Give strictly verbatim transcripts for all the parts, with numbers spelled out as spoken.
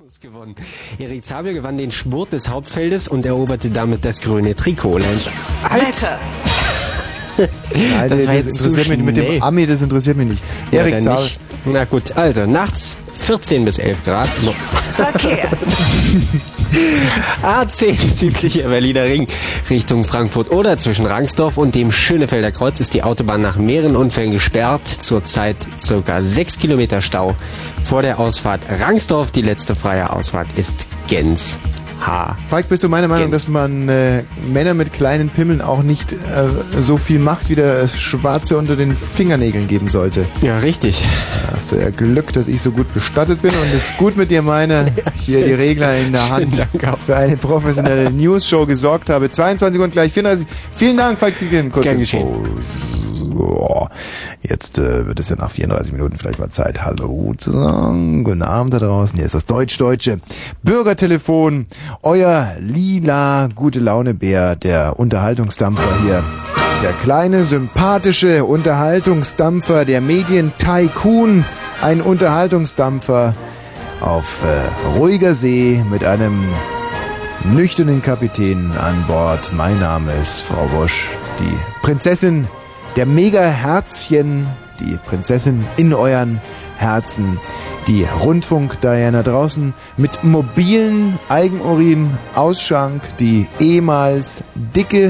gewonnen. Erik Zabel gewann den Spurt des Hauptfeldes und eroberte damit das grüne Trikot. Lenz. Alter! Nein, das, das interessiert mich mit dem Ami, das interessiert mich nicht. Erik ja, Zabel. Nicht. Na gut, also nachts vierzehn bis elf Grad. No. Verkehr. A zehn südlicher Berliner Ring Richtung Frankfurt oder zwischen Rangsdorf und dem Schönefelder Kreuz ist die Autobahn nach mehreren Unfällen gesperrt. Zurzeit circa sechs Kilometer Stau vor der Ausfahrt Rangsdorf. Die letzte freie Ausfahrt ist Gens. H. Falk, bist du meiner Meinung, dass man äh, Männer mit kleinen Pimmeln auch nicht äh, so viel Macht wie der Schwarze unter den Fingernägeln geben sollte? Ja, richtig. Da hast du ja Glück, dass ich so gut bestattet bin und es gut mit dir meine. Hier die Regler in der Hand für eine professionelle News-Show gesorgt habe. zweiundzwanzig und gleich vierunddreißig. Vielen Dank, Falk Ziegler. Gern geschehen. Oh, jetzt äh, wird es ja nach vierunddreißig Minuten vielleicht mal Zeit, Hallo zu sagen. Guten Abend da draußen. Hier ist das Deutsch-Deutsche Bürgertelefon. Euer lila Gute-Laune-Bär, der Unterhaltungsdampfer hier. Der kleine, sympathische Unterhaltungsdampfer, der Medien-Tycoon. Ein Unterhaltungsdampfer auf äh, ruhiger See mit einem nüchternen Kapitän an Bord. Mein Name ist Frau Wosch, die Prinzessin der Mega-Herzchen, die Prinzessin in euren Herzen, die Rundfunk-Diana draußen mit mobilen Eigenurin-Ausschank, die ehemals dicke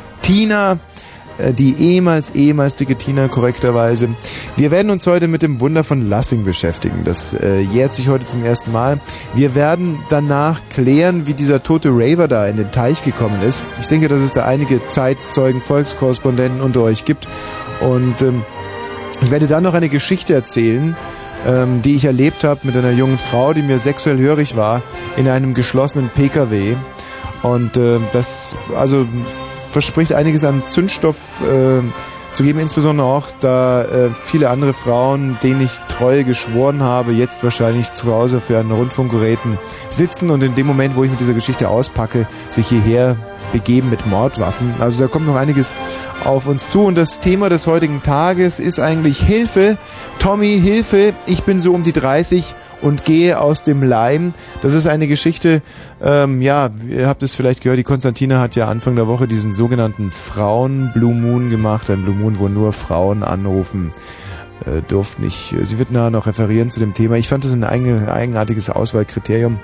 Tina, die ehemals, ehemals dicke Tina korrekterweise. Wir werden uns heute mit dem Wunder von Lassing beschäftigen. Das äh, jährt sich heute zum ersten Mal. Wir werden danach klären, wie dieser tote Raver da in den Teich gekommen ist. Ich denke, dass es da einige Zeitzeugen, Volkskorrespondenten unter euch gibt. Und ähm, ich werde dann noch eine Geschichte erzählen, ähm, die ich erlebt habe mit einer jungen Frau, die mir sexuell hörig war, in einem geschlossenen P K W. Und äh, das, also verspricht einiges an Zündstoff äh, zu geben, insbesondere auch, da äh, viele andere Frauen, denen ich Treue geschworen habe, jetzt wahrscheinlich zu Hause für einen Rundfunkgeräten sitzen und in dem Moment, wo ich mit dieser Geschichte auspacke, sich hierher begeben mit Mordwaffen. Also da kommt noch einiges auf uns zu und das Thema des heutigen Tages ist eigentlich Hilfe. Tommy, Hilfe, ich bin so um die dreißig und gehe aus dem Leim. Das ist eine Geschichte, ähm, ja, ihr habt es vielleicht gehört, die Konstantina hat ja Anfang der Woche diesen sogenannten Frauen-Blue Moon gemacht. Ein Blue Moon, wo nur Frauen anrufen äh, durften. Ich, sie wird nachher noch referieren zu dem Thema. Ich fand das ein eigen, eigenartiges Auswahlkriterium.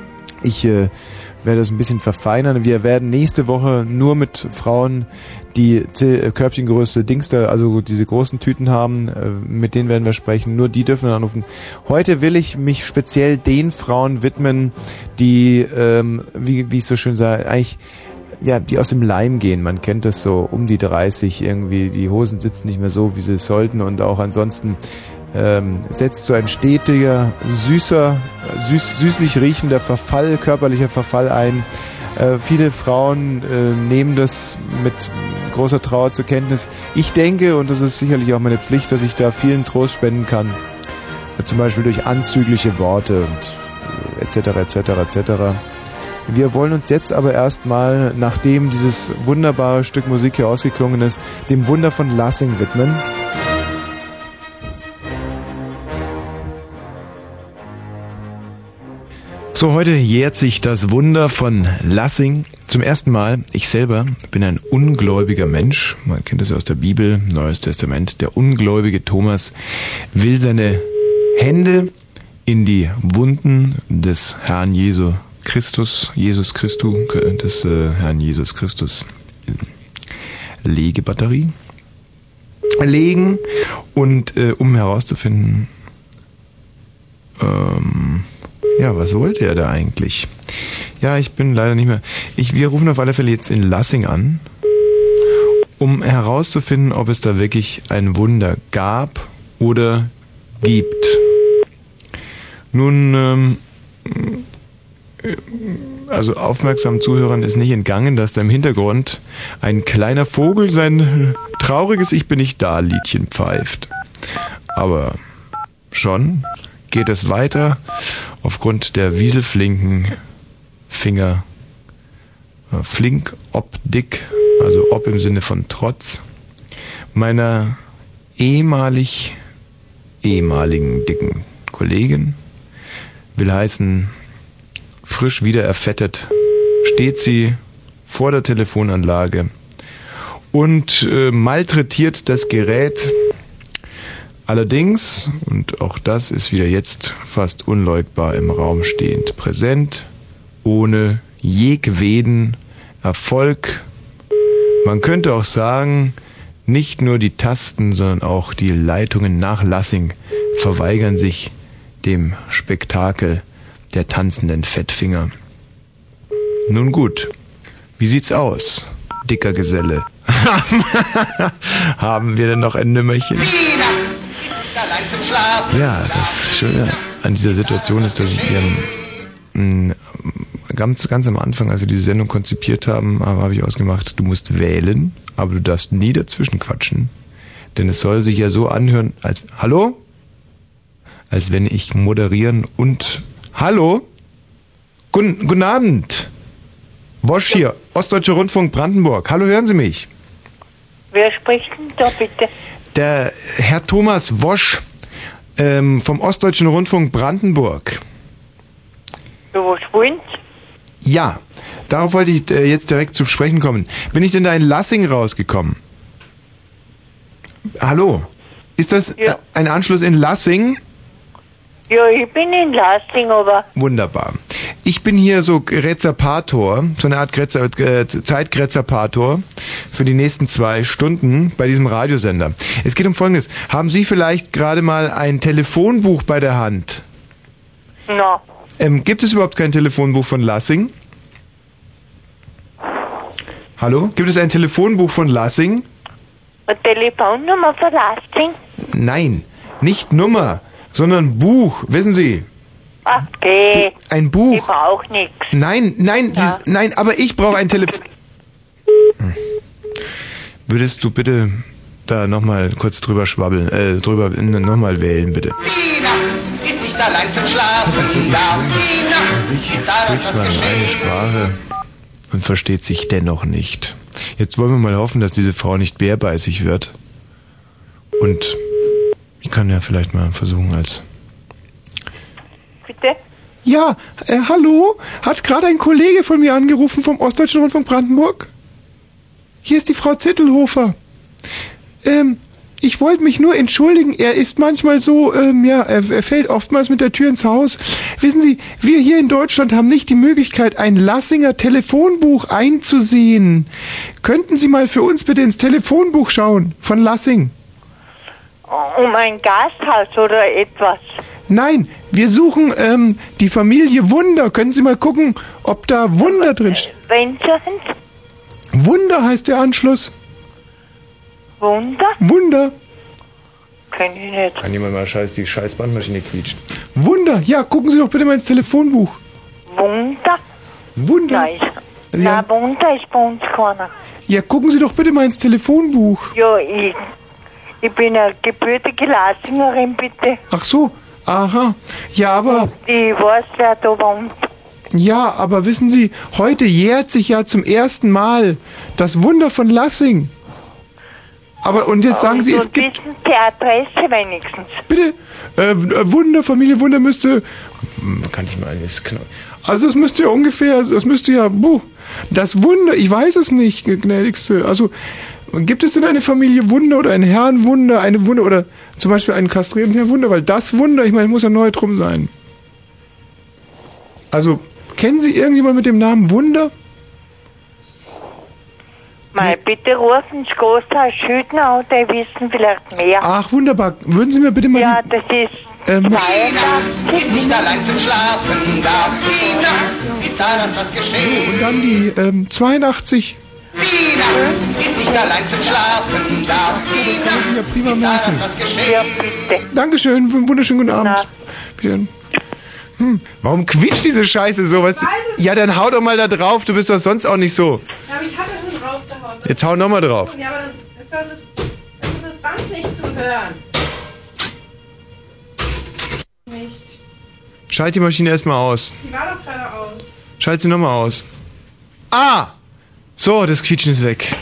Ich äh, werde das ein bisschen verfeinern. Wir werden nächste Woche nur mit Frauen, die Körbchengröße Dings da, also diese großen Tüten haben, mit denen werden wir sprechen. Nur die dürfen anrufen. Heute will ich mich speziell den Frauen widmen, die, ähm, wie, wie ich so schön sage, eigentlich, ja, die aus dem Leim gehen. Man kennt das so, um die dreißig irgendwie. Die Hosen sitzen nicht mehr so, wie sie sollten und auch ansonsten Ähm, setzt so ein stetiger, süßer, süß, süßlich riechender Verfall, körperlicher Verfall ein. Äh, viele Frauen äh, nehmen das mit großer Trauer zur Kenntnis. Ich denke, und das ist sicherlich auch meine Pflicht, dass ich da vielen Trost spenden kann. Äh, zum Beispiel durch anzügliche Worte und äh, et cetera et cetera et cetera. Wir wollen uns jetzt aber erstmal, nachdem dieses wunderbare Stück Musik hier ausgeklungen ist, dem Wunder von Lassing widmen. So, heute jährt sich das Wunder von Lassing zum ersten Mal. Ich selber bin ein ungläubiger Mensch. Man kennt das ja aus der Bibel, Neues Testament. Der ungläubige Thomas will seine Hände in die Wunden des Herrn Jesu Christus, Jesus Christus, des äh, Herrn Jesus Christus Legebatterie legen und äh, um herauszufinden, ähm, ja, was wollte er da eigentlich? Ja, ich bin leider nicht mehr... Ich, wir rufen auf alle Fälle jetzt in Lassing an, um herauszufinden, ob es da wirklich ein Wunder gab oder gibt. Nun, ähm, also aufmerksamen Zuhörern ist nicht entgangen, dass da im Hintergrund ein kleiner Vogel sein trauriges Ich bin nicht da Liedchen pfeift. Aber schon geht es weiter aufgrund der wieselflinken Finger. Flink, ob dick, also ob im Sinne von Trotz, meiner ehemalig, ehemaligen dicken Kollegin, will heißen frisch wieder erfettet, steht sie vor der Telefonanlage und äh, malträtiert das Gerät. Allerdings, und auch das ist wieder jetzt fast unleugbar im Raum stehend präsent, ohne jegweden Erfolg. Man könnte auch sagen, nicht nur die Tasten, sondern auch die Leitungen nach Lassing verweigern sich dem Spektakel der tanzenden Fettfinger. Nun gut, wie sieht's aus, dicker Geselle? Haben wir denn noch ein Nümmerchen? Ja, das Schöne an dieser Situation ist, dass ich ihren ganz, ganz am Anfang, als wir diese Sendung konzipiert haben, habe ich ausgemacht, du musst wählen, aber du darfst nie dazwischen quatschen, denn es soll sich ja so anhören, als hallo, als wenn ich moderieren und hallo, guten, guten Abend, Wosch hier, Ostdeutscher Rundfunk Brandenburg. Hallo, hören Sie mich? Wer spricht denn da bitte? Der Herr Thomas Wosch ähm, vom Ostdeutschen Rundfunk Brandenburg. Du was wollen? Ja, darauf wollte ich äh, jetzt direkt zu sprechen kommen. Bin ich denn da in Lassing rausgekommen? Hallo? Ist das ja. äh, ein Anschluss in Lassing? Ja, ich bin in Lassing, aber... Wunderbar. Ich bin hier so Rezerpator, so eine Art Gräzer, äh, Zeitgrezerpator für die nächsten zwei Stunden bei diesem Radiosender. Es geht um Folgendes. Haben Sie vielleicht gerade mal ein Telefonbuch bei der Hand? No. Ähm, gibt es überhaupt kein Telefonbuch von Lassing? Hallo? Gibt es ein Telefonbuch von Lassing? Eine Telefonnummer von Lassing? Nein, nicht Nummer, sondern Buch, wissen Sie? Ach, okay. Ein Buch. Ich brauch nichts. Nein, nein, ja. Sie, nein, aber ich brauche ein Telefon... Hm. Würdest du bitte da nochmal kurz drüber schwabbeln, äh, drüber nochmal wählen, bitte? Ist nicht allein zum Schlafen. Das ist so da. An sich spricht man eine Sprache und versteht sich dennoch nicht. Jetzt wollen wir mal hoffen, dass diese Frau nicht bärbeißig wird. Und ich kann ja vielleicht mal versuchen als... Bitte? Ja, äh, hallo? Hat gerade ein Kollege von mir angerufen vom Ostdeutschen Rundfunk Brandenburg? Hier ist die Frau Zettelhofer. Ähm... Ich wollte mich nur entschuldigen, er ist manchmal so, ähm, ja, er, er fällt oftmals mit der Tür ins Haus. Wissen Sie, wir hier in Deutschland haben nicht die Möglichkeit, ein Lassinger Telefonbuch einzusehen. Könnten Sie mal für uns bitte ins Telefonbuch schauen, von Lassing? Um ein Gasthaus oder etwas? Nein, wir suchen ähm, die Familie Wunder. Können Sie mal gucken, ob da Wunder drin steht? Wen suchen? Wunder heißt der Anschluss. Wunder? Wunder. Kenn ich nicht. Kann jemand mal scheiß die scheiß Bandmaschine quietscht? Wunder. Ja, gucken Sie doch bitte mal ins Telefonbuch. Wunder? Wunder. Nein. Ja. Nein, Wunder ist bei uns keiner. Ja, gucken Sie doch bitte mal ins Telefonbuch. Ja, ich, ich bin eine gebürtige Lassingerin, bitte. Ach so. Aha. Ja, aber... Ich weiß, wer da wohnt. Ja, aber wissen Sie, heute jährt sich ja zum ersten Mal das Wunder von Lassing. Aber, und jetzt sagen und Sie, und es gibt... wissen die Adresse wenigstens? Bitte? Äh, Wunder, Familie Wunder müsste... Kann ich mal... Also es müsste ja ungefähr... Das müsste ja... Buh, das Wunder, ich weiß es nicht, gnädigste. Also, gibt es denn eine Familie Wunder oder ein Herrn Wunder, eine Wunder oder zum Beispiel einen kastrierten Herrn Wunder? Weil das Wunder, ich meine, muss ja neu drum sein. Also, kennen Sie irgendjemand mit dem Namen Wunder? Mal bitte rufen das Gasthaus Schütner an, die wissen vielleicht mehr. Ach, wunderbar. Würden Sie mir bitte mal... Ja, die, das ist ähm, zweiundachtzig. Ist nicht allein zum Schlafen da. Ina, ist da das was geschehen? und dann die ähm, zweiundachtzig. Ina, ist nicht allein zum Schlafen da. Das kann man sich ja prima Ina, ist da merken. das was Ja, geschehen? bitte. Dankeschön, wunderschönen guten Abend. Wieder. Hm, warum quietscht diese Scheiße so? Was? Ja, dann hau doch mal da drauf, du bist doch sonst auch nicht so. Ja, aber ich habe ja schon draufgehauen. Jetzt hau nochmal drauf. Ja, aber dann ist doch das, dann ist das Band nicht zum Hören. Nicht. Schalt die Maschine erstmal aus. Die war doch gerade aus. Schalt sie nochmal aus. Ah! So, das Quietschen ist weg.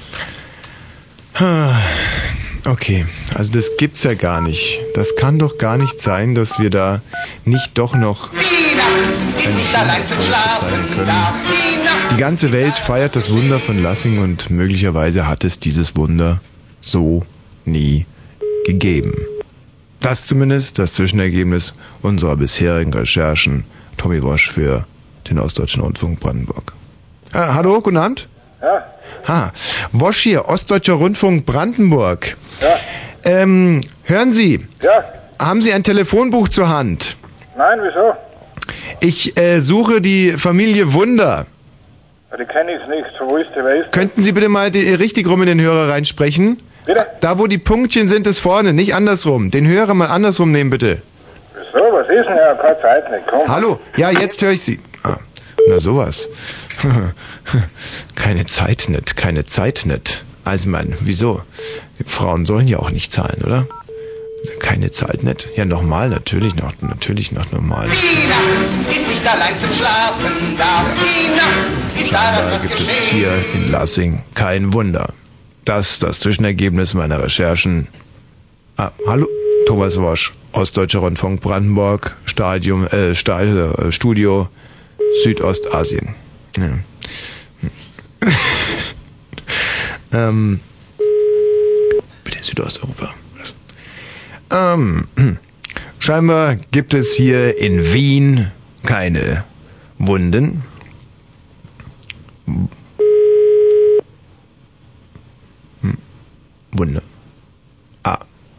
Okay, also das gibt's ja gar nicht. Das kann doch gar nicht sein, dass wir da nicht doch noch Ina, ist nicht ist allein zum Schlafen da. Die Nacht Die ganze Welt feiert das Wunder von Lassing und möglicherweise hat es dieses Wunder so nie gegeben. Das zumindest das Zwischenergebnis unserer bisherigen Recherchen. Tommy Wosch für den Ostdeutschen Rundfunk Brandenburg. Ah, hallo, guten Abend. Ja. Ha, Wosch hier, Ostdeutscher Rundfunk Brandenburg. Ja. Ähm, hören Sie, Ja. haben Sie ein Telefonbuch zur Hand? Nein, wieso? Ich äh, suche die Familie Wunder. Ja, die kenne ich nicht. So, wo ist die? Wer ist die? Könnten Sie bitte mal die, richtig rum in den Hörer reinsprechen? Bitte? Da, wo die Punktchen sind, ist vorne, nicht andersrum. Den Hörer mal andersrum nehmen, bitte. Wieso? Was ist denn? Ja, keine Zeit nicht. Komm. Hallo? Ja, jetzt höre ich Sie. Ah, na sowas. Keine Zeit nicht, keine Zeit nicht. Also, man, wieso? Frauen sollen ja auch nicht zahlen, oder? Keine Zeit nicht. Ja, nochmal, natürlich noch, natürlich noch normal. Die Nacht ist nicht allein zum Schlafen da. Die Nacht ist da, das Da was gibt es geschehen. hier in Lassing kein Wunder. Das ist das Zwischenergebnis meiner Recherchen. Ah, hallo, Thomas Wosch, Ostdeutscher Rundfunk Brandenburg, Stadium, äh, Sta äh, Studio Südostasien. Ja. ähm, bitte Südosteuropa. Ähm, scheinbar gibt es hier in Wien keine Wunden. Hm. Wunder. Ah.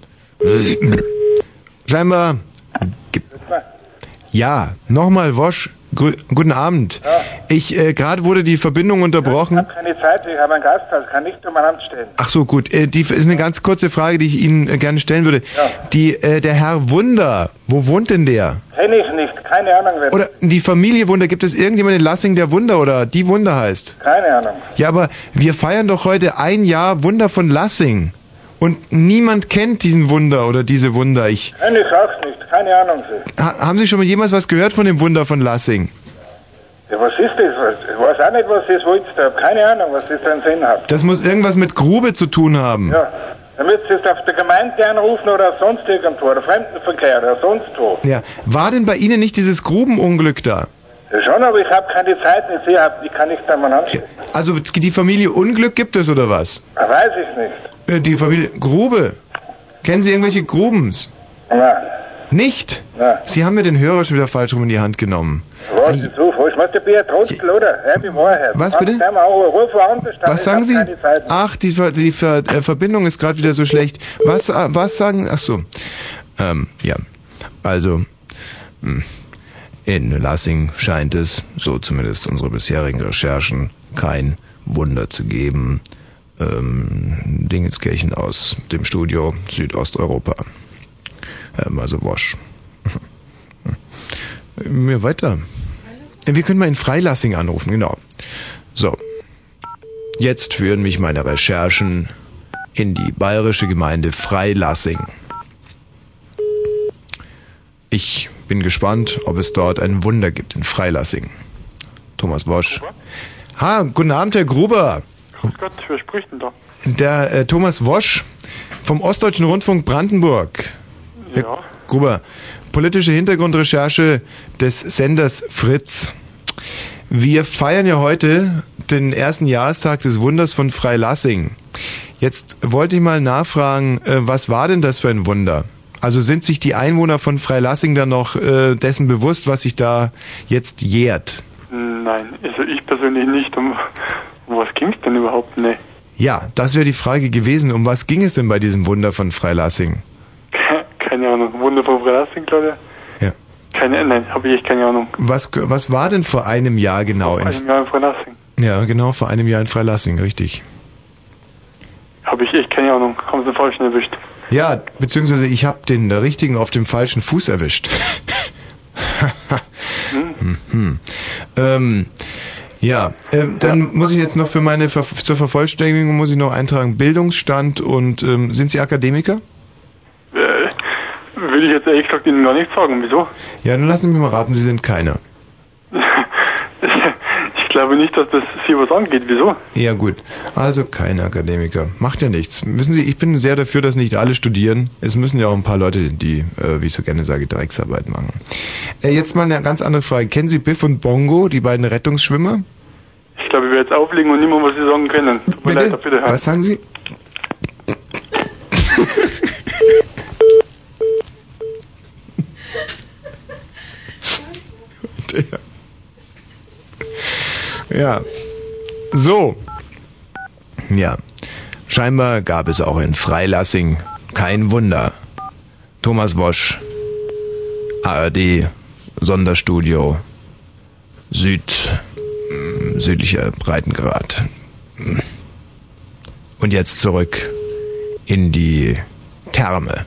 Scheinbar gibt... Ja, nochmal Wosch. Grü Guten Abend. Ja. Ich, äh, gerade wurde die Verbindung Ich unterbrochen. habe keine Zeit. Ich habe einen Gasthaus. Kann nicht umeinander stehen. Ach so, gut. Äh, die ist eine ganz kurze Frage, die ich Ihnen äh, gerne stellen würde. Ja. Die, äh, der Herr Wunder, wo wohnt denn der? Kenne ich nicht. Keine Ahnung, wer. Oder die Familie Wunder, gibt es irgendjemand in Lassing, der Wunder oder die Wunder heißt? Keine Ahnung. Ja, aber wir feiern doch heute ein Jahr Wunder von Lassing. Und niemand kennt diesen Wunder oder diese Wunder. Ich, Kenn ich auch nicht. Keine Ahnung. Sie. ha, haben Sie schon mal jemals was gehört von dem Wunder von Lassing? Ja, was ist das? Was- Ich weiß auch nicht, was das wollt. Ich habe keine Ahnung, was das für einen Sinn hat. Das muss irgendwas mit Grube zu tun haben. Ja. Dann müsst ihr jetzt auf der Gemeinde anrufen oder sonst irgendwo. Oder Fremdenverkehr oder sonst wo. Ja. War denn bei Ihnen nicht dieses Grubenunglück da? Ja, schon, aber ich habe keine Zeit. Ich, sehe, ich kann nicht umeinander stehen. Also die Familie Unglück gibt es oder was? Ja, weiß ich nicht. Äh, Die Familie Grube. Kennen Sie irgendwelche Grubens? Nein. Nicht? Nein. Sie haben mir den Hörer schon wieder falsch rum in die Hand genommen. Was ist so falsch? Was, der Bier Trottel, oder? Hör die Wahrheit. Was bitte? Mach mal auch, ruf woanders an, Was ich sagen hab Sie? keine Zeit mehr. Ach, die, Ver die Ver äh, Verbindung ist gerade wieder so schlecht. Was, äh, was sagen... Ach so. Ähm, ja. Also, mh, in Lassing scheint es, so zumindest unsere bisherigen Recherchen, kein Wunder zu geben. Ähm, Dingenskirchen aus dem Studio Südosteuropa. Ähm, also Wosch. Mir weiter. Wir können mal in Freilassing anrufen, genau. So. Jetzt führen mich meine Recherchen in die bayerische Gemeinde Freilassing. Ich bin gespannt, ob es dort ein Wunder gibt in Freilassing. Thomas Wosch. Ha, guten Abend, Herr Gruber. Grüß Gott, wer spricht denn da? Der äh, Thomas Wosch vom Ostdeutschen Rundfunk Brandenburg. Herr Ja. Gruber, politische Hintergrundrecherche des Senders Fritz. Wir feiern ja heute den ersten Jahrestag des Wunders von Freilassing. Jetzt wollte ich mal nachfragen, äh, was war denn das für ein Wunder? Also sind sich die Einwohner von Freilassing dann noch äh, dessen bewusst, was sich da jetzt jährt? Nein, also ich persönlich nicht. Um was ging es denn überhaupt? Nee. Ja, das wäre die Frage gewesen. Um was ging es denn bei diesem Wunder von Freilassing? Keine Ahnung. Wunder von Freilassing, glaube ich. Ja. Keine, nein, habe ich echt keine Ahnung. Was, was war denn vor einem Jahr genau? Vor In, einem Jahr in Freilassing. ja, genau, vor einem Jahr in Freilassing, richtig. Habe ich echt keine Ahnung. Haben sie den falschen erwischt. Ja, beziehungsweise ich habe den richtigen auf dem falschen Fuß erwischt. hm. Hm. Ähm, ja, ähm, dann muss ich jetzt noch für meine Ver zur Vervollständigung muss ich noch eintragen Bildungsstand und ähm, sind Sie Akademiker? Äh, will ich jetzt ehrlich gesagt Ihnen gar nicht sagen. Wieso? Ja, dann lassen Sie mich mal raten, Sie sind keiner. Ich glaube nicht, dass das Sie was angeht. Wieso? Ja gut, also kein Akademiker. Macht ja nichts. Wissen Sie, ich bin sehr dafür, dass nicht alle studieren. Es müssen ja auch ein paar Leute, die, äh, wie ich so gerne sage, Drecksarbeit machen. Äh, jetzt mal eine ganz andere Frage. Kennen Sie Biff und Bongo, die beiden Rettungsschwimmer? Ich glaube, ich werde jetzt auflegen und nicht mehr, was Sie sagen können. Tut mir Bitte? leid, bitte. Was sagen Sie? Ja. So. Ja. Scheinbar gab es auch in Freilassing kein Wunder. Thomas Wosch, A R D, Sonderstudio, Süd, südlicher Breitengrad. Und jetzt zurück in die Therme.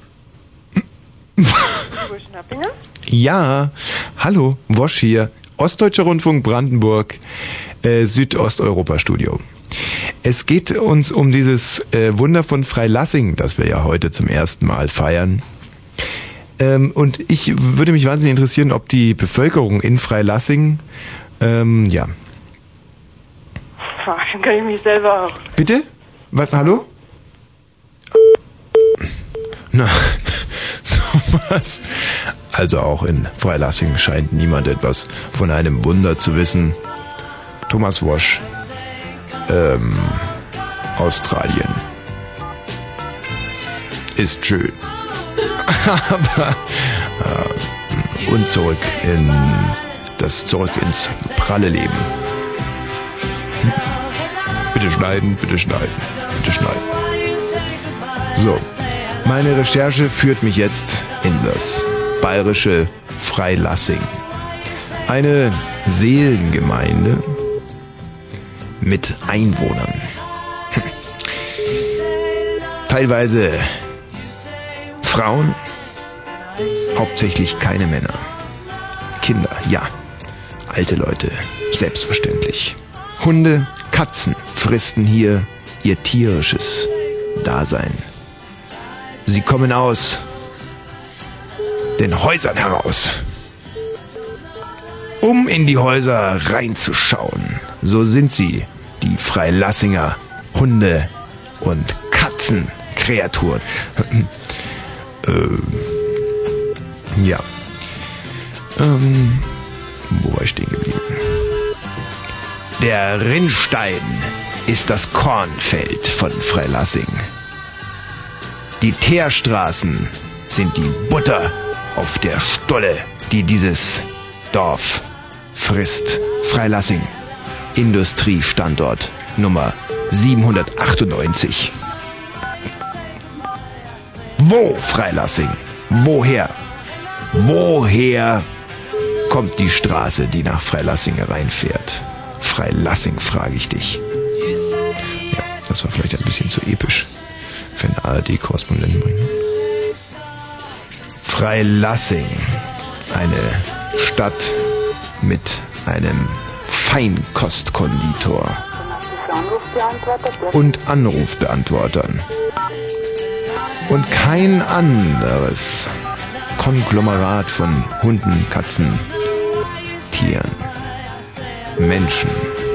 Ja, hallo, Wosch hier. Ostdeutscher Rundfunk Brandenburg, äh, Südosteuropa-Studio. Es geht uns um dieses äh, Wunder von Freilassing, das wir ja heute zum ersten Mal feiern. Ähm, und ich würde mich wahnsinnig interessieren, ob die Bevölkerung in Freilassing, ähm, ja. Fragen kann ich mich selber auch. Bitte? Was, hallo? Na, sowas. Also auch in Freilassing scheint niemand etwas von einem Wunder zu wissen. Thomas Wosch, ähm, Australien. Ist schön. Aber, äh, und zurück in, das zurück ins pralle Leben. Hm. Bitte schneiden, bitte schneiden, bitte schneiden. So, meine Recherche führt mich jetzt in das bayerische Freilassing. Eine Seelengemeinde mit Einwohnern. Teilweise Frauen, hauptsächlich keine Männer. Kinder, ja. Alte Leute, selbstverständlich. Hunde, Katzen fristen hier ihr tierisches Dasein. Sie kommen aus den Häusern heraus, um in die Häuser reinzuschauen. So sind sie, die Freilassinger Hunde- und Katzenkreaturen. äh, ja. Ähm, wo war ich stehen geblieben? Der Rinnstein ist das Kornfeld von Freilassing. Die Teerstraßen sind die Butter auf der Stulle, die dieses Dorf frisst. Freilassing, Industriestandort Nummer siebenhundertachtundneunzig. Wo, Freilassing? Woher? Woher kommt die Straße, die nach Freilassing reinfährt? Freilassing, frage ich dich. Ja, das war vielleicht ein bisschen zu episch für einen A R D-Korrespondenten bringen. Freilassing, eine Stadt mit einem Feinkostkonditor und Anrufbeantwortern. Und kein anderes Konglomerat von Hunden, Katzen, Tieren, Menschen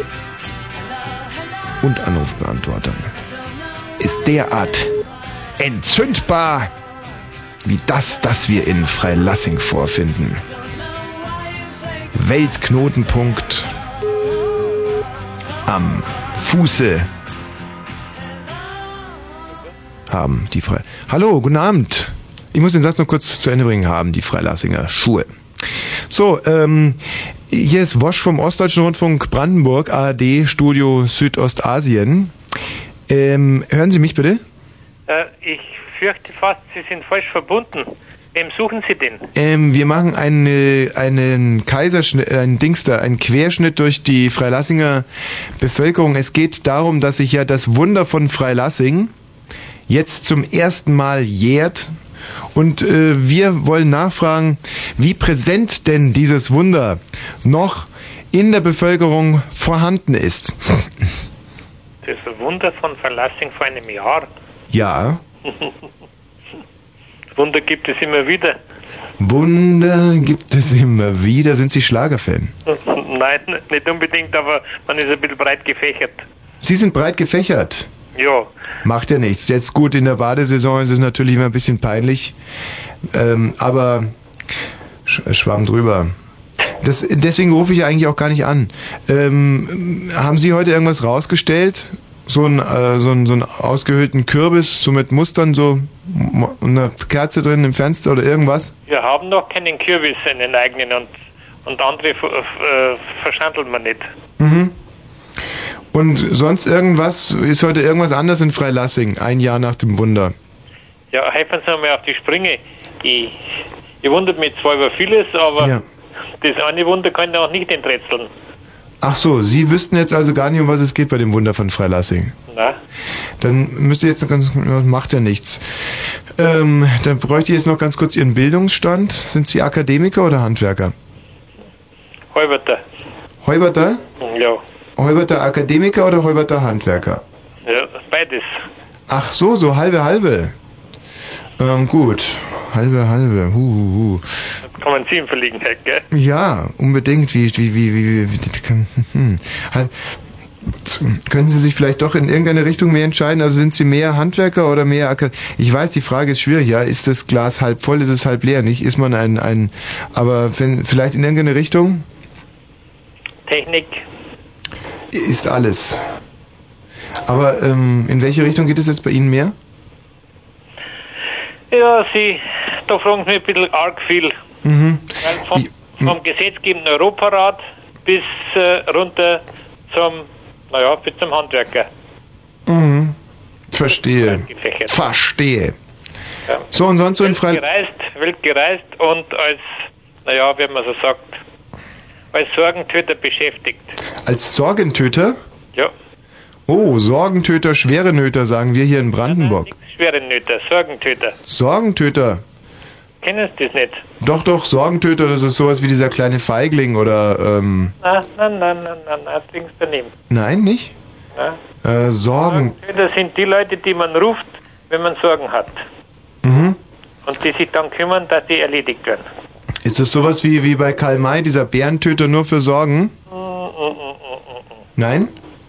und Anrufbeantwortern ist derart entzündbar wie das, das wir in Freilassing vorfinden. Weltknotenpunkt am Fuße haben die Frei... Hallo, guten Abend. Ich muss den Satz noch kurz zu Ende bringen. Haben die Freilassinger Schuhe. So, ähm, hier ist Wosch vom Ostdeutschen Rundfunk Brandenburg, A R D, Studio Südostasien. Ähm, hören Sie mich bitte? Äh, ich fürchte fast, Sie sind falsch verbunden. Wem suchen Sie denn? Ähm, wir machen eine, einen Kaiserschnitt, einen Dings da, einen Querschnitt durch die Freilassinger Bevölkerung. Es geht darum, dass sich ja das Wunder von Freilassing jetzt zum ersten Mal jährt. Und äh, wir wollen nachfragen, wie präsent denn dieses Wunder noch in der Bevölkerung vorhanden ist. Das Wunder von Freilassing vor einem Jahr. Ja. Wunder gibt es immer wieder. Wunder gibt es immer wieder. Sind Sie Schlagerfan? Nein, nicht unbedingt, aber man ist ein bisschen breit gefächert. Sie sind breit gefächert? Ja. Macht ja nichts. Jetzt gut, in der Badesaison ist es natürlich immer ein bisschen peinlich, ähm, aber sch schwamm drüber. Das, deswegen rufe ich eigentlich auch gar nicht an. Ähm, haben Sie heute irgendwas rausgestellt? So ein, äh, so ein, so einen ausgehöhlten Kürbis, so mit Mustern, so eine Kerze drin im Fenster oder irgendwas? Wir haben noch keinen Kürbis, einen eigenen, und, und andere äh, verschandelt man nicht. Mhm. Und sonst irgendwas? Ist heute irgendwas anders in Freilassing, ein Jahr nach dem Wunder? Ja, helfen Sie mir auf die Sprünge. Ich, ich wundert mich zwar über vieles, aber ja. Das eine Wunder kann ja auch nicht enträtseln. Ach so, Sie wüssten jetzt also gar nicht, um was es geht bei dem Wunder von Freilassing. Na? Dann müsste jetzt noch ganz, macht ja nichts. Ähm, dann bräuchte ich jetzt noch ganz kurz Ihren Bildungsstand. Sind Sie Akademiker oder Handwerker? Heuberter. Heuberter? Ja. Heuberter Akademiker oder Heuberter Handwerker? Ja, beides. Ach so, so halbe halbe. Ähm, gut. Halbe halbe. Huh, huh, huh. Kann man Sie in Verlegenheit, gell? Ja, unbedingt. Wie, wie, wie, wie, wie hm. halt, können Sie sich vielleicht doch in irgendeine Richtung mehr entscheiden? Also sind Sie mehr Handwerker oder mehr Akademiker? Ich weiß, die Frage ist schwierig, ja. Ist das Glas halb voll, ist es halb leer? Nicht? Ist man ein, ein, aber wenn, vielleicht in irgendeine Richtung? Technik. Ist alles. Aber ähm, in welche Richtung geht es jetzt bei Ihnen mehr? Ja, Sie, da fragen Sie mich ein bisschen arg viel. Mhm. Weil vom, vom gesetzgebenden Europarat bis äh, runter zum, naja, bis zum Handwerker. Mhm. Verstehe. Verstehe. Ja. So, und sonst so in Freilassing? Gereist, wild gereist und als, naja, wie man so sagt, als Sorgentöter beschäftigt. Als Sorgentöter? Ja. Oh, Sorgentöter, schwere Nöter, sagen wir hier in Brandenburg. Nein, nein, schwere Nöter, Sorgentöter. Sorgentöter? Kennen Sie das nicht? Doch, doch, Sorgentöter, das ist sowas wie dieser kleine Feigling oder, ähm... Nein, nein, nein, nein, nein, nein, zwingend daneben. Nein, nicht? Nein. Äh, Sorgen... Sorgentöter sind die Leute, die man ruft, wenn man Sorgen hat. Mhm. Und die sich dann kümmern, dass die erledigt werden. Ist das sowas wie, wie bei Karl May, dieser Bärentöter nur für Sorgen? Mm, mm, mm, mm. Nein?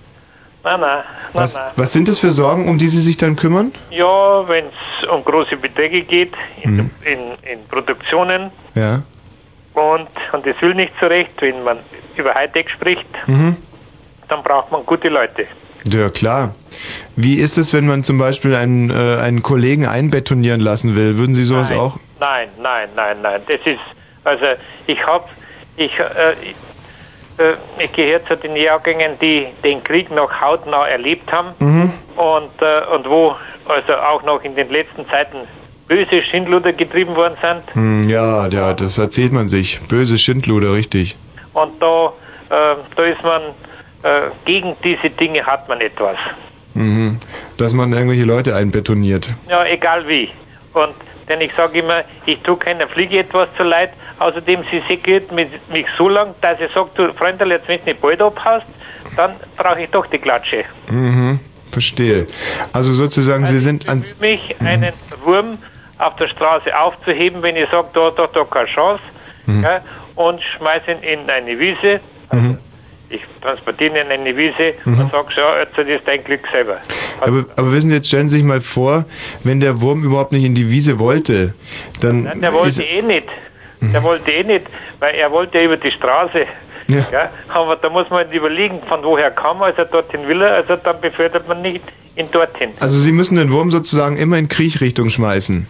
Nein, nein, was, nein. Was sind das für Sorgen, um die Sie sich dann kümmern? Ja, wenn es um große Beträge geht, in, mhm. in, in Produktionen. Ja. Und, und das will nicht so recht, wenn man über Hightech spricht, mhm. dann braucht man gute Leute. Ja, klar. Wie ist es, wenn man zum Beispiel einen, äh, einen Kollegen einbetonieren lassen will? Würden Sie sowas nein, auch? Nein, nein, nein, nein. Das ist, also ich habe, ich, äh, ich, äh, ich gehöre zu den Jahrgängen, die den Krieg noch hautnah erlebt haben mhm. und, äh, und wo also auch noch in den letzten Zeiten böse Schindluder getrieben worden sind. Hm, ja, ja, das erzählt man sich. Böse Schindluder, richtig. Und da, äh, da ist man, äh, gegen diese Dinge hat man etwas. Mhm. Dass man irgendwelche Leute einbetoniert. Ja, egal wie. Und denn ich sage immer, ich tue keiner Fliege etwas zu leid. Außerdem, sie sekiert mich, mich so lang, dass ich sage, du Freundel, jetzt wenn du nicht bald abhast, dann brauche ich doch die Klatsche. Mhm, verstehe. Also sozusagen, also Sie sind an... Ich mich, mhm. einen Wurm auf der Straße aufzuheben, wenn ich sage, da, da, da, keine Chance, mhm. ja, und schmeiße ihn in eine Wiese. Also mhm. Ich transportiere ihn in eine Wiese mhm. und sage, ja, jetzt ist dein Glück selber. Also aber, aber wissen Sie, jetzt stellen Sie sich mal vor, wenn der Wurm überhaupt nicht in die Wiese wollte, dann... Nein, der wollte eh nicht. Der wollte eh nicht, weil er wollte ja über die Straße. Ja. Ja, aber da muss man überlegen, von woher kam er, also dorthin will er, also dann befördert man nicht ihn dorthin. Also Sie müssen den Wurm sozusagen immer in Kriechrichtung schmeißen.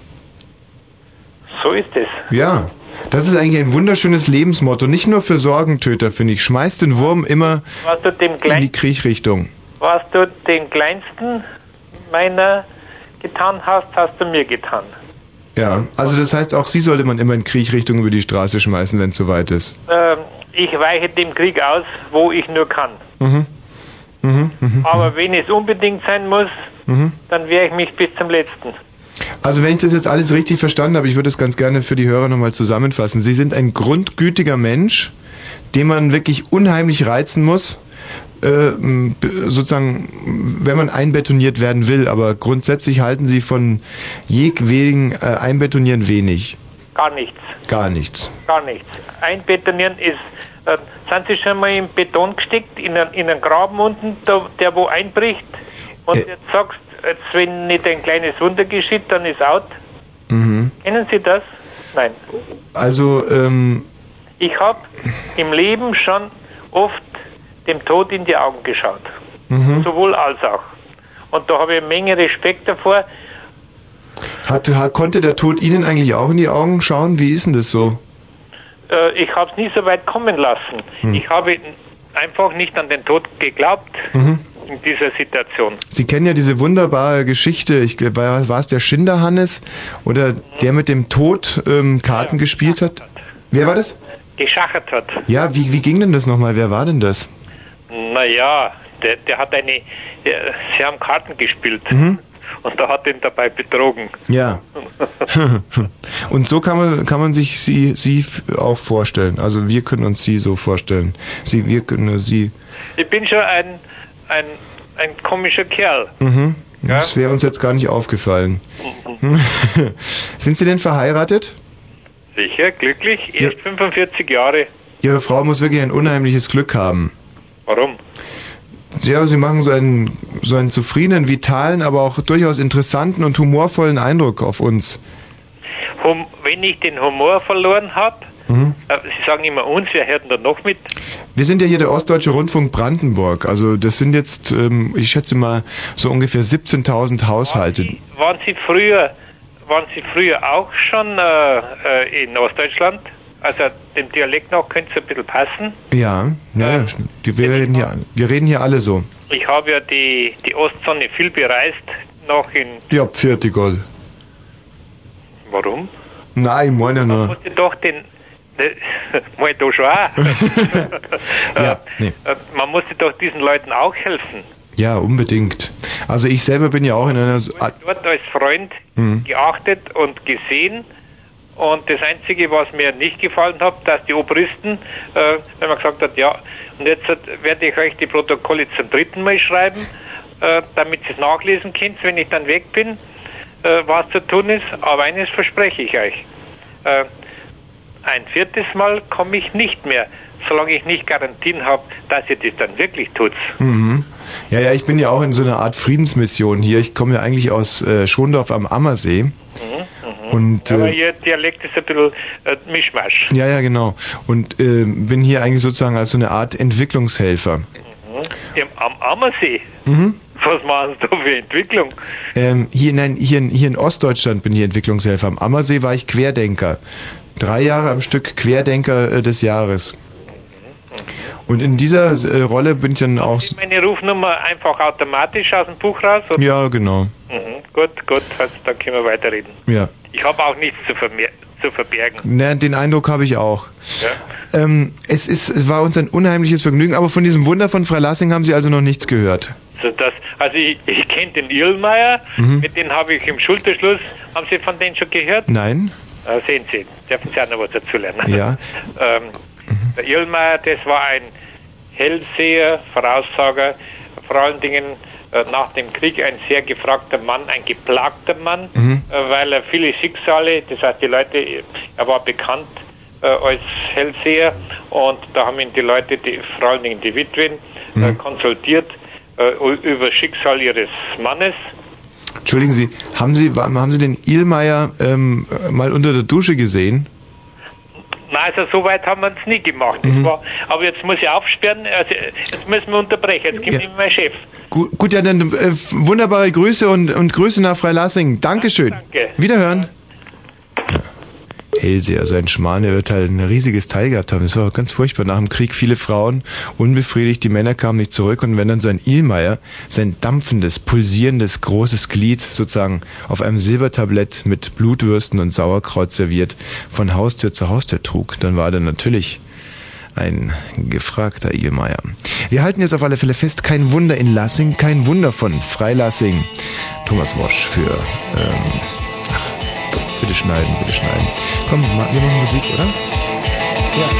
So ist es. Ja, das ist eigentlich ein wunderschönes Lebensmotto, nicht nur für Sorgentöter, finde ich. Schmeiß den Wurm immer was du dem in die Kriechrichtung. Was du den kleinsten meiner getan hast, hast du mir getan. Ja, also das heißt, auch Sie sollte man immer in Kriechrichtung über die Straße schmeißen, wenn es soweit ist. Ähm, ich weiche dem Krieg aus, wo ich nur kann. Mhm. Mhm, mhm, Aber wenn es unbedingt sein muss, mhm. dann wehre ich mich bis zum Letzten. Also wenn ich das jetzt alles richtig verstanden habe, ich würde es ganz gerne für die Hörer nochmal zusammenfassen. Sie sind ein grundgütiger Mensch, den man wirklich unheimlich reizen muss, äh, sozusagen, wenn man einbetoniert werden will. Aber grundsätzlich halten Sie von jedwegen äh, Einbetonieren wenig. Gar nichts. Gar nichts. Gar nichts. Einbetonieren ist, äh, sind Sie schon mal in Beton gesteckt, in einen, in einen Graben unten, da, der wo einbricht? Und Ä- jetzt sagst jetzt wenn nicht ein kleines Wunder geschieht, dann ist out. Mhm. Kennen Sie das? Nein. Also, ähm... Ich habe im Leben schon oft dem Tod in die Augen geschaut. Mhm. Sowohl als auch. Und da habe ich eine Menge Respekt davor. Hat, hat, konnte der Tod Ihnen eigentlich auch in die Augen schauen? Wie ist denn das so? Äh, ich habe es nie so weit kommen lassen. Hm. Ich habe einfach nicht an den Tod geglaubt Mhm. in dieser Situation. Sie kennen ja diese wunderbare Geschichte, ich glaube, war, war es der Schinderhannes oder der mit dem Tod ähm, Karten ja, gespielt hat? Wer war das? Geschachert hat. Ja, wie, wie ging denn das nochmal? Wer war denn das? Naja, der, der hat eine... Der, sie haben Karten gespielt. Mhm. Und da hat ihn dabei betrogen. Ja. Und so kann man kann man sich sie sie auch vorstellen. Also wir können uns sie so vorstellen. Sie wir können sie. Ich bin schon ein ein ein komischer Kerl. Mhm. Ja? Das wäre uns jetzt gar nicht aufgefallen. Mhm. Sind Sie denn verheiratet? Sicher, glücklich. Erst ja. fünfundvierzig Jahre. Ihre Frau muss wirklich ein unheimliches Glück haben. Warum? Ja, Sie machen so einen, so einen zufriedenen, vitalen, aber auch durchaus interessanten und humorvollen Eindruck auf uns. Hum, wenn ich den Humor verloren habe, mhm. äh, Sie sagen immer uns, wer hört denn da noch mit? Wir sind ja hier der Ostdeutsche Rundfunk Brandenburg. Also das sind jetzt, ähm, ich schätze mal, so ungefähr siebzehntausend Haushalte. Waren Sie, waren Sie früher, waren Sie früher auch schon äh, äh, in Ostdeutschland? Also dem Dialekt nach könnte es ein bisschen passen. Ja, ja, ja. Wir, reden hier, wir reden hier alle so. Ich habe ja die, die Ostzone viel bereist, noch in... Ja, Pfirtigol. Warum? Nein, ich meine nur... Man musste doch den... Ne, mal da schon auch. ja, nee. Man musste doch diesen Leuten auch helfen. Ja, unbedingt. Also ich selber bin ja auch in einer... Ich habe dort als Freund mhm. geachtet und gesehen... Und das Einzige, was mir nicht gefallen hat, dass die Obristen, äh, wenn man gesagt hat, ja, und jetzt äh, werde ich euch die Protokolle zum dritten Mal schreiben, äh, damit ihr es nachlesen könnt, wenn ich dann weg bin, äh, was zu tun ist. Aber eines verspreche ich euch. Äh, ein viertes Mal komme ich nicht mehr, solange ich nicht Garantien habe, dass ihr das dann wirklich tut. Mhm. Ja, ja, ich bin ja auch in so einer Art Friedensmission hier. Ich komme ja eigentlich aus äh, Schondorf am Ammersee. Mhm. Und, ja, aber äh, Ihr Dialekt ist ein bisschen äh, Mischmasch. Ja, ja, genau. Und äh, bin hier eigentlich sozusagen als so eine Art Entwicklungshelfer. Mhm. Im, am Ammersee? Mhm. Was machen Sie da für Entwicklung? Ähm, hier, nein, hier, in, hier in Ostdeutschland bin ich Entwicklungshelfer. Am Ammersee war ich Querdenker. Drei Jahre am Stück Querdenker äh, des Jahres. Und in dieser äh, Rolle bin ich dann Haben auch... Sie meine Rufnummer einfach automatisch aus dem Buch raus? Oder? Ja, genau. Mhm. Gut, gut, also, dann können wir weiterreden. Ja. Ich habe auch nichts zu, zu verbergen. Na, den Eindruck habe ich auch. Ja. Ähm, es, ist, es war uns ein unheimliches Vergnügen, aber von diesem Wunder von Freilassing haben Sie also noch nichts gehört? Also, das, also ich, ich kenne den Irlmeier, mhm. mit dem habe ich im Schulterschluss. Haben Sie von denen schon gehört? Nein. Äh, sehen Sie, dürfen Sie auch noch was dazu lernen. Ja. ähm, mhm. Der Irlmeier, das war ein Hellseher, Voraussager, vor allen Dingen äh, nach dem Krieg ein sehr gefragter Mann, ein geplagter Mann, mhm. äh, weil er viele Schicksale, das heißt die Leute, er war bekannt äh, als Hellseher und da haben ihn die Leute, die, vor allen Dingen die Witwen, mhm. äh, konsultiert äh, über Schicksal ihres Mannes. Entschuldigen Sie, haben Sie, haben Sie den Irlmeier ähm, mal unter der Dusche gesehen? Nein, also so weit haben wir es nie gemacht. Mhm. War, aber jetzt muss ich aufsperren, also jetzt müssen wir unterbrechen, jetzt gibt ja. mein Chef. Gut, gut ja, dann äh, wunderbare Grüße und, und Grüße nach Freilassing. Dankeschön. Danke. Wiederhören. Ja. Hellseher, also ein Schmarrn, der wird halt ein riesiges Teil gehabt haben. Das war ganz furchtbar. Nach dem Krieg viele Frauen, unbefriedigt, die Männer kamen nicht zurück und wenn dann so ein Irlmeier sein dampfendes, pulsierendes, großes Glied sozusagen auf einem Silbertablett mit Blutwürsten und Sauerkraut serviert von Haustür zu Haustür trug, dann war er natürlich ein gefragter Irlmeier. Wir halten jetzt auf alle Fälle fest, kein Wunder in Lassing, kein Wunder von Freilassing. Thomas Wosch für... Ähm, Bitte schneiden, bitte schneiden. Komm, wir machen Musik, oder? Ja.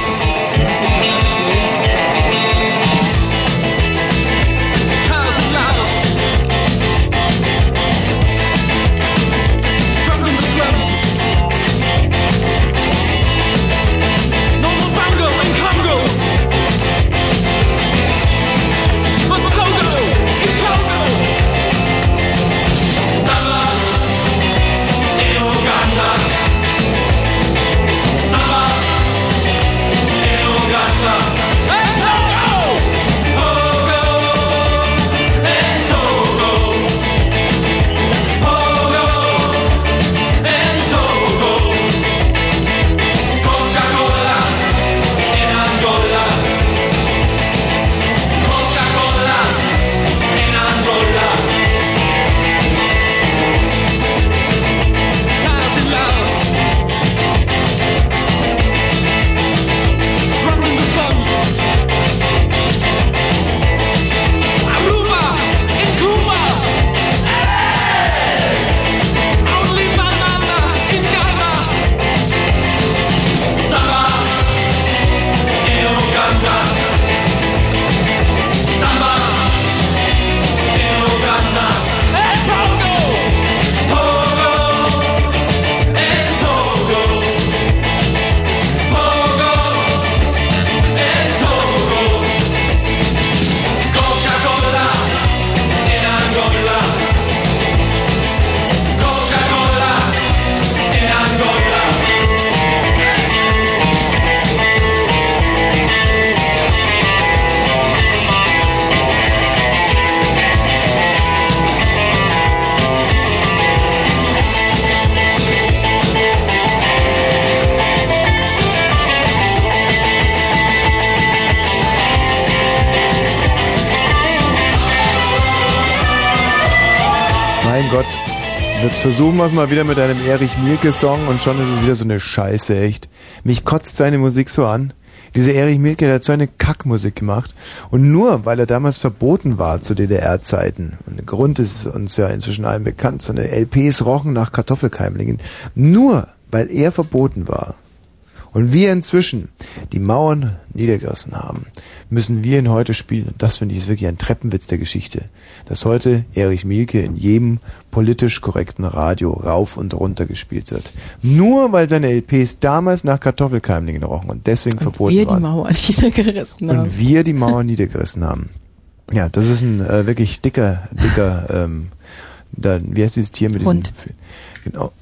mein Gott. Jetzt versuchen wir es mal wieder mit einem Erich Mielke-Song und schon ist es wieder so eine Scheiße, echt. Mich kotzt seine Musik so an. Dieser Erich Mielke, der hat so eine Kackmusik gemacht. Und nur, weil er damals verboten war zu D D R-Zeiten, und der Grund ist uns ja inzwischen allen bekannt, seine L Ps rochen nach Kartoffelkeimlingen, nur weil er verboten war und wir inzwischen die Mauern niedergerissen haben, müssen wir ihn heute spielen. Und das finde ich ist wirklich ein Treppenwitz der Geschichte, dass heute Erich Mielke in jedem politisch korrekten Radio rauf und runter gespielt wird. Nur weil seine L Ps damals nach Kartoffelkeimlingen rochen und deswegen und verboten wir waren. Die Mauer niedergerissen haben. Und wir die Mauer niedergerissen haben. Ja, das ist ein äh, wirklich dicker, dicker, ähm, da, wie heißt dieses Tier mit diesem... Hund. Genau.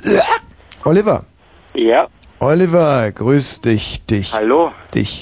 Oliver. Ja. Oliver, grüß dich, dich. Hallo. Dich.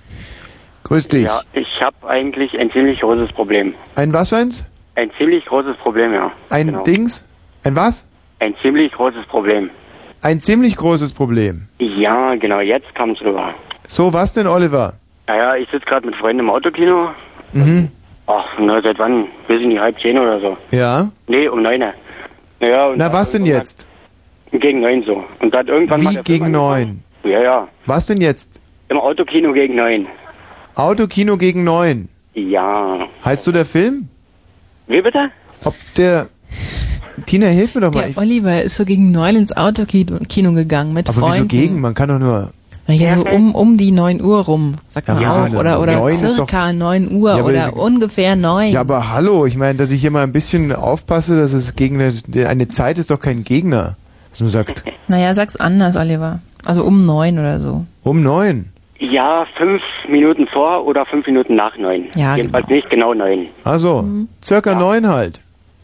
Grüß dich. Ja, ich habe eigentlich ein ziemlich großes Problem. Ein was für eins? Ein ziemlich großes Problem, ja. Ein genau. Dings? Ein was? Ein ziemlich großes Problem. Ein ziemlich großes Problem? Ja, genau, jetzt kam's rüber. So, was denn, Oliver? Naja, ich sitze gerade mit Freunden im Autokino. Mhm. Ach, na, seit wann? Bis in die halb zehn oder so. Ja? Nee, um neun. Naja, und Na, was denn jetzt? Gegen neun so. Und dann irgendwann Wie mal der gegen neun? Ja, ja. Was denn jetzt? Im Autokino gegen neun. Autokino gegen neun? Ja. Heißt du der Film? Wie bitte? Ob der... Tina, hilf mir doch mal. Der Ich, Oliver ist so gegen neun ins Autokino Kino gegangen mit aber Freunden. wieso gegen? Man kann doch nur... Ja, so um, um die neun Uhr rum, sagt Ja, man ja, auch. so Oder, oder neun ist circa doch- neun Uhr Ja, aber oder das- ungefähr neun. Ja, aber hallo, ich meine, dass ich hier mal ein bisschen aufpasse, dass es gegen eine, eine Zeit ist doch kein Gegner, dass man sagt, Naja, sag's anders, Oliver. Also um neun oder so. um neun. Ja, fünf Minuten vor oder fünf Minuten nach neun. Ja, Jedenfalls nicht genau neun. Also, Mhm. circa neun halt.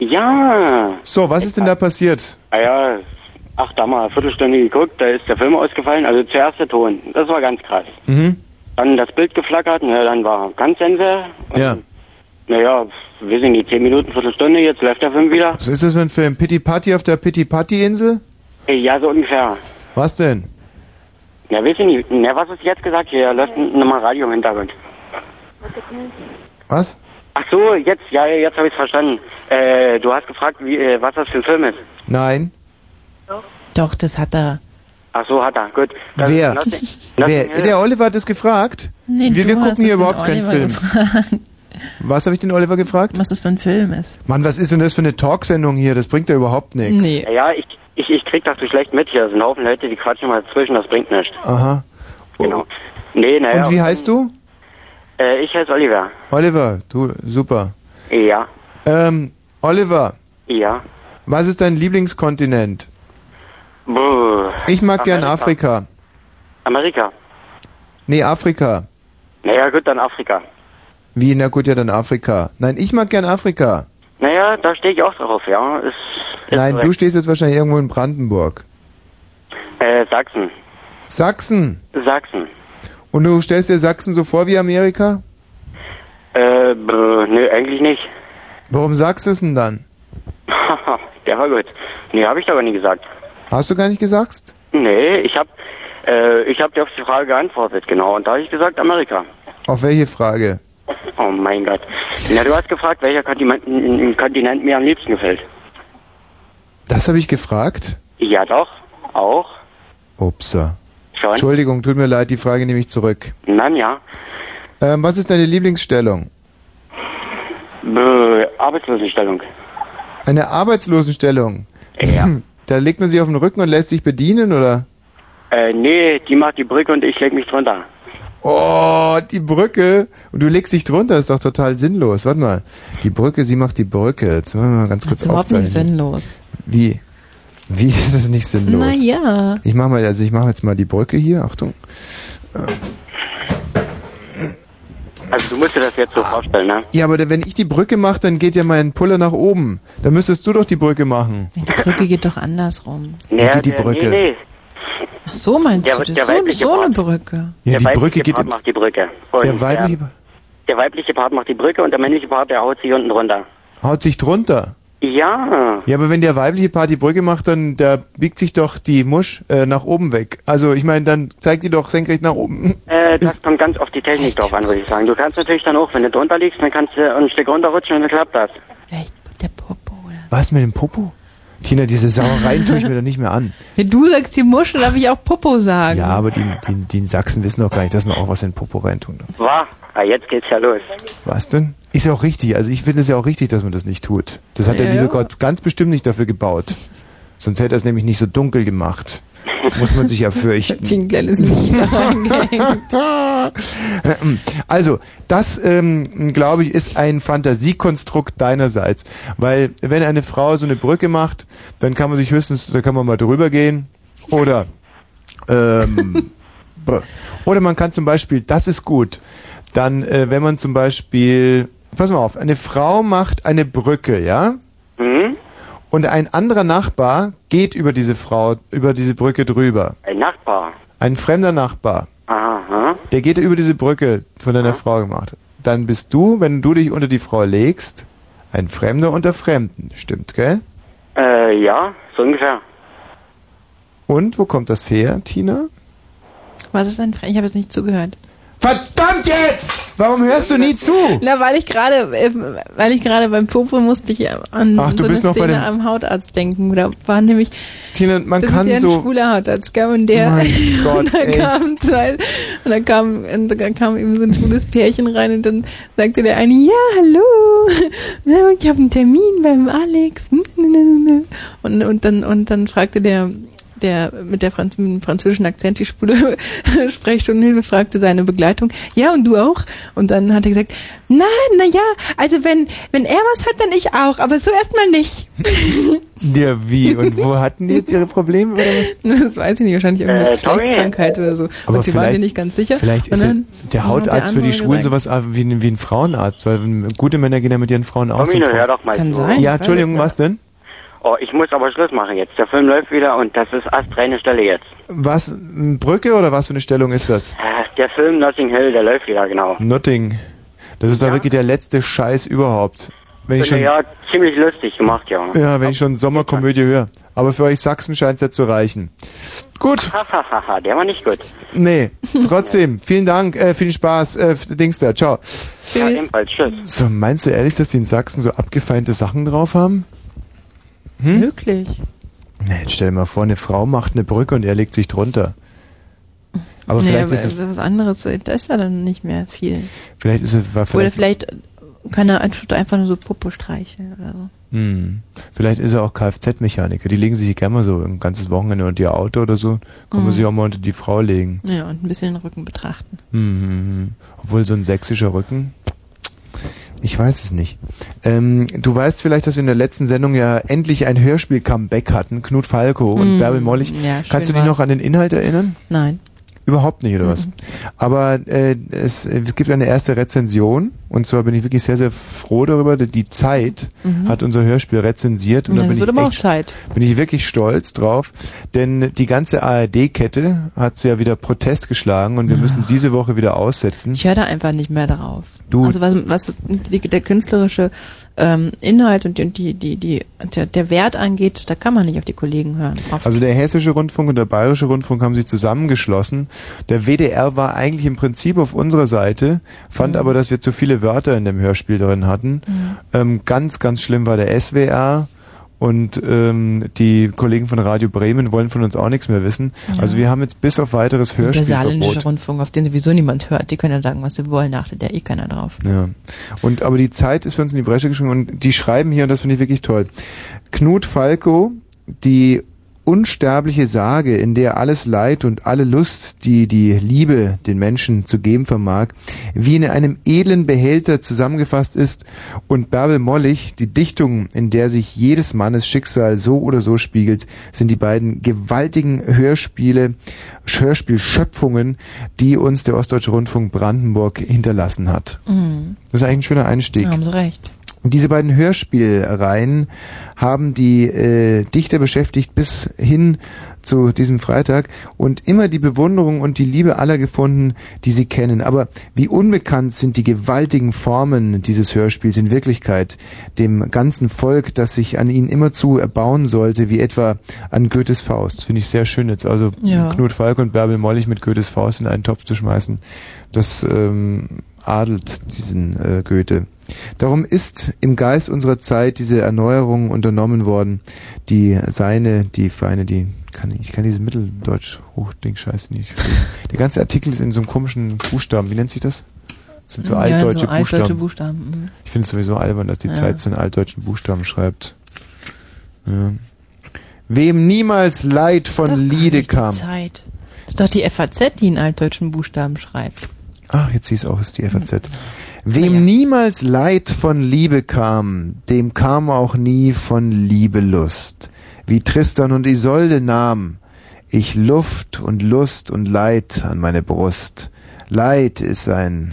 Ja. So, was ist denn da passiert? Naja, ach, da mal eine Viertelstunde geguckt, da ist der Film ausgefallen, also zuerst der Ton. Das war ganz krass. Mhm. Dann das Bild geflackert, na, dann war ganz Sense. Ja. Naja, wir sind die zehn Minuten, Viertelstunde, jetzt läuft der Film wieder. Was ist das für ein Film? Pitti Patti auf der Pitti Patti Insel? Ja, so ungefähr. Was denn? Na, weiß ich nicht. Na, was ist jetzt gesagt? Hier läuft nochmal Radio im Hintergrund. Was? Ach so, jetzt, ja, jetzt habe ich es verstanden. Äh, du hast gefragt, wie, äh, was das für ein Film ist. Nein. Doch, das hat er. Ach so, hat er, gut. Das Wer? Nothing, Nothing Wer? Hill. Der Oliver hat das gefragt? Nee, wir du wir hast gucken hier es den überhaupt keinen Oliver Film. gefragt. Was habe ich den Oliver gefragt? Was das für ein Film ist. Mann, was ist denn das für eine Talksendung hier? Das bringt ja überhaupt nichts. Nee. Ja, ich, ich, ich krieg das so schlecht mit hier. Es sind ein Haufen Leute, die quatschen mal dazwischen, das bringt nichts. Aha. Genau. Nee, naja. Und wie heißt du? Äh, ich heiße Oliver. Oliver, du, super. Ja. Ähm, Oliver, Ja. was ist dein Lieblingskontinent? Buh. Ich mag gern Amerika. Afrika. Amerika. Nee, Afrika. Naja, gut, dann Afrika. Wie, na gut, ja dann Afrika. Nein, ich mag gern Afrika. Naja, da stehe ich auch drauf, ja. Ist, ist Nein, korrekt. du stehst jetzt wahrscheinlich irgendwo in Brandenburg. Äh, Sachsen. Sachsen. Sachsen. Und du stellst dir Sachsen so vor wie Amerika? Äh, buh, nö, eigentlich nicht. Warum sagst du es denn dann? Der war gut. Nee, habe ich doch gar nie gesagt. Hast du gar nicht gesagt? Nee, ich hab, äh, ich hab dir auf die Frage geantwortet, genau. Und da habe ich gesagt Amerika. Auf welche Frage? Oh mein Gott. Na, du hast gefragt, welcher Kontinent, n- Kontinent mir am liebsten gefällt. Das habe ich gefragt? Ja, doch. Auch. Upsa. Schon. Entschuldigung, tut mir leid, die Frage nehme ich zurück. Nein, ja. Ähm, was ist deine Lieblingsstellung? Bäh, Arbeitslosenstellung. Eine Arbeitslosenstellung? Ja. Da legt man sich auf den Rücken und lässt sich bedienen, oder? Äh, nee, die macht die Brücke und ich leg mich drunter. Oh, die Brücke. Und du legst dich drunter, ist doch total sinnlos. Warte mal. Die Brücke, sie macht die Brücke. Jetzt machen wir mal ganz Das kurz ist überhaupt nicht aufzeichnen. sinnlos. Wie? Wie ist das nicht sinnlos? Naja. Ich mach mal, also ich mache jetzt mal die Brücke hier. Achtung. Also du musst dir das jetzt so vorstellen, ne? Ja, aber wenn ich die Brücke mache, dann geht ja mein Puller nach oben. Dann müsstest du doch die Brücke machen. Die Brücke geht doch andersrum. Wie geht die der, Brücke? Nee, nee. Ach so meinst Der- du das? der So, weibliche so eine Part. Brücke. Ja, der die weibliche Brücke geht Part in, macht die Brücke. Und der weibliche Der, der weibliche Part macht die Brücke und der männliche Part, der haut sich unten drunter. haut sich drunter. Ja. Ja, aber wenn der weibliche Part die Brücke macht, dann da biegt sich doch die Musch äh, nach oben weg. Also ich meine, dann zeigt die doch senkrecht nach oben. Äh, das kommt ganz auf die Technik drauf an, würde ich sagen. Du kannst natürlich dann auch, wenn du drunter liegst, dann kannst du ein Stück runterrutschen und dann klappt das. Vielleicht der Popo oder Was mit dem Popo? Tina, diese Sauereien tue ich mir doch nicht mehr an. Wenn du sagst die Muschel, darf ich auch Popo sagen. Ja, aber die, die, die in Sachsen wissen doch gar nicht, dass man auch was in den Popo reintun darf. War? Ah, jetzt geht's ja los. Was denn? Ist ja auch richtig. Also ich finde es ja auch richtig, dass man das nicht tut. Das hat ja, der liebe ja. Gott ganz bestimmt nicht dafür gebaut. Sonst hätte er es nämlich nicht so dunkel gemacht. Muss man sich ja fürchten. Ein kleines Licht da reingehängt. Also, das, ähm, glaube ich, ist ein Fantasiekonstrukt deinerseits. Weil, wenn eine Frau so eine Brücke macht, dann kann man sich höchstens, da kann man mal drüber gehen. Oder, ähm, oder man kann zum Beispiel, das ist gut, dann, äh, wenn man zum Beispiel, pass mal auf, eine Frau macht eine Brücke, ja? Mhm. Und ein anderer Nachbar geht über diese Frau, über diese Brücke drüber. Ein Nachbar? Ein fremder Nachbar. Aha. Der geht über diese Brücke von deiner Aha. Frau gemacht. Dann bist du, wenn du dich unter die Frau legst, ein Fremder unter Fremden. Stimmt, gell? Äh, ja, so ungefähr. Und, wo kommt das her, Tina? Was ist ein Fremder? Ich habe jetzt nicht zugehört. Verdammt jetzt! Warum hörst du nie zu? Na, weil ich gerade, äh, weil ich gerade beim Popo musste ich an Ach, so eine Szene am Hautarzt denken. Da war nämlich, Tina, man das kann ist ja ein so schwuler Hautarzt, gell? Und der, mein Gott, und da echt? kam zwei, und da kam, und da kam eben so ein schwules Pärchen rein und dann sagte der eine, ja, hallo, ich habe einen Termin beim Alex. Und, und dann, und dann fragte der, der mit der Franz- mit dem französischen Akzent die schwule Sprechstundenhilfe fragte seine Begleitung, ja, und du auch? Und dann hat er gesagt, nein, na ja, also wenn wenn er was hat, dann ich auch, aber so erstmal nicht. Ja, wie? Und wo hatten die jetzt ihre Probleme oder was? Das weiß ich nicht, wahrscheinlich irgendeine äh, Geschlechtskrankheit oder so. Aber und sie waren sich nicht ganz sicher. Vielleicht ist dann, der Hautarzt für die Schwulen gesagt, sowas wie ein, wie ein Frauenarzt, weil gute Männer gehen ja mit ihren Frauen aus. Tomino, hör doch mal Kann so. sein. Ja, Entschuldigung, was denn? Oh, ich muss aber Schluss machen jetzt. Der Film läuft wieder und das ist astreine Stelle jetzt. Was, Brücke oder was für eine Stellung ist das? Der Film Notting Hill, der läuft wieder, genau. Notting. Das ist ja. doch wirklich der letzte Scheiß überhaupt. Wenn ich schon, ja, ziemlich lustig gemacht, ja. Ja, wenn ich schon Sommerkomödie höre. Aber für euch Sachsen scheint es ja zu reichen. Gut. Hahaha, der war nicht gut. Nee, trotzdem, vielen Dank, äh, viel Spaß, äh, Dings da, ciao. Ja, ebenfalls, tschüss. So, meinst du ehrlich, dass die in Sachsen so abgefeinte Sachen drauf haben? Hm? Wirklich? Nee, jetzt stell dir mal vor, eine Frau macht eine Brücke und er legt sich drunter. Aber nee, vielleicht aber ist es... was anderes, da ist ja dann nicht mehr viel. Vielleicht ist es... War vielleicht oder vielleicht kann er einfach nur so Popo streicheln oder so. Hm. Vielleicht ist er auch Kfz-Mechaniker. Die legen sich gerne mal so ein ganzes Wochenende unter ihr Auto oder so. Kann man mhm. sich auch mal unter die Frau legen. Ja, und ein bisschen den Rücken betrachten. Mhm. Obwohl so ein sächsischer Rücken... Ich weiß es nicht. Ähm, du weißt vielleicht, dass wir in der letzten Sendung ja endlich ein Hörspiel-Comeback hatten. Knut Falco und mm, Bärbel Mollig. Ja, kannst du dich war's. noch an den Inhalt erinnern? Nein. Überhaupt nicht, oder mhm. was? Aber äh, es, es gibt eine erste Rezension und zwar bin ich wirklich sehr, sehr froh darüber. Die Zeit mhm. hat unser Hörspiel rezensiert und ja, da bin, wird ich aber echt, auch Zeit. bin ich wirklich stolz drauf, denn die ganze A R D-Kette hat ja wieder Protest geschlagen und wir ja. müssen diese Woche wieder aussetzen. Ich höre da einfach nicht mehr drauf. Du, also was, was die, der künstlerische ähm, Inhalt und die, die, die, die, der, der Wert angeht, da kann man nicht auf die Kollegen hören. Oft. Also der Hessische Rundfunk und der Bayerische Rundfunk haben sich zusammengeschlossen. Der W D R war eigentlich im Prinzip auf unserer Seite, fand mhm. aber, dass wir zu viele Wörter in dem Hörspiel drin hatten. Mhm. Ähm, ganz, ganz schlimm war der S W R und ähm, die Kollegen von Radio Bremen wollen von uns auch nichts mehr wissen. Ja. Also wir haben jetzt bis auf weiteres Hörspielverbot. Der Saarländische Rundfunk, auf den sowieso niemand hört, die können ja sagen, was sie wollen, achtet ja eh keiner drauf. Ja. Und aber die Zeit ist für uns in die Bresche geschwungen und die schreiben hier, und das finde ich wirklich toll. Knut Falco, die unsterbliche Sage, in der alles Leid und alle Lust, die die Liebe den Menschen zu geben vermag, wie in einem edlen Behälter zusammengefasst ist, und Bärbel Mollig, die Dichtung, in der sich jedes Mannes Schicksal so oder so spiegelt, sind die beiden gewaltigen Hörspiele, Hörspielschöpfungen, die uns der Ostdeutsche Rundfunk Brandenburg hinterlassen hat. Mhm. Das ist eigentlich ein schöner Einstieg. Da haben Sie recht. Und diese beiden Hörspielreihen haben die äh, Dichter beschäftigt bis hin zu diesem Freitag und immer die Bewunderung und die Liebe aller gefunden, die sie kennen. Aber wie unbekannt sind die gewaltigen Formen dieses Hörspiels in Wirklichkeit dem ganzen Volk, das sich an ihn immerzu erbauen sollte, wie etwa an Goethes Faust. Finde ich sehr schön jetzt. Also ja. Knut Falk und Bärbel Mollig mit Goethes Faust in einen Topf zu schmeißen, das ähm, adelt diesen äh, Goethe. Darum ist im Geist unserer Zeit diese Erneuerung unternommen worden, die seine, die feine, die kann ich kann dieses Mitteldeutsch-Hochding-Scheiß nicht. Der ganze Artikel ist in so einem komischen Buchstaben. Wie nennt sich das? Das sind so ja, altdeutsche so Buchstaben. altdeutsche Buchstaben. Mhm. Ich finde es sowieso albern, dass die ja. Zeit so in altdeutschen Buchstaben schreibt. Ja. Wem niemals Leid von Liede kam. Zeit. Das ist doch die F A Z, die in altdeutschen Buchstaben schreibt. Ach, jetzt siehst du auch, ist die F A Z. Wem ja. niemals Leid von Liebe kam, dem kam auch nie von Liebe Lust. Wie Tristan und Isolde nahm ich Luft und Lust und Leid an meine Brust. Leid ist ein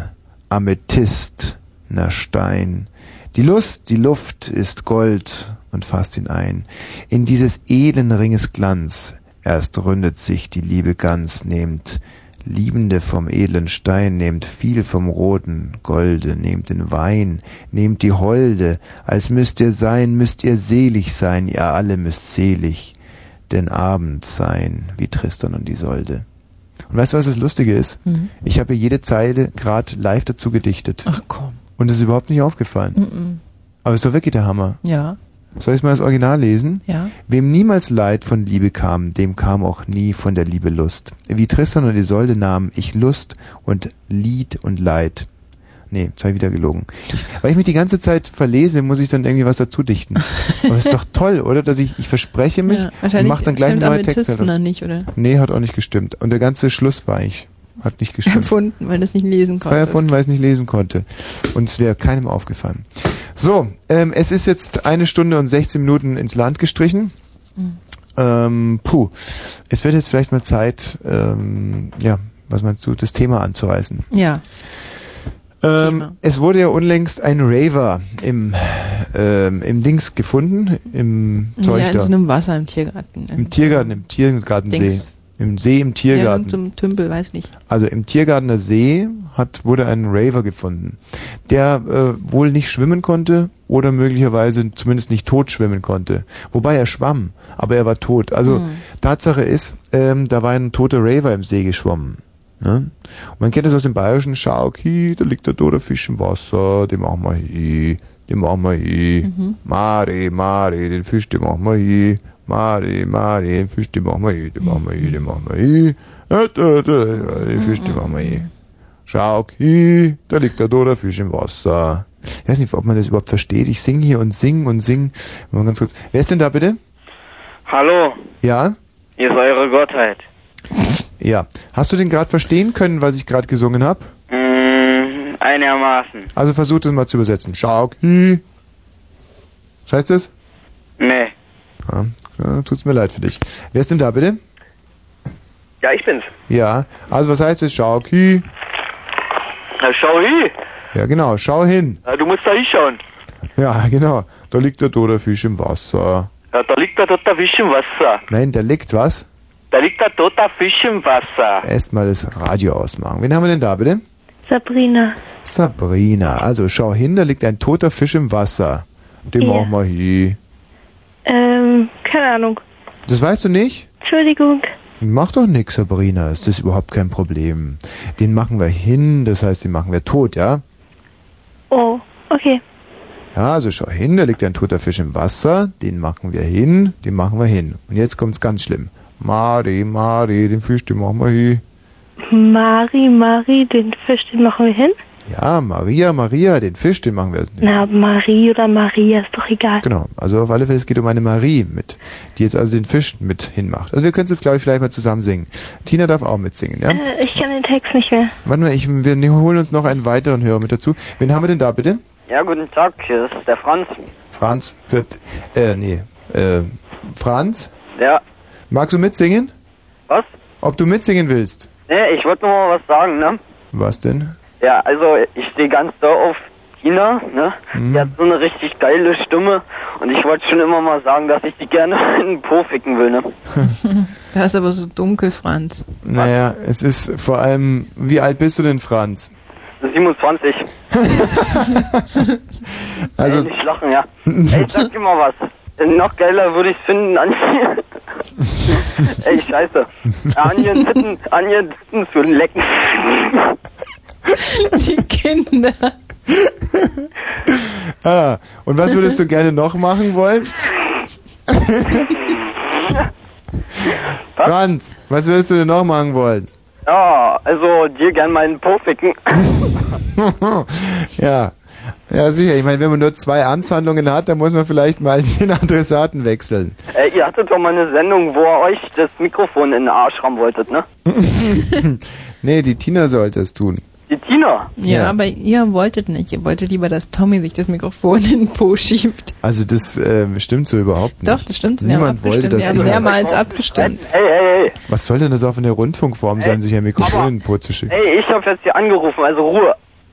amethystner Stein. Die Lust, die Luft ist Gold und fasst ihn ein. In dieses edlen Ringes Glanz erst ründet sich die Liebe ganz, nehmt Liebende vom edlen Stein, nehmt viel vom roten Golde, nehmt den Wein, nehmt die Holde, als müsst ihr sein, müsst ihr selig sein, ihr alle müsst selig den Abend sein, wie Tristan und Isolde. Und weißt du, was das Lustige ist? Mhm. Ich habe jede Zeile gerade live dazu gedichtet. Ach komm. Und es ist überhaupt nicht aufgefallen. Mhm. Aber es ist doch wirklich der Hammer. Ja. Soll ich mal das Original lesen? Ja. Wem niemals Leid von Liebe kam, dem kam auch nie von der Liebe Lust. Wie Tristan und Isolde nahm ich Lust und Lied und Leid. Nee, jetzt habe ich wieder gelogen. Ich, weil ich mich die ganze Zeit verlese, muss ich dann irgendwie was dazu dichten. Aber das ist doch toll, oder? Dass ich, ich verspreche mich ja, und mache dann gleich eine neue Texte. Dann nicht, oder? Nee, hat auch nicht gestimmt. Und der ganze Schluss war ich. Hat nicht gestimmt. Erfunden, weil es nicht lesen konnte. War erfunden, weil es nicht lesen konnte. Und es wäre keinem aufgefallen. So, ähm, es ist jetzt eine Stunde und sechzehn Minuten ins Land gestrichen. Mhm. Ähm, puh. Es wird jetzt vielleicht mal Zeit, ähm, ja, was meinst du, das Thema anzureißen. Ja. Ähm, es wurde ja unlängst ein Raver im, ähm, im Dings gefunden, im Zeug ja, in da. so einem Wasser im Tiergarten. Im Tiergarten, im Tiergartensee. Dings. Im See, im Tiergarten. Ja, zum Tümpel, weiß nicht. Also im Tiergartener See hat, wurde ein Raver gefunden, der äh, wohl nicht schwimmen konnte oder möglicherweise zumindest nicht tot schwimmen konnte. Wobei er schwamm, aber er war tot. Also mhm. Tatsache ist, ähm, da war ein toter Raver im See geschwommen. Ne? Und man kennt es aus dem Bayerischen, schau, hi, da liegt der tote Fisch im Wasser, den machen wir hier, den machen wir hier. Mhm. Mari, Mari, den Fisch, den machen wir hier. Mari, Mari, den Fisch, den machen wir hier, den machen wir hier, den machen wir hier. Den Fisch, den machen wir hier. Schau, hi, da liegt der tote Fisch im Wasser. Ich weiß nicht, ob man das überhaupt versteht. Ich singe hier und singe und singe. Mal ganz kurz. Wer ist denn da bitte? Hallo. Ja? Hier ist eure Gottheit. Ja. Hast du denn gerade verstehen können, was ich gerade gesungen habe? Mm, einigermaßen. Also versuch das mal zu übersetzen. Schau, hi. Was heißt das? Nee. Ja, ja, tut's mir leid für dich. Wer ist denn da bitte? Ja, ich bin's. Ja, also was heißt das? Schau, hi. Na, schau hin. Ja, genau, schau hin. Ja, du musst da hinschauen. Ja, genau. Da liegt der tote Fisch im Wasser. Ja, da liegt der tote Fisch im Wasser. Nein, da liegt was? Da liegt der tote Fisch im Wasser. Erstmal das Radio ausmachen. Wen haben wir denn da bitte? Sabrina. Sabrina. Also schau hin, da liegt ein toter Fisch im Wasser. Den Ja. machen wir hier. Ähm, keine Ahnung. Das weißt du nicht? Entschuldigung. Mach doch nix, Sabrina. Ist das überhaupt kein Problem. Den machen wir hin, das heißt, den machen wir tot, ja? Oh, okay. Ja, also schau hin, da liegt ein toter Fisch im Wasser. Den machen wir hin, den machen wir hin. Und jetzt kommt's ganz schlimm. Mari, Mari, den Fisch, den machen wir hier. Mari, Mari, den Fisch, den machen wir hin? Ja, Maria, Maria, den Fisch, den machen wir. Na, Marie oder Maria, ist doch egal. Genau, also auf alle Fälle, es geht um eine Marie mit, die jetzt also den Fisch mit hinmacht. Also wir können es jetzt, glaube ich, vielleicht mal zusammen singen. Tina darf auch mitsingen, ja? Äh, ich kann den Text nicht mehr. Warte mal, ich, wir holen uns noch einen weiteren Hörer mit dazu. Wen haben wir denn da, bitte? Ja, guten Tag, hier ist der Franz. Franz, wird, äh, nee, äh, Franz? Ja. Magst du mitsingen? Was? Ob du mitsingen willst? Nee, ich wollte nur mal was sagen, ne? Was denn? Ja, also ich stehe ganz doll auf Tina, ne? Mhm. Die hat so eine richtig geile Stimme und ich wollte schon immer mal sagen, dass ich die gerne in den Po ficken will, ne? Da ist aber so dunkel, Franz. Naja, es ist vor allem, wie alt bist du denn, Franz? siebenundzwanzig. Also, Ey, nicht lachen, ja. Ey, sag dir mal was. Noch geiler würde ich es finden, an Ey, scheiße. An ihren Titten, an ihren Titten zu lecken. Die Kinder. Ah, und was würdest du gerne noch machen wollen? Franz, was würdest du denn noch machen wollen? Ja, also dir gern meinen Po ficken. Ja, ja sicher. Ich meine, wenn man nur zwei Amtshandlungen hat, dann muss man vielleicht mal den Adressaten wechseln. Äh, ihr hattet doch mal eine Sendung, wo ihr euch das Mikrofon in den Arsch rammen wolltet, ne? Nee, die Tina sollte es tun. Die Tina? Ja, Ja. aber ihr wolltet nicht. Ihr wolltet lieber, dass Tommy sich das Mikrofon in den Po schiebt. Also das ähm, stimmt so überhaupt nicht. Doch, das stimmt. Wir haben Niemand wollte abgestimmt. das. Wir haben immer. mehrmals abgestimmt. Hey, hey, hey. Was soll denn das auch in der Rundfunkform sein, sich ein Mikrofon in den Po zu schicken? Hey, ich hab jetzt hier angerufen, also Ruhe.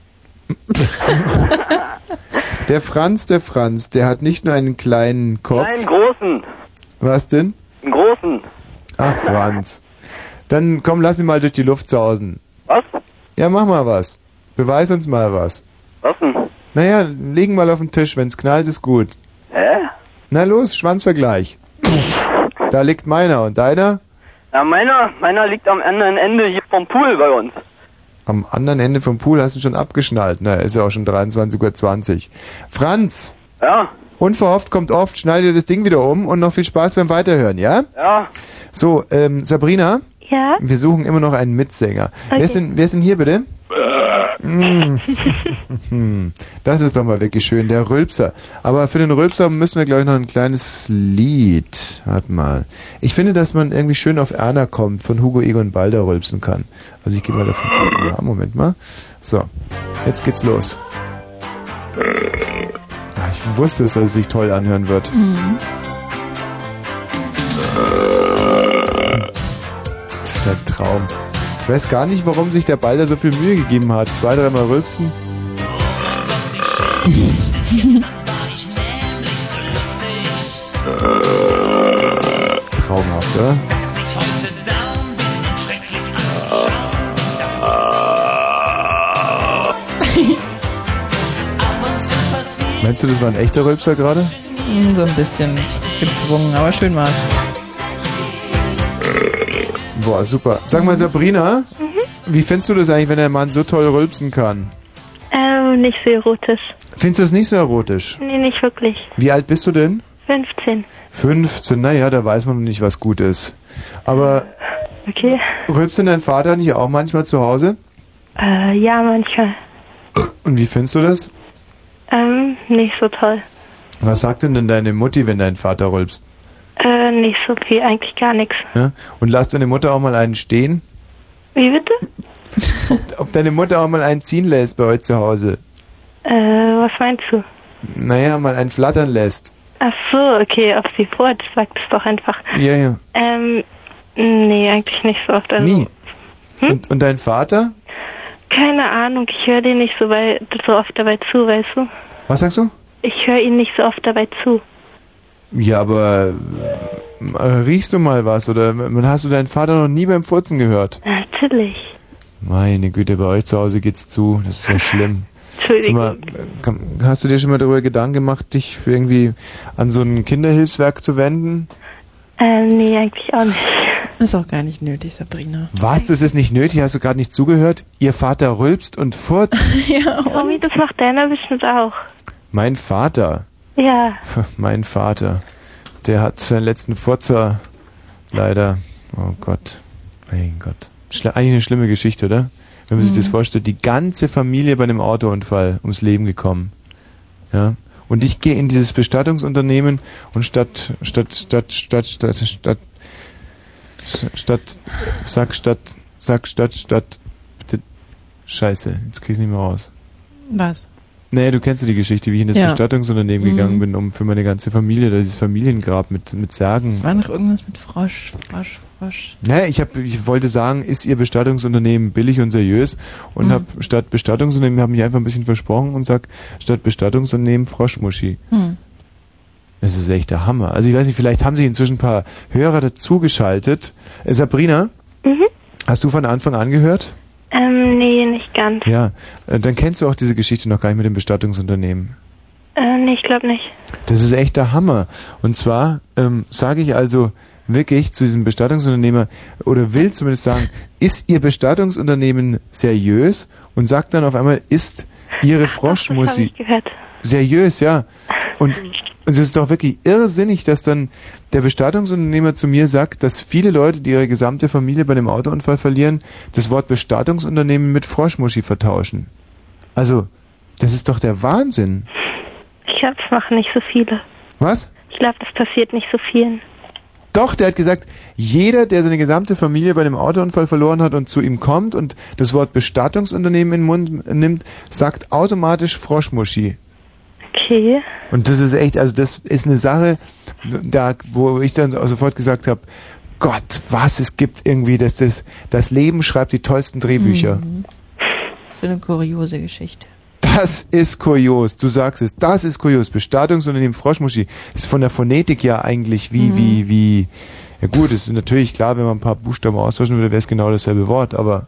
Der Franz, der Franz, der hat nicht nur einen kleinen Kopf. Nein, großen. Was denn? Einen großen. Ach, Franz. Dann komm, lass ihn mal durch die Luft sausen. Was? Ja, mach mal was. Beweis uns mal was. Was denn? Naja, legen mal auf den Tisch. Wenn's knallt, ist gut. Hä? Na los, Schwanzvergleich. Da liegt meiner. Und deiner? Ja, meiner, meiner liegt am anderen Ende hier vom Pool bei uns. Am anderen Ende vom Pool hast du schon abgeschnallt. Na, ist ja auch schon dreiundzwanzig Uhr zwanzig. Franz! Ja? Unverhofft kommt oft, schneid dir das Ding wieder um und noch viel Spaß beim Weiterhören, ja? Ja. So, ähm, Sabrina? Ja? Wir suchen immer noch einen Mitsänger. Okay. Wer ist denn, wer ist denn hier bitte? Mm. Das ist doch mal wirklich schön, der Rülpser. Aber für den Rülpser müssen wir, glaube ich, noch ein kleines Lied. Warte mal. Ich finde, dass man irgendwie schön auf Erna kommt, von Hugo Egon Balder rülpsen kann. Also ich gehe mal davon aus. Ja, Moment mal. So, jetzt geht's los. Ah, ich wusste es, dass es sich toll anhören wird. Mhm. Das ist ein Traum. Ich weiß gar nicht, warum sich der Balder so viel Mühe gegeben hat. Zwei, dreimal rülpsen. Traumhaft, oder? Meinst du, das war ein echter Rülpser gerade? Mm, So ein bisschen gezwungen, aber schön war's. Boah, super. Sag mal, Sabrina, wie findest du das eigentlich, wenn der Mann so toll rülpsen kann? Ähm, nicht so erotisch. Findest du das nicht so erotisch? Nee, nicht wirklich. Wie alt bist du denn? fünfzehn. fünfzehn, naja, da weiß man noch nicht, was gut ist. Aber Okay. rülpst denn dein Vater nicht auch manchmal zu Hause? Äh, ja, manchmal. Und wie findest du das? Ähm, nicht so toll. Was sagt denn denn deine Mutti, wenn dein Vater rülpst? Äh, nicht so viel, eigentlich gar nichts. Ja? Und lass deine Mutter auch mal einen stehen? Wie bitte? Ob deine Mutter auch mal einen ziehen lässt bei euch zu Hause? Äh, was meinst du? Naja, mal einen flattern lässt. Ach so, okay, ob sie fort, sag das doch einfach. Ja, ja. Ähm, nee, eigentlich nicht so oft. Also, Nie. Hm? Und, und dein Vater? Keine Ahnung, ich höre dir nicht so, wei- so oft dabei zu, weißt du? Was sagst du? Ich höre ihm nicht so oft dabei zu. Ja, aber äh, riechst du mal was? Oder hast du deinen Vater noch nie beim Furzen gehört? Natürlich. Meine Güte, bei euch zu Hause geht's zu. Das ist ja schlimm. Entschuldigung. Sag mal, kann- hast du dir schon mal darüber Gedanken gemacht, dich irgendwie an so ein Kinderhilfswerk zu wenden? Ähm, nee, eigentlich auch nicht. Ist auch gar nicht nötig, Sabrina. Was? Das ist nicht nötig? Hast du gerade nicht zugehört? Ihr Vater rülpst und furzt? Ja, Tommy, das macht deiner bestimmt auch. Mein Vater? Ja. Mein Vater. Der hat seinen letzten Furzer leider. Oh Gott. Mein Gott. Schle eigentlich eine schlimme Geschichte, oder? Wenn man sich Mhm. das vorstellt. Die ganze Familie bei einem Autounfall ums Leben gekommen. Ja. Und ich gehe in dieses Bestattungsunternehmen und statt, statt, statt, statt, statt, statt, statt, sag statt, sag statt, statt, bitte, scheiße, jetzt krieg ich's nicht mehr raus. Was? Nee, du kennst ja die Geschichte, wie ich in das Ja. Bestattungsunternehmen Mhm. gegangen bin, um für meine ganze Familie, da dieses Familiengrab mit, mit Särgen. Es war noch irgendwas mit Frosch, Frosch, Frosch. Nee, ich, hab, ich wollte sagen, ist Ihr Bestattungsunternehmen billig und seriös? Und Mhm. hab statt Bestattungsunternehmen, habe mich einfach ein bisschen versprochen und sag, statt Bestattungsunternehmen Froschmuschi. Hm. Das ist echt der Hammer. Also ich weiß nicht, vielleicht haben sich inzwischen ein paar Hörer dazugeschaltet. Äh, Sabrina, Mhm. hast du von Anfang an gehört? Ähm, nee, nicht ganz. Ja, äh, dann kennst du auch diese Geschichte noch gar nicht mit dem Bestattungsunternehmen. Äh, nee, ich glaube nicht. Das ist echt der Hammer. Und zwar ähm, sage ich also, wirklich zu diesem Bestattungsunternehmer oder will zumindest sagen, ist Ihr Bestattungsunternehmen seriös und sagt dann auf einmal, ist Ihre Froschmuschi. Das hab ich gehört. Seriös, ja. Und, und es ist doch wirklich irrsinnig, dass dann der Bestattungsunternehmer zu mir sagt, dass viele Leute, die ihre gesamte Familie bei dem Autounfall verlieren, das Wort Bestattungsunternehmen mit Froschmuschi vertauschen. Also, das ist doch der Wahnsinn. Ich glaube, das machen nicht so viele. Was? Ich glaube, das passiert nicht so vielen. Doch, der hat gesagt, jeder, der seine gesamte Familie bei dem Autounfall verloren hat und zu ihm kommt und das Wort Bestattungsunternehmen in den Mund nimmt, sagt automatisch Froschmuschi. Okay. Und das ist echt, also das ist eine Sache, da, wo ich dann sofort gesagt habe, Gott, was es gibt irgendwie, dass das, das Leben schreibt die tollsten Drehbücher. Mhm. Für eine kuriose Geschichte. Das ist kurios, du sagst es, das ist kurios. Bestattungsunternehmen Froschmuschi ist von der Phonetik ja eigentlich wie, mhm. wie, wie, ja gut, es ist natürlich klar, wenn man ein paar Buchstaben austauschen würde, wäre es genau dasselbe Wort, aber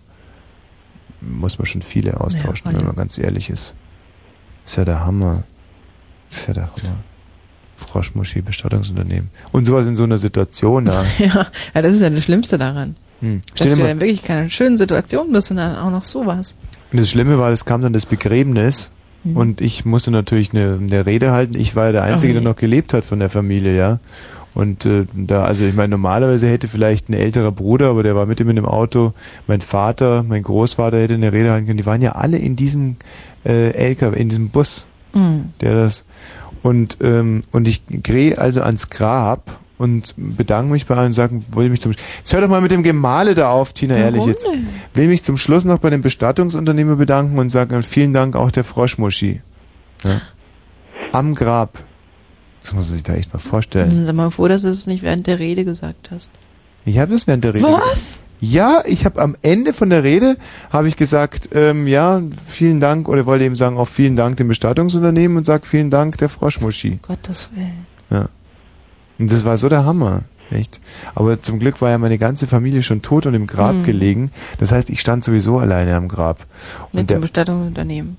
muss man schon viele austauschen, ja, wenn man ganz ehrlich ist. Das ist ja der Hammer. Das ist ja der Hammer. Froschmuschi, Bestattungsunternehmen. Und sowas in so einer Situation, ja. ja, ja, das ist ja das Schlimmste daran. Hm. Dass du ja in wirklich keine schönen Situation bist und dann auch noch sowas. Und das Schlimme war, es kam dann das Begräbnis mhm. und ich musste natürlich eine, eine Rede halten. Ich war ja der Einzige, okay. der noch gelebt hat von der Familie, ja. Und äh, da, also ich meine, normalerweise hätte vielleicht ein älterer Bruder, aber der war mit ihm in dem Auto. Mein Vater, mein Großvater hätte eine Rede halten können. Die waren ja alle in diesem äh, L K W, in diesem Bus, mhm. der das. Und ähm, und ich gehe also ans Grab und bedanke mich bei allen und sage, will mich zum Jetzt hör doch mal mit dem Gemale da auf, Tina, Warum ehrlich jetzt. Denn? Will mich zum Schluss noch bei dem Bestattungsunternehmer bedanken und sagen, vielen Dank auch der Froschmuschi. Ja? Am Grab. Das muss man sich da echt mal vorstellen. Sag mal vor, dass du es nicht während der Rede gesagt hast. Ich habe das während der Rede Was? gesagt. Ja, ich habe am Ende von der Rede habe ich gesagt, ähm, ja, vielen Dank, oder wollte eben sagen, auch vielen Dank dem Bestattungsunternehmen und sag vielen Dank der Froschmuschi. Gottes Willen. Ja. Und das war so der Hammer, echt. Aber zum Glück war ja meine ganze Familie schon tot und im Grab mhm. gelegen. Das heißt, ich stand sowieso alleine am Grab. Und mit der, dem Bestattungsunternehmen?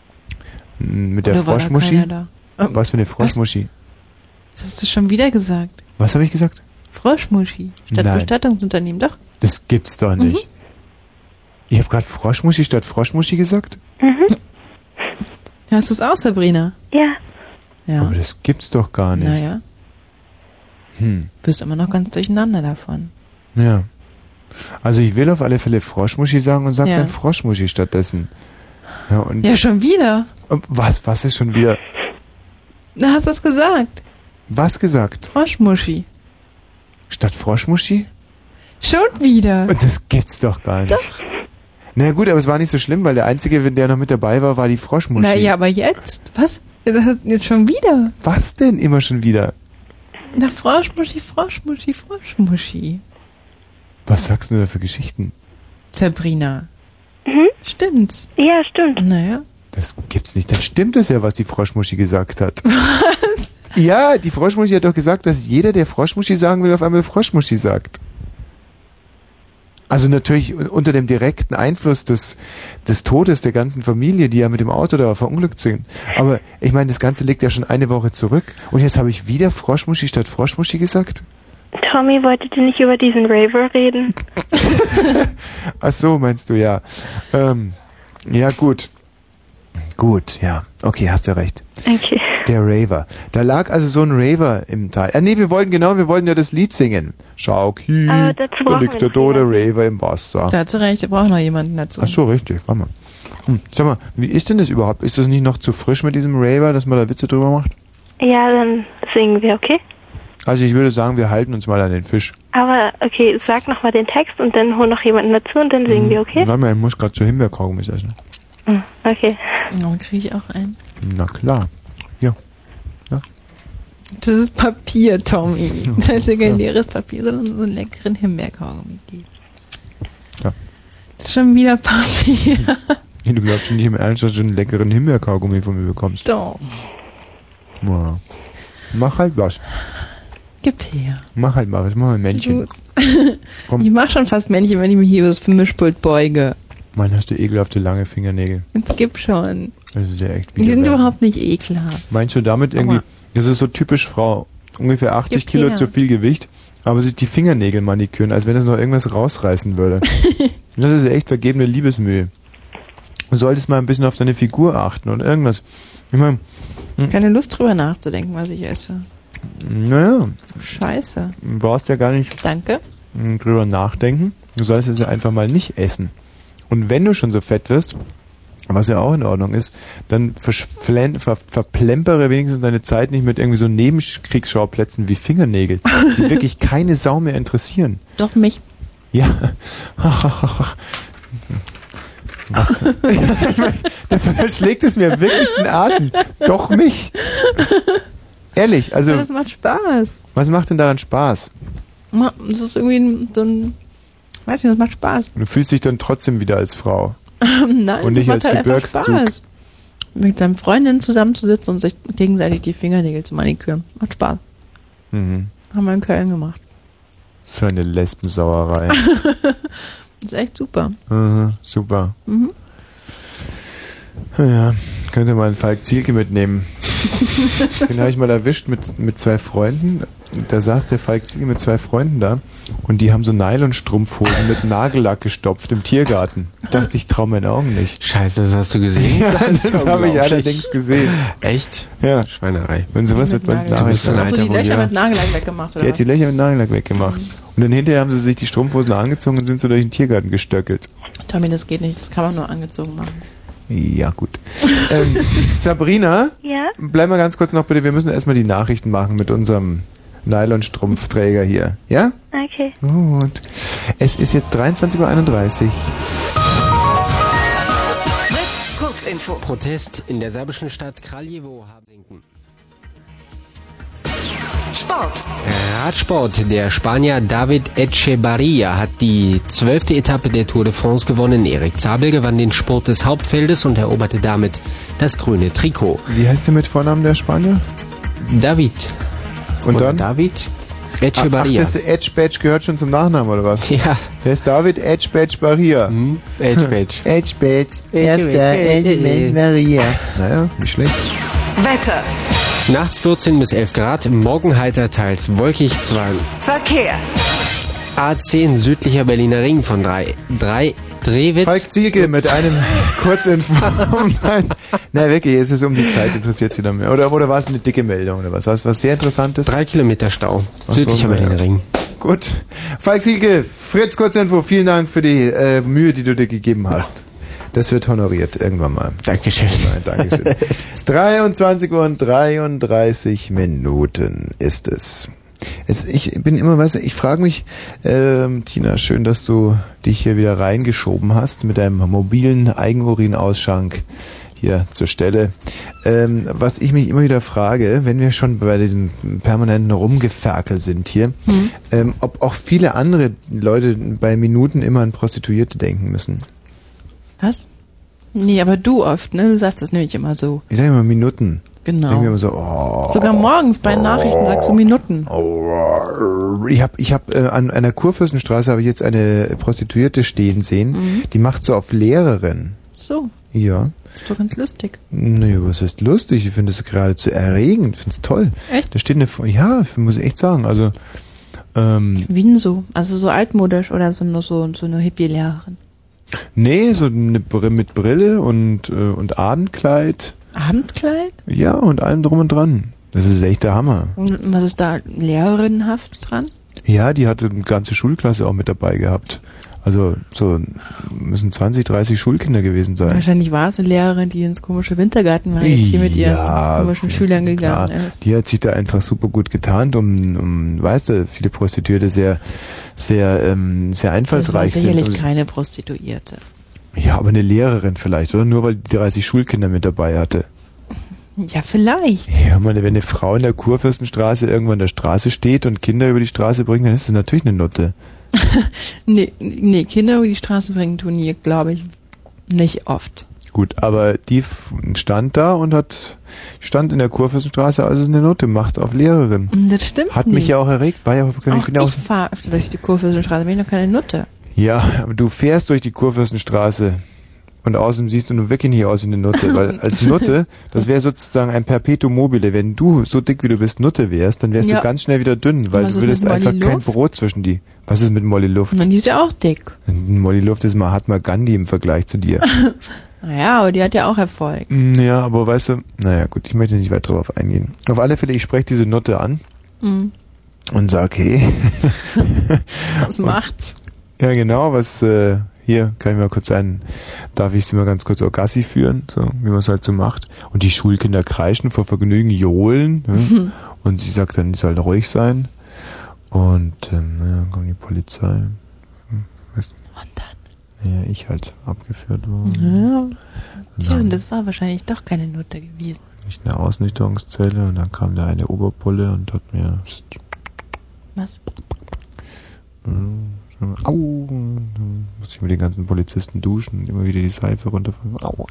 Mit der Oder Froschmuschi? Da oh, Was für eine Froschmuschi? Das, das hast du schon wieder gesagt. Was habe ich gesagt? Froschmuschi statt Nein. Bestattungsunternehmen, doch. Das gibt's doch nicht. Mhm. Ich habe gerade Froschmuschi statt Froschmuschi gesagt? Mhm. Hörst du es auch, Sabrina? Ja. ja. Aber das gibt's doch gar nicht. Naja. Hm. Bist immer noch ganz durcheinander davon. Ja. Also ich will auf alle Fälle Froschmuschi sagen und sag ja. dann Froschmuschi stattdessen. Ja, und ja, schon wieder. Was? Was ist schon wieder? Du hast das gesagt. Was gesagt? Froschmuschi. Statt Froschmuschi? Schon wieder. Und das gibt's doch gar nicht. Doch. Na gut, aber es war nicht so schlimm, weil der Einzige, der noch mit dabei war, war die Froschmuschi. Na ja, aber jetzt? Was? Jetzt schon wieder? Was denn immer schon wieder? Na, Froschmuschi, Froschmuschi, Froschmuschi. Was sagst du da für Geschichten? Sabrina. Mhm. Stimmt's? Ja, stimmt. Naja. Das gibt's nicht. Dann stimmt es ja, was die Froschmuschi gesagt hat. Was? Ja, die Froschmuschi hat doch gesagt, dass jeder, der Froschmuschi sagen will, auf einmal Froschmuschi sagt. Also natürlich unter dem direkten Einfluss des, des Todes der ganzen Familie, die ja mit dem Auto da verunglückt sind. Aber ich meine, das Ganze liegt ja schon eine Woche zurück. Und jetzt habe ich wieder Froschmuschi statt Froschmuschi gesagt? Tommy, wolltet ihr nicht über diesen Raver reden? Ach so, meinst du, ja. Ähm, ja, gut. Gut, ja. Okay, hast du recht. Okay. Der Raver. Da lag also so ein Raver im Teil. Ah, nee, wir wollten genau, wir wollten ja das Lied singen. Schauki, uh, da liegt der tote Raver im Wasser. Da hast du recht, wir brauchen noch jemanden dazu. Ach so, richtig. Warte mal. Hm, sag mal, wie ist denn das überhaupt? Ist das nicht noch zu frisch mit diesem Raver, dass man da Witze drüber macht? Ja, dann singen wir, okay? Also ich würde sagen, wir halten uns mal an den Fisch. Aber, okay, sag nochmal den Text und dann hol noch jemanden dazu und dann singen hm. wir, okay? Warte mal, ich muss gerade zu Himbeerkaugummis essen. Hm, okay. Dann kriege ich auch einen. Na klar. Ja. Ja. Das ist Papier, Tommy. Das ist ja kein leeres Papier, sondern so einen leckeren Himbeerkaugummi. Ja. Das ist schon wieder Papier. Du glaubst nicht im Ernst, dass du einen leckeren Himbeerkaugummi von mir bekommst? Doch. Ja. Mach halt was. Gib her. Mach halt mal was, mach mal ein Männchen. Komm. Ich mach schon fast Männchen, wenn ich mich hier das Mischpult beuge. Mann, hast du ekelhafte lange Fingernägel. Es gibt schon. Das ist ja echt Die sind überhaupt nicht ekelhaft. Meinst du damit irgendwie, das ist so typisch Frau, ungefähr achtzig Kilo her. zu viel Gewicht, Aber sich die Fingernägel maniküren, als wenn das noch irgendwas rausreißen würde. Das ist echt vergebene Liebesmühe. Du solltest mal ein bisschen auf deine Figur achten und irgendwas. Ich meine, keine Lust drüber nachzudenken, was ich esse. Naja. Scheiße. Du brauchst ja gar nicht Danke. drüber nachdenken. Du sollst es ja einfach mal nicht essen. Und wenn du schon so fett wirst, was ja auch in Ordnung ist, dann ver- verplempere wenigstens deine Zeit nicht mit irgendwie so Nebenkriegsschauplätzen wie Fingernägel, die wirklich keine Sau mehr interessieren. Doch mich. Ja. Was? Da verschlägt es mir wirklich den Atem. Doch mich. Ehrlich, also. Ja, das macht Spaß. Was macht denn daran Spaß? Das ist irgendwie so ein, weiß nicht, das macht Spaß. Du fühlst dich dann trotzdem wieder als Frau. Nein, und nicht das als macht halt Gebirgszug. einfach Spaß. Mit seinen Freundinnen zusammenzusitzen und sich gegenseitig die Fingernägel zu maniküren. Macht Spaß. Mhm. Haben wir in Köln gemacht. So eine Lesbensauerei. Das ist echt super. Mhm, super. Mhm. Ja, könnte mal einen Falk Zielke mitnehmen. Den habe ich mal erwischt mit, mit zwei Freunden. Da saß der Falk Zielke mit zwei Freunden da und die haben so Nylonstrumpfhosen mit Nagellack gestopft im Tiergarten. Dachte ich, trau meinen Augen nicht. Scheiße, das hast du gesehen? Ja, das, das habe ich allerdings gesehen. Echt? Ja. Schweinerei. Wenn sowas wird man es nachher. Du bist ein Hast du alter die Löcher Voyeur. mit Nagellack weggemacht, oder Die was? hat die Löcher mit Nagellack weggemacht. Und dann hinterher haben sie sich die Strumpfhosen angezogen und sind so durch den Tiergarten gestöckelt. Tommy, das geht nicht. Das kann man nur angezogen machen. Ja, gut. ähm, Sabrina? Ja? Bleib mal ganz kurz noch bitte. Wir müssen erstmal die Nachrichten machen mit unserem Nylonstrumpfträger hier. Ja? Okay. Gut. Es ist jetzt dreiundzwanzig Uhr einunddreißig. Fritz, Kurzinfo. Protest in der serbischen Stadt Kraljevo haben sinken. Sport. Radsport. Der Spanier David Echevarría hat die zwölfte Etappe der Tour de France gewonnen. Erik Zabel gewann den Spurt des Hauptfeldes und eroberte damit das grüne Trikot. Wie heißt der mit Vornamen der Spanier? David. Und Oder dann? David Ach, Echevarría. das Edge Badge gehört schon zum Nachnamen, oder was? Ja. Der ist David Edge Badge Barria. Hm? Edge Badge. Edge Badge. Erster Edge Barria. Naja, nicht schlecht. Wetter. Nachts vierzehn bis elf Grad, morgen heiter, teils wolkig, zwar Verkehr. A zehn südlicher Berliner Ring von drei Drehwitz. Falk Zielke mit einem Kurzinfo. Nein, na wirklich, es ist um die Zeit, interessiert Sie dann mehr. Oder, oder war es eine dicke Meldung oder was? Was, was sehr Interessantes? Drei Kilometer Stau, Ach südlicher so, Berliner ja. Ring. Gut. Falk Zielke, Fritz Kurzinfo, vielen Dank für die äh, Mühe, die du dir gegeben hast. Das wird honoriert irgendwann mal. Dankeschön. Nein, Dankeschön. dreiundzwanzig Uhr und dreiunddreißig Minuten ist es. es ich bin immer, weißt du, ich frage mich, ähm, Tina, schön, dass du dich hier wieder reingeschoben hast mit deinem mobilen Eigenurinausschank hier zur Stelle. Ähm, was ich mich immer wieder frage, wenn wir schon bei diesem permanenten Rumgeferkel sind hier, Mhm. ähm, ob auch viele andere Leute bei Minuten immer an Prostituierte denken müssen. Was? Nee, aber du oft, ne? Du sagst das nämlich immer so. Ich sage immer Minuten. Genau. Ich denke mir immer so, oh, Sogar morgens bei Nachrichten sagst du Minuten. ich habe ich hab, äh, an einer Kurfürstenstraße habe ich jetzt eine Prostituierte stehen sehen, Mhm. die macht so auf Lehrerin. So, Ja. ist doch ganz lustig. Naja, was ist lustig? Ich finde es geradezu erregend. Ich finde es toll. Echt? Da steht eine, ja, muss ich echt sagen. Also, ähm, Wie denn so? Also so altmodisch oder so nur so, so eine Hippie-Lehrerin? nee, so eine Br- mit Brille und, äh, und Abendkleid. Abendkleid? Ja, und allem drum und dran. Das ist echt der Hammer. Und was ist da lehrerinnenhaft dran? Ja, die hatte eine ganze Schulklasse auch mit dabei gehabt. Also so müssen zwanzig, dreißig Schulkinder gewesen sein. Wahrscheinlich war es eine Lehrerin, die ins komische Wintergarten war, jetzt hier mit ihren Ja, komischen Schülern gegangen klar. ist. Die hat sich da einfach super gut getarnt, um, um weißt du, viele Prostituierte sehr, sehr, ähm, sehr Das war einfallsreich sind. sicherlich Also- keine Prostituierte. Ja, aber eine Lehrerin vielleicht, oder? Nur weil die dreißig Schulkinder mit dabei hatte. Ja, vielleicht. Ja, meine, wenn eine Frau in der Kurfürstenstraße irgendwo an der Straße steht und Kinder über die Straße bringt, dann ist das natürlich eine Nutte. Nee, nee, Kinder über die Straße bringen tun hier, glaube ich, nicht oft. Gut, aber die f- stand da und hat, stand in der Kurfürstenstraße, also ist eine Note, macht auf Lehrerin. Das stimmt Hat nicht. mich ja auch erregt, war ja, ich Auch bin ja auch, ich fahre öfter durch die Kurfürstenstraße, bin ich noch keine Nutte. ja, aber du fährst durch die Kurfürstenstraße, Und außerdem siehst du nun wirklich nicht aus wie eine Nutte, weil als Nutte, das wäre sozusagen ein Perpetuum mobile. Wenn du so dick wie du bist Nutte wärst, dann wärst Ja. du ganz schnell wieder dünn, weil Was du ist würdest mit Molly einfach kein Luft? Brot zwischen die. Was ist mit Molly Luft? Und die ist ja auch dick. Molly Luft ist Mahatma Gandhi im Vergleich zu dir. Naja, aber die hat ja auch Erfolg. Ja, aber weißt du, naja gut, ich möchte nicht weiter darauf eingehen. Auf alle Fälle, ich spreche diese Nutte an Mhm. und sag, hey. Was macht's? Ja genau, was, äh, hier, kann ich mal kurz ein, darf ich sie mal ganz kurz Orgassi führen, so wie man es halt so macht. Und die Schulkinder kreischen vor Vergnügen, johlen. Ne? Und sie sagt dann, die soll ruhig sein. Und ähm, ja, dann kommt die Polizei. Hm, weißt du? Und dann? Ja, ich halt abgeführt worden. Ja. Tja, und das war wahrscheinlich doch keine Nutte gewesen. Ich in der Ausnüchterungszelle und dann kam da eine Oberpulle und hat mir Was? Au, dann musste ich mit den ganzen Polizisten duschen und immer wieder die Seife runterfallen. Au,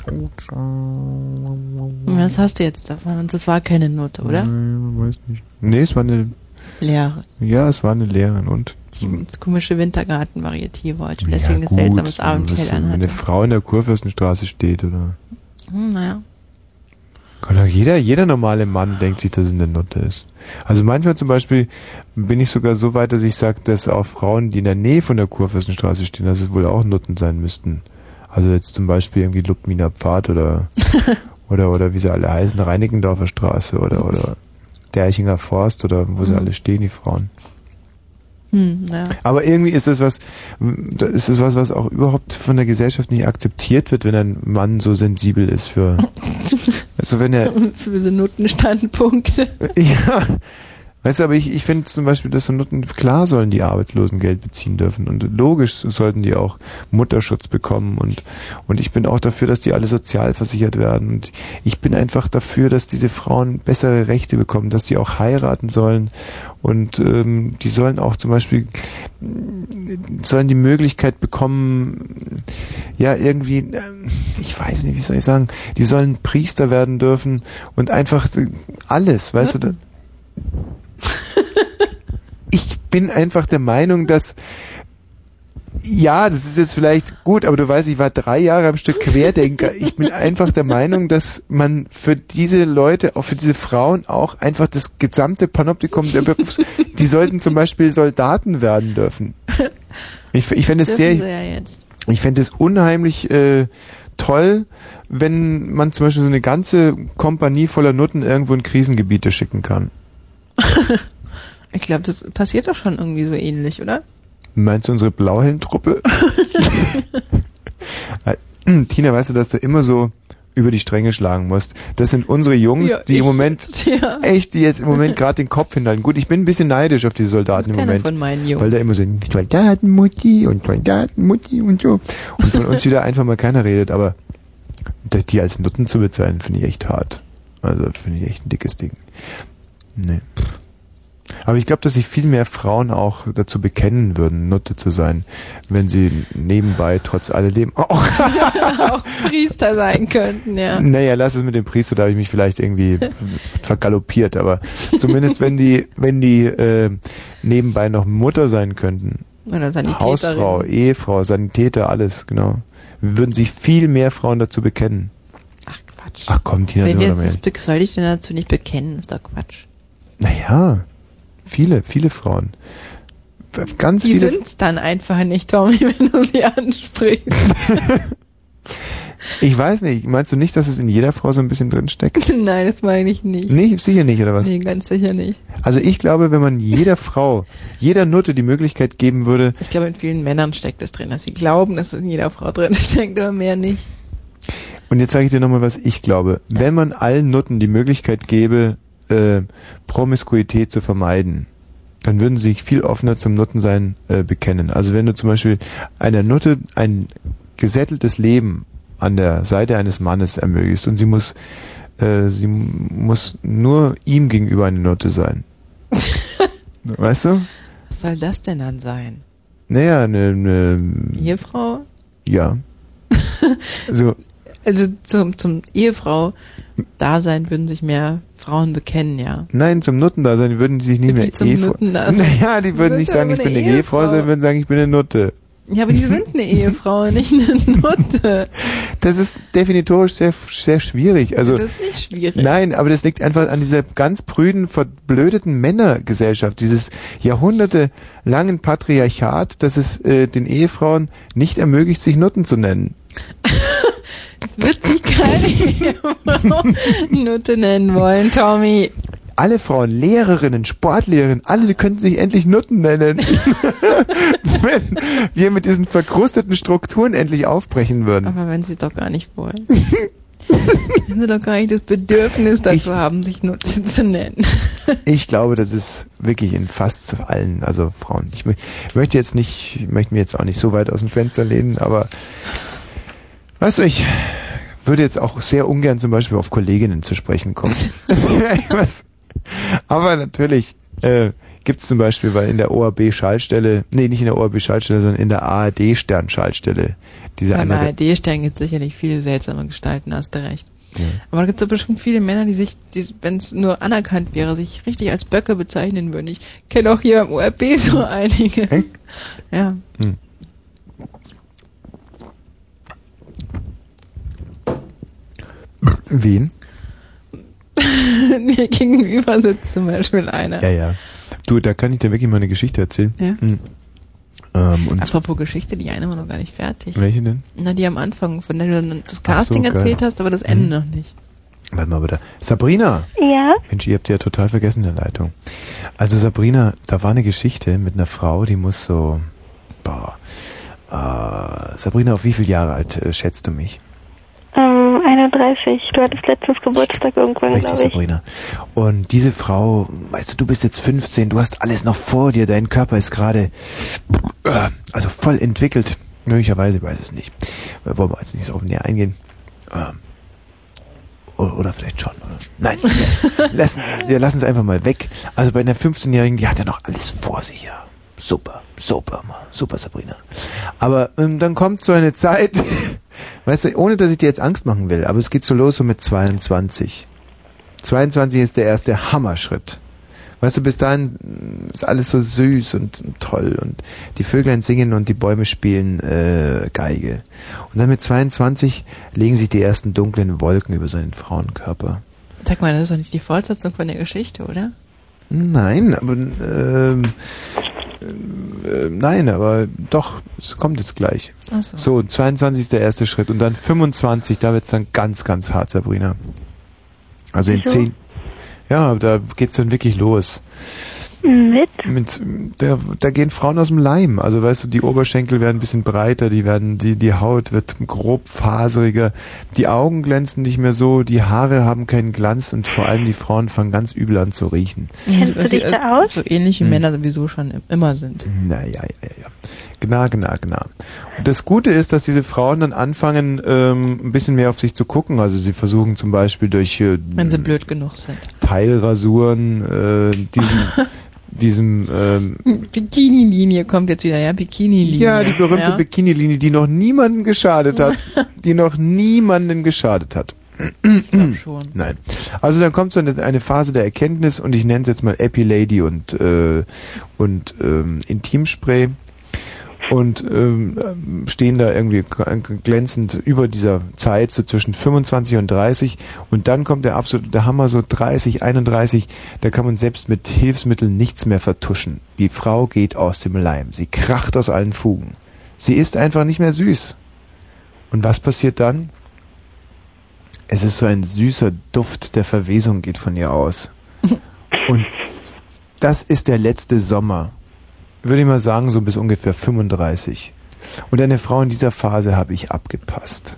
au, Was hast du jetzt davon? Und das war keine Nutte, oder? Nein, weiß nicht. Nee, es war eine Lehrerin. Ja, es war eine Lehrerin und Die das komische Wintergarten-Varieté wollte, ja, deswegen das gut, seltsames was, Abendkleid wenn anhatte. eine Frau in der Kurfürstenstraße steht, oder? Hm, naja. Kann doch jeder, jeder normale Mann denkt sich, dass es eine Nutte ist. Also manchmal zum Beispiel bin ich sogar so weit, dass ich sage, dass auch Frauen, die in der Nähe von der Kurfürstenstraße stehen, dass es wohl auch Nutten sein müssten. Also jetzt zum Beispiel irgendwie Lubminer Pfad oder, oder, oder wie sie alle heißen, Reinickendorfer Straße oder, oder Derchinger Forst oder wo sie Mhm. alle stehen, die Frauen. Hm, naja. Aber irgendwie ist es was, ist es was, was auch überhaupt von der Gesellschaft nicht akzeptiert wird, wenn ein Mann so sensibel ist für, also wenn er, Für so Notenstandpunkte. ja, weißt du, aber ich, ich finde zum Beispiel, dass so Nutten, klar sollen die Arbeitslosen Geld beziehen dürfen und logisch sollten die auch Mutterschutz bekommen und, und ich bin auch dafür, dass die alle sozial versichert werden und ich bin einfach dafür, dass diese Frauen bessere Rechte bekommen, dass die auch heiraten sollen und ähm, die sollen auch zum Beispiel sollen die Möglichkeit bekommen, ja irgendwie, ähm, ich weiß nicht, wie soll ich sagen, die sollen Priester werden dürfen und einfach alles, weißt du, ich bin einfach der Meinung, dass ja, das ist jetzt vielleicht gut, aber du weißt, ich war drei Jahre am Stück Querdenker. Ich bin einfach der Meinung, dass man für diese Leute, auch für diese Frauen auch einfach das gesamte Panoptikum der Berufs... Die sollten zum Beispiel Soldaten werden dürfen. Ich, ich fände es sehr... Dürfen sie ja jetzt. Ich fände es unheimlich äh, toll, wenn man zum Beispiel so eine ganze Kompanie voller Nutten irgendwo in Krisengebiete schicken kann. Ich glaube, das passiert doch schon irgendwie so ähnlich, oder? Meinst du unsere Blauhelm-Truppe? Tina, weißt du, dass du immer so über die Stränge schlagen musst? Das sind unsere Jungs, Ja, die ich im Moment, ja. echt, die jetzt im Moment gerade den Kopf hinhalten. Gut, ich bin ein bisschen neidisch auf die Soldaten im Keiner Moment. von meinen Jungs. Weil da immer so, Soldatenmutti und Soldatenmutti und so. Und von uns wieder einfach mal keiner redet, aber die als Nutten zu bezeichnen, finde ich echt hart. Also, finde ich echt ein dickes Ding. Nee. Aber ich glaube, dass sich viel mehr Frauen auch dazu bekennen würden, Nutte zu sein, wenn sie nebenbei trotz alledem oh. auch Priester sein könnten, ja. Naja, lass es mit dem Priester, da habe ich mich vielleicht irgendwie vergaloppiert, aber zumindest wenn die, wenn die äh, nebenbei noch Mutter sein könnten. Oder Sanitäterin. Hausfrau, Ehefrau, Sanitäter, alles, genau. Würden sich viel mehr Frauen dazu bekennen. Ach Quatsch. Ach komm, Tina, Wer sind wir jetzt doch das be- soll ich denn dazu nicht bekennen? Ist doch Quatsch. Naja, viele, viele Frauen. Ganz Die viele. sind's dann einfach nicht, Tommy, wenn du sie ansprichst. Ich weiß nicht, meinst du nicht, dass es in jeder Frau so ein bisschen drin steckt? Nein, das meine ich nicht. Nee, sicher nicht, oder was? Nee, ganz sicher nicht. Also ich glaube, wenn man jeder Frau, jeder Nutte die Möglichkeit geben würde... Ich glaube, in vielen Männern steckt es drin, dass sie glauben, dass es in jeder Frau drin steckt, aber mehr nicht. Und jetzt sage ich dir nochmal, was ich glaube. Ja. Wenn man allen Nutten die Möglichkeit gäbe, äh, Promiskuität zu vermeiden, dann würden sie sich viel offener zum Nuttensein äh, bekennen. Also wenn du zum Beispiel einer Nutte ein gesätteltes Leben an der Seite eines Mannes ermöglichst und sie muss äh, sie muss nur ihm gegenüber eine Nutte sein. Weißt du? Was soll das denn dann sein? Naja, eine... eine Ehefrau? Ja. So. Also zum, zum Ehefrau-Dasein würden sich mehr Frauen bekennen, ja. Nein, zum Nuttendasein würden die sich nicht Wie mehr zum Ehefrau... Nuttendasein? Naja, die würden Sind nicht ja sagen, aber ich bin eine eine Ehefrau, Ehefrau. sondern würden sagen, ich bin eine Nutte. Ja, aber die sind eine Ehefrau, nicht eine Nutte. Das ist definitorisch sehr, sehr schwierig. Also, das ist nicht schwierig. Nein, aber das liegt einfach an dieser ganz prüden, verblödeten Männergesellschaft, dieses jahrhundertelangen Patriarchat, das es äh, den Ehefrauen nicht ermöglicht, sich Nutten zu nennen. Es wird sich keine Ehefrau Nutte nennen wollen, Tommy. Alle Frauen, Lehrerinnen, Sportlehrerinnen, alle die könnten sich endlich Nutten nennen. Wenn wir mit diesen verkrusteten Strukturen endlich aufbrechen würden. Aber wenn sie es doch gar nicht wollen. Wenn sie doch gar nicht das Bedürfnis dazu ich, haben, sich Nutten zu nennen. Ich glaube, das ist wirklich in fast allen, also Frauen. Ich möchte jetzt nicht, ich möchte mir jetzt auch nicht so weit aus dem Fenster lehnen, aber weißt du, ich würde jetzt auch sehr ungern zum Beispiel auf Kolleginnen zu sprechen kommen. Das wäre was. Aber natürlich äh, gibt es zum Beispiel, weil in der O R B-Schaltstelle, nee, nicht in der O R B-Schaltstelle, sondern in der A R D-Stern-Schaltstelle. Diese Beim A R D-Stern gibt es sicherlich viele seltsame Gestalten, hast du recht. Ja. Aber da gibt es aber schon viele Männer, die sich, die, wenn es nur anerkannt wäre, sich richtig als Böcke bezeichnen würden. Ich kenne auch hier am O R B so einige. Hey? Ja. Hm. Wen? Mir gegenüber sitzt zum Beispiel einer. Ja, ja. Du, da kann ich dir wirklich mal eine Geschichte erzählen. Ja. Hm. Ähm, und Apropos Geschichte, die eine war noch gar nicht fertig. Welche denn? Na, die am Anfang, von der du das Casting so, erzählt hast, aber das Ende hm. noch nicht. Warte mal bitte. Sabrina! Ja? Mensch, ihr habt ja total vergessen in der Leitung. Also Sabrina, da war eine Geschichte mit einer Frau, die muss so... Boah. Äh, Sabrina, auf wie viele Jahre alt äh, schätzt du mich? Ähm, einunddreißig. Du hattest letztens Geburtstag irgendwann, glaube ich. Sabrina. Und diese Frau, weißt du, du bist jetzt fünfzehn, du hast alles noch vor dir, dein Körper ist gerade äh, also voll entwickelt. Möglicherweise, ich weiß es nicht. Wir wollen jetzt nicht so auf näher eingehen. Ähm, oder, oder vielleicht schon. Oder? Nein, wir lassen, wir lassen es einfach mal weg. Also bei einer fünfzehnjährigen, die hat ja noch alles vor sich, ja. Super, super, super Sabrina. Aber ähm, dann kommt so eine Zeit, weißt du, ohne dass ich dir jetzt Angst machen will, aber es geht so los so mit zweiundzwanzig. zweiundzwanzig ist der erste Hammerschritt. Weißt du, bis dahin ist alles so süß und, und toll und die Vöglein singen und die Bäume spielen äh, Geige. Und dann mit zweiundzwanzig legen sich die ersten dunklen Wolken über seinen Frauenkörper. Sag mal, das ist doch nicht die Fortsetzung von der Geschichte, oder? Nein, aber ähm, äh, nein, aber doch, es kommt jetzt gleich. Ach so. So, zweiundzwanzig ist der erste Schritt und dann fünfundzwanzig, da wird's dann ganz, ganz hart, Sabrina. Also in zehn, ja, da geht's dann wirklich los. Mit? Mit, da, da gehen Frauen aus dem Leim. Also weißt du, die Oberschenkel werden ein bisschen breiter, die werden, die, die Haut wird grob faseriger, die Augen glänzen nicht mehr so, die Haare haben keinen Glanz und vor allem die Frauen fangen ganz übel an zu riechen. Kennst du dich da aus? So ähnlich wie hm. Männer sowieso schon immer sind. Na ja, ja, ja. Genau, genau, genau. Und das Gute ist, dass diese Frauen dann anfangen, ähm, ein bisschen mehr auf sich zu gucken. Also sie versuchen zum Beispiel durch äh, wenn sie blöd genug sind. Teilrasuren, äh, diesen diesem ähm, Bikini-Linie kommt jetzt wieder, ja, Bikini-Linie. Ja, die berühmte ja. Bikini-Linie, die noch niemanden geschadet hat. die noch niemanden geschadet hat. Ich glaub schon. Nein. Also dann kommt so eine, eine Phase der Erkenntnis und ich nenne es jetzt mal Epilady und, äh, und ähm, Intimspray. Und ähm, stehen da irgendwie glänzend über dieser Zeit, so zwischen fünfundzwanzig und dreißig. Und dann kommt der absolute Hammer, so dreißig, einunddreißig, da kann man selbst mit Hilfsmitteln nichts mehr vertuschen. Die Frau geht aus dem Leim. Sie kracht aus allen Fugen. Sie ist einfach nicht mehr süß. Und was passiert dann? Es ist so ein süßer Duft der Verwesung geht von ihr aus. Und das ist der letzte Sommer. Würde ich mal sagen, so bis ungefähr fünfunddreißig. Und eine Frau in dieser Phase habe ich abgepasst.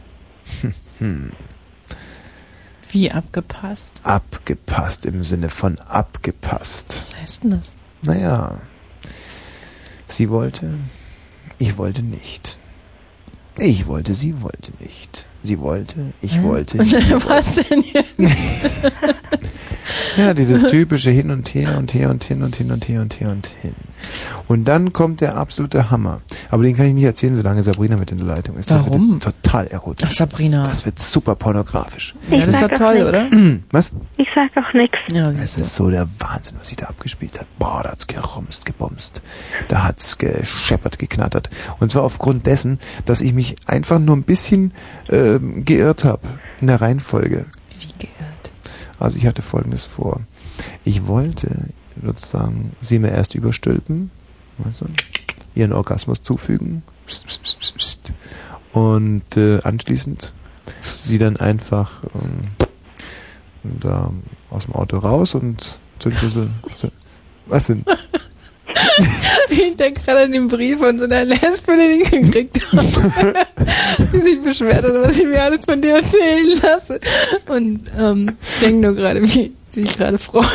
Wie abgepasst? Abgepasst im Sinne von abgepasst. Was heißt denn das? Naja, sie wollte, ich wollte nicht. Ich wollte, sie wollte nicht. Sie wollte, ich hm? wollte, ich Was wollte. denn jetzt? Ja, dieses typische Hin und Her und Her und Hin und Hin und Her und Her und hin. Und dann kommt der absolute Hammer. Aber den kann ich nicht erzählen, solange Sabrina mit in der Leitung ist. Warum? Das wird total erotisch. Ach, Sabrina. Das wird super pornografisch. Ich Ja, das ist sag doch auch toll, nix. oder? Was? Ich sag auch nichts. Ja, Es ist so der Wahnsinn, was sie da abgespielt hat. Boah, da hat's gerumst, gebumst. Da hat's gescheppert, geknattert. Und zwar aufgrund dessen, dass ich mich einfach nur ein bisschen ähm, geirrt habe in der Reihenfolge. Wie geirrt? Also ich hatte Folgendes vor. Ich wollte sozusagen sie mir erst überstülpen, weißt du, ihren Orgasmus zufügen pst, pst, pst, pst, pst, und äh, anschließend sie dann einfach ähm, da aus dem Auto raus und Zündschlüssel. Was denn? Ich denke gerade an den Brief von so einer Lesbe, den ich gekriegt habe, die sich beschwert hat, was ich mir alles von dir erzählen lasse. Und ähm, denke nur gerade, wie sie sich gerade freut.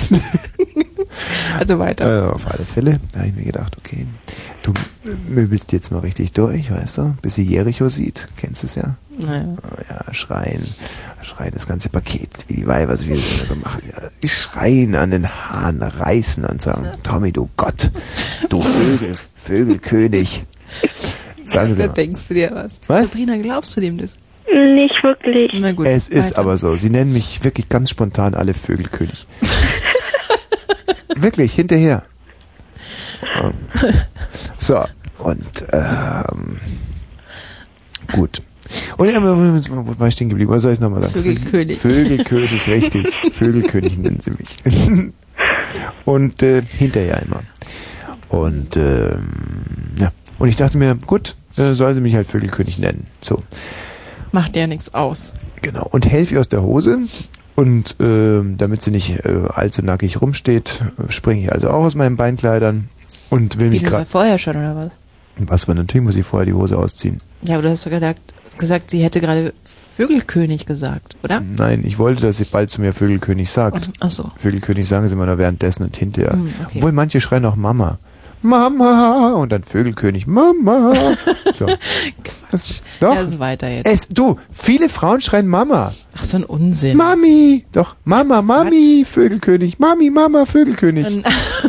Also weiter. Also auf alle Fälle, da habe ich mir gedacht, okay, du möbelst jetzt mal richtig durch, weißt du, bis sie Jericho sieht, kennst du es ja? Naja. Oh ja, schreien, schreien das ganze Paket, wie die Weiber, wie wir das immer so machen. Ja, schreien an den Haaren, reißen und sagen, Tommy, du Gott, du Vögel, Vögelkönig. Sagen sie Da mal. denkst du dir was. Was? Sabrina, glaubst du dem das? Nicht wirklich. Na gut. Es ist weiter. aber so, sie nennen mich wirklich ganz spontan alle Vögelkönig. Wirklich, hinterher. Ähm, So, und ähm, gut. Und ja, wo war ich stehen geblieben? Oder soll ich es nochmal sagen? Vögelkönig. Vögelkönig, richtig. Vögelkönig nennen sie mich. Und äh, hinterher immer. Und ähm, ja. Und ich dachte mir, gut, äh, soll sie mich halt Vögelkönig nennen. So. Macht ja nichts aus. Genau. Und helfe ihr aus der Hose. Und ähm, damit sie nicht äh, allzu nackig rumsteht, springe ich also auch aus meinen Beinkleidern und will Wie, mich das war gerade. vorher schon, oder was? Was war natürlich, muss ich vorher die Hose ausziehen. Ja, aber du hast doch gesagt, gesagt, sie hätte gerade Vögelkönig gesagt, oder? Nein, ich wollte, dass sie bald zu mir Vögelkönig sagt. Ach so. Vögelkönig sagen sie immer nur währenddessen und hinterher. Hm, okay. Obwohl manche schreien auch Mama. Mama! Und dann Vögelkönig. Mama! So. Quatsch. Doch. Ja, also weiter jetzt. Es, du, viele Frauen schreien Mama. Ach, so ein Unsinn. Mami! Doch, Mama, Mami, Vögelkönig. Mami, Mama, Vögelkönig.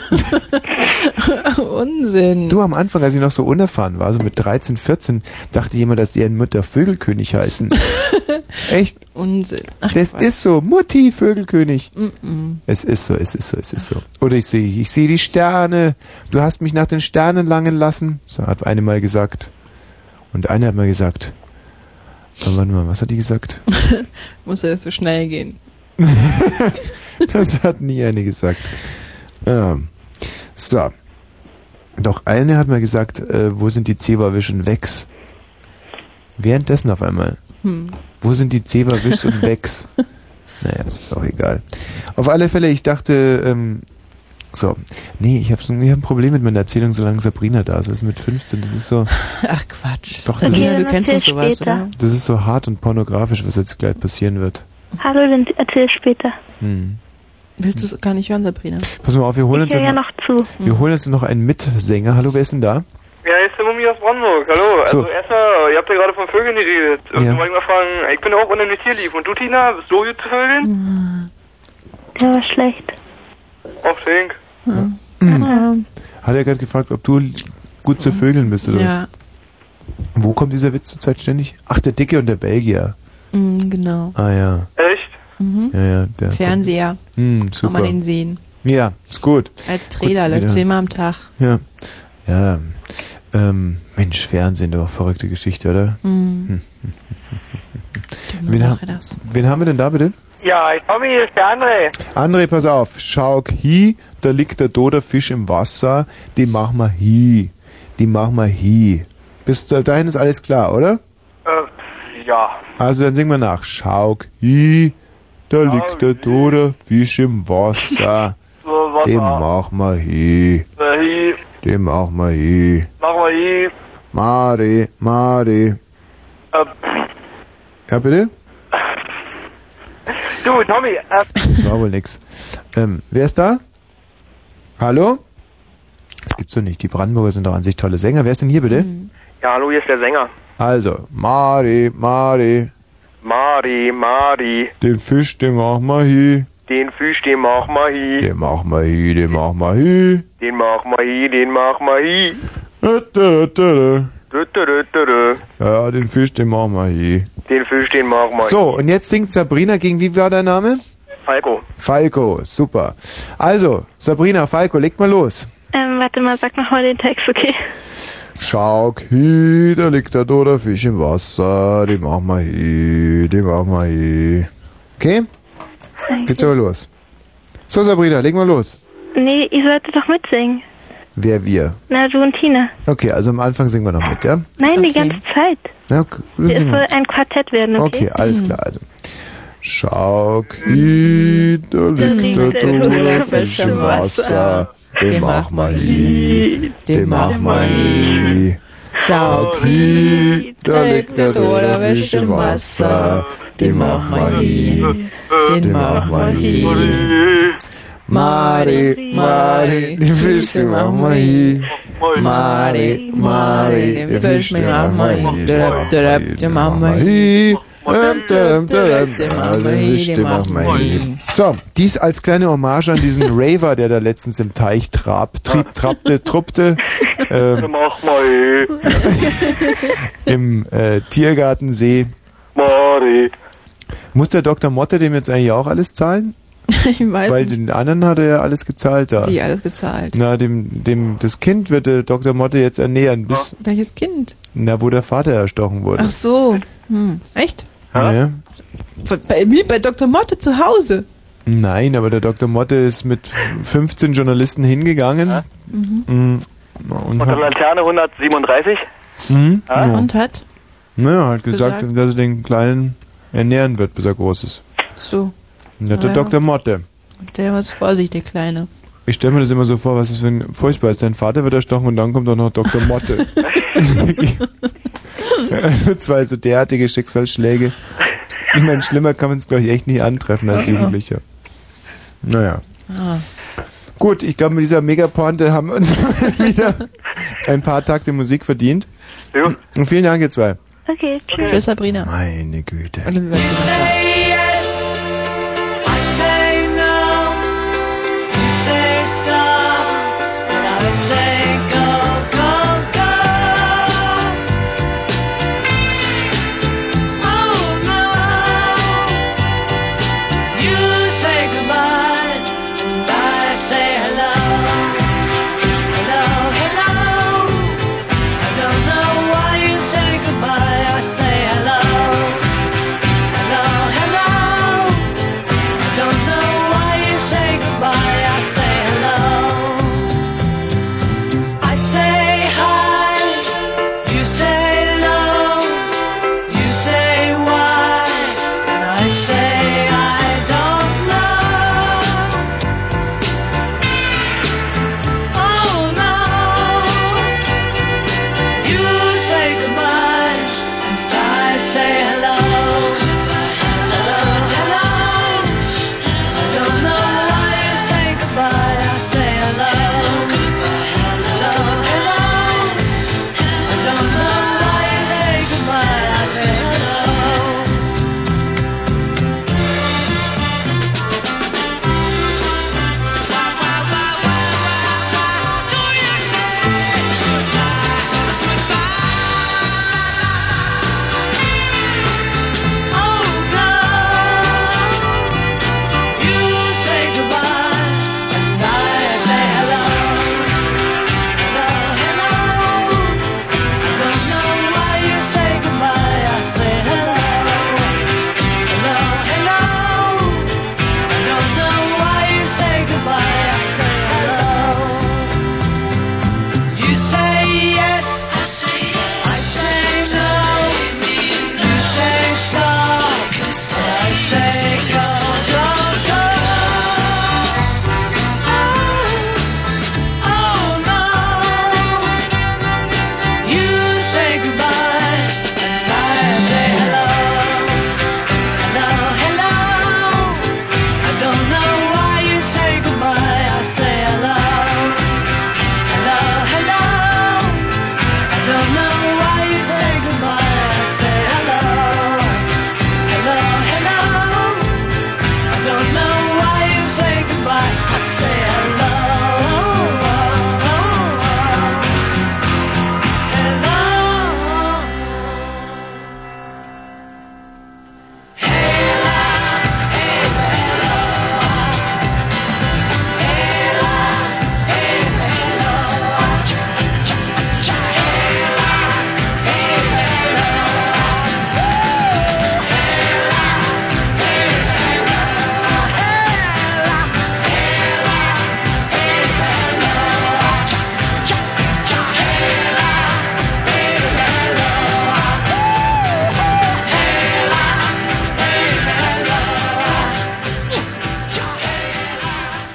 Unsinn. Du, am Anfang, als ich noch so unerfahren war, so mit dreizehn, vierzehn, dachte ich immer, dass deren Mütter Vögelkönig heißen. Echt? Unsinn. Ach, Das Quatsch. ist so. Mutti, Vögelkönig. Mm-mm. Es ist so, es ist so, es ist so. Oder ich sehe, ich sehe die Sterne. Du hast mich nach den Sternen langen lassen. So hat eine mal gesagt. Und eine hat mal gesagt. Oh, warte mal, was hat die gesagt? Muss ja so schnell gehen. Das hat nie eine gesagt. Ja. So. Doch eine hat mal gesagt, äh, wo sind die Zewa-Wisch und Wex? Währenddessen auf einmal. Hm. Wo sind die Zewa-Wisch und Wex? Naja, ist auch egal. Auf alle Fälle, ich dachte, ähm, so, nee, ich habe so, ich hab ein Problem mit meiner Erzählung, solange Sabrina da ist. Das ist mit fünfzehn, das ist so... Ach Quatsch. Doch, das das ist, ist- du kennst doch sowas, später. oder? Das ist so hart und pornografisch, was jetzt gleich passieren wird. Hallo, dann erzähl später. Hm. Willst du es gar nicht hören, Sabrina? Pass mal auf, wir holen Ich uns höre jetzt ja noch, noch zu. wir holen uns noch einen Mitsänger. Hallo, wer ist denn da? Ja, hier ist der Mummi aus Brandenburg. Hallo. Also So. erstmal, ihr habt ja gerade von Vögeln geredet. Und Ja. ja. wollte ich mal fragen, ich bin auch unter dem Tierlieb. Und du, Tina, bist du gut zu Vögeln? Der war schlecht. Auch Schenk. Ja. Hat er gerade gefragt, ob du gut zu Vögeln bist oder Ja, was? Wo kommt dieser Witz zurzeit ständig? Ach, der Dicke und der Belgier. mm, genau. Ah ja. Echt? Mhm. Ja, ja, der. Fernseher. Hm, Kann super. man den sehen. Ja, ist gut. Als Trailer Gut, läuft ja. zehnmal am Tag. Ja. Ja. Ähm, Mensch, Fernsehen, doch verrückte Geschichte, oder? Mhm. Hm. Genau, Wen, ha mache das. wen haben wir denn da bitte? Ja, Tommy, hier ist der André. André, pass auf. Schau hi, da liegt der tote Fisch im Wasser. Die machen wir hi. Die machen wir hi. Bis dahin ist alles klar, oder? Äh, ja. Also dann singen wir nach. Schau hi, da liegt der tote Fisch im Wasser. So, was Den war? machen wir hi. Na, hi. Den machen wir hi. Machen wir hi. Mari, Mari. Äh, Ja, bitte? du, Tommy, äh, Das war wohl nix. Ähm, wer ist da? Hallo? Das gibt's doch nicht. Die Brandenburger sind doch an sich tolle Sänger. Wer ist denn hier bitte? ja, hallo, hier ist der Sänger. Also, Mari, Mari. Mari, Mari. Den Fisch, den machen wir hier. Den Fisch, den mach mal hi. Den mach mal hi, den mach mal hi. Den mach mal hi, den mach mal hi. Da, da, da, da. Du, du, du, du, du. Ja, den Fisch, den mach mal hi. Den Fisch, den mach mal hi. So, und jetzt singt Sabrina gegen, wie war dein Name? Falco. Falco, super. Also, Sabrina, Falco, leg mal los. Ähm, warte mal, sag noch mal den Text, okay? Schau, hi, da liegt da der Fisch im Wasser, den mach mal hi, den mach mal hi. Okay? Danke. Geht's aber los. So, Sabrina, leg mal los. Nee, ihr solltet doch mitsingen. Wer wir? Na, du und Tina. Okay, also am Anfang singen wir noch mit, ja? Nein, Okay. die ganze Zeit. Ja, okay. Es soll ein Quartett werden, okay? Okay, alles klar, also. Schau, hi, da liegt der tote Fisch im Wasser, den mach mal hi, den mach mal hi. Schau, hi, da liegt der tote Fisch im Wasser, den mach mal hi, den mach mal hi. Mari, Mari, den Fisch, den mach mal hi. Mari, Mari, den Fisch, den mach mal hi, den mach mal hi. So, dies als kleine Hommage an diesen Raver, der da letztens im Teich trab, trieb, trappte, truppte, ähm, Mach mal im äh, Tiergartensee. Mari. Muss der Doktor Motte dem jetzt eigentlich auch alles zahlen? Ich weiß Weil nicht. den anderen hat er ja alles gezahlt da. Wie, alles gezahlt? Na, dem, dem, das Kind wird der Doktor Motte jetzt ernähren, bis, Welches Kind? na, wo der Vater erstochen wurde. Ach so. Hm. Echt? Ja. Bei mir, bei Doktor Motte zu Hause. Nein, aber der Doktor Motte ist mit fünfzehn Journalisten hingegangen. Mhm. Mhm. Und, Und der hat, Laterne hundertsiebenunddreißig. mhm. Ja. Ja. Und hat? Naja, hat gesagt, Gesagt. dass er den Kleinen ernähren wird, bis er groß ist. So. Und der Ah, ja. Doktor Motte. Der war vorsichtig, der Kleine. Ich stelle mir das immer so vor, was ist für ein furchtbar ist. Dein Vater wird erstochen und dann kommt auch noch Doktor Motte. Also zwei so derartige Schicksalsschläge. Ich meine, schlimmer kann man es, glaube ich, echt nicht antreffen als Jugendlicher. Naja. Ah. Gut, ich glaube, mit dieser Megapointe haben wir uns wieder ein paar Takte Musik verdient. Ja. Und vielen Dank, ihr zwei. Okay, tschüss. Tschüss, Sabrina. Meine Güte. Und wir werden Hello, hello,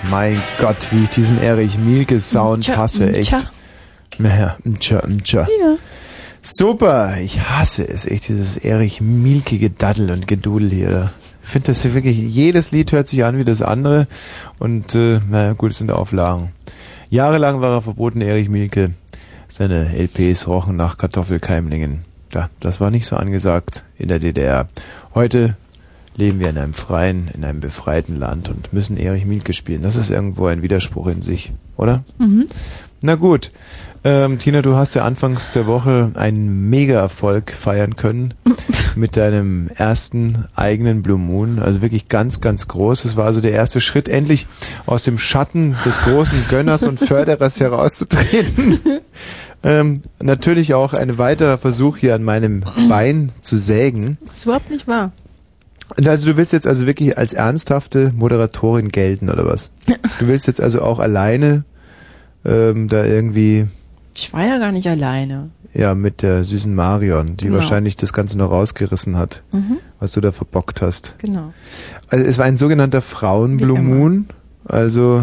mein Gott, wie ich diesen Erich Mielke Sound Tja, hasse, echt. tja. Ja, tja, tja. Ja. Super, ich hasse es, echt, dieses Erich Mielke Gedaddel und Gedudel hier. Ich finde das hier wirklich, jedes Lied hört sich an wie das andere und, äh, naja, gut, es sind Auflagen. Jahrelang war er verboten, Erich Mielke. Seine L Ps rochen nach Kartoffelkeimlingen. Ja, das war nicht so angesagt in der D D R. Heute leben wir in einem freien, in einem befreiten Land und müssen Erich Mielke spielen. Das ist irgendwo ein Widerspruch in sich, oder? Mhm. Na gut. Ähm, Tina, du hast ja anfangs der Woche einen Mega-Erfolg feiern können mit deinem ersten eigenen Blue Moon. Also wirklich ganz, ganz groß. Das war also der erste Schritt, endlich aus dem Schatten des großen Gönners und Förderers herauszutreten. Ähm, natürlich auch ein weiterer Versuch hier an meinem Bein zu sägen. Das ist überhaupt nicht wahr. Und also du willst jetzt also wirklich als ernsthafte Moderatorin gelten, oder was? Du willst jetzt also auch alleine ähm, da irgendwie... Ich war ja gar nicht alleine. Ja, mit der süßen Marion, die Genau. wahrscheinlich das Ganze noch rausgerissen hat, Mhm. was du da verbockt hast. Genau. Also es war ein sogenannter Frauen-Blue Moon, also...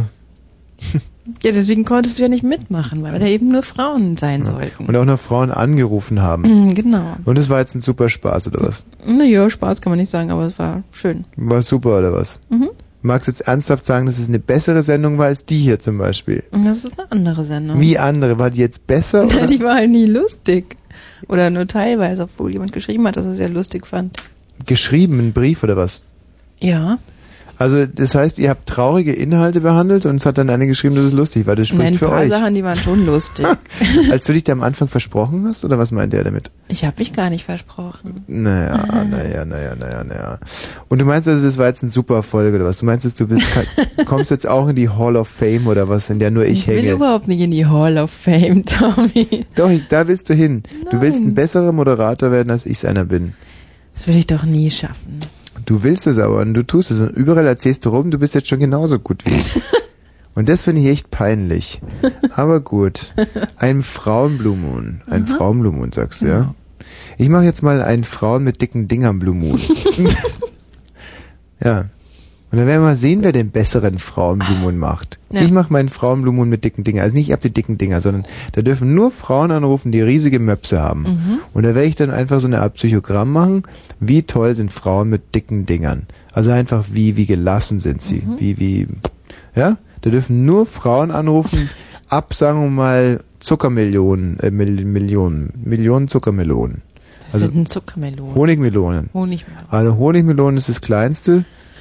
Ja, deswegen konntest du ja nicht mitmachen, weil da eben nur Frauen sein sollten. Und auch noch Frauen angerufen haben. Mhm, genau. Und es war jetzt ein super Spaß, oder was? Naja, Spaß kann man nicht sagen, aber es war schön. War super, oder was? Mhm. Magst du jetzt ernsthaft sagen, dass es eine bessere Sendung war als die hier zum Beispiel? Und das ist eine andere Sendung. Wie andere? War die jetzt besser? Oder? Die war halt nie lustig. Oder nur teilweise, obwohl jemand geschrieben hat, dass er es sehr lustig fand. Geschrieben, ein Brief oder was? Ja. Also das heißt, ihr habt traurige Inhalte behandelt und es hat dann eine geschrieben, dass es lustig war. Das spricht Nein, ein für paar euch. Sachen, die waren schon lustig. Als du dich da am Anfang versprochen hast, oder was meint er damit? Ich habe mich gar nicht versprochen. Naja, naja, naja, naja, naja. Und du meinst also, das war jetzt ein super Erfolg, oder was? Du meinst, dass du bist, kommst jetzt auch in die Hall of Fame oder was, in der nur ich, Ich hänge? will überhaupt nicht in die Hall of Fame, Tommy. Doch, da willst du hin. Du Nein. willst ein besserer Moderator werden, als ich einer bin. Das will ich doch nie schaffen. Du willst es aber und du tust es und überall erzählst du rum, du bist jetzt schon genauso gut wie ich. Und das finde ich echt peinlich. Aber gut. Ein Frauen-Blue Moon. Ein Mhm. Frauen-Blue Moon, sagst du, ja? Ich mache jetzt mal einen Frauen mit dicken Dingern Blue Moon. Ja. Und dann werden wir mal sehen, wer den besseren Frauen-Blue Moon macht. Ja. Ich mache meinen Frauen-Blue Moon mit dicken Dingern. Also nicht, ich hab die dicken Dinger, sondern da dürfen nur Frauen anrufen, die riesige Möpse haben. Mhm. Und da werde ich dann einfach so eine Art Psychogramm machen. Wie toll sind Frauen mit dicken Dingern? Also einfach wie, wie gelassen sind sie? Mhm. Wie, wie, ja? Da dürfen nur Frauen anrufen, ab, sagen wir mal, Zuckermillionen, äh, Mil- Millionen, Millionen Zuckermelonen. Das sind ein Zuckermelonen. Honigmelonen. Honigmelonen. Also Honigmelonen ist das kleinste.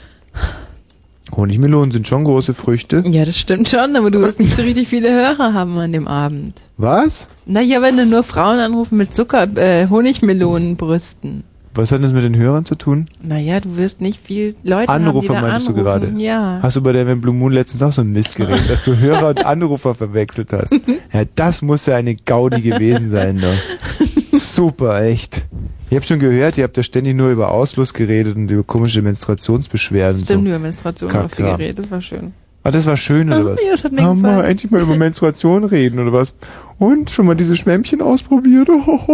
Honigmelonen sind schon große Früchte. Ja, das stimmt schon, aber du wirst nicht so richtig viele Hörer haben an dem Abend. Was? Naja, wenn du nur Frauen anrufen mit Zucker, äh, Honigmelonenbrüsten. Was hat das mit den Hörern zu tun? Naja, du wirst nicht viel Leute Anrufer haben, die da meinst anrufen. du gerade? Ja. Hast du bei der Blue Moon letztens auch so ein Mist geredet, dass du Hörer und Anrufer verwechselt hast? Ja, das muss ja eine Gaudi gewesen sein, doch. Super, echt. Ich habe schon gehört, ihr habt ja ständig nur über Ausfluss geredet und über komische Menstruationsbeschwerden. Stimmt, so. über Menstruation auch viel Kackkram. geredet, das war schön. Ah, das war schön, oder Ah, was? ja, das hat mir ah, gefallen. mal endlich mal über Menstruation reden, oder was? Und, schon mal diese Schwämmchen ausprobiert?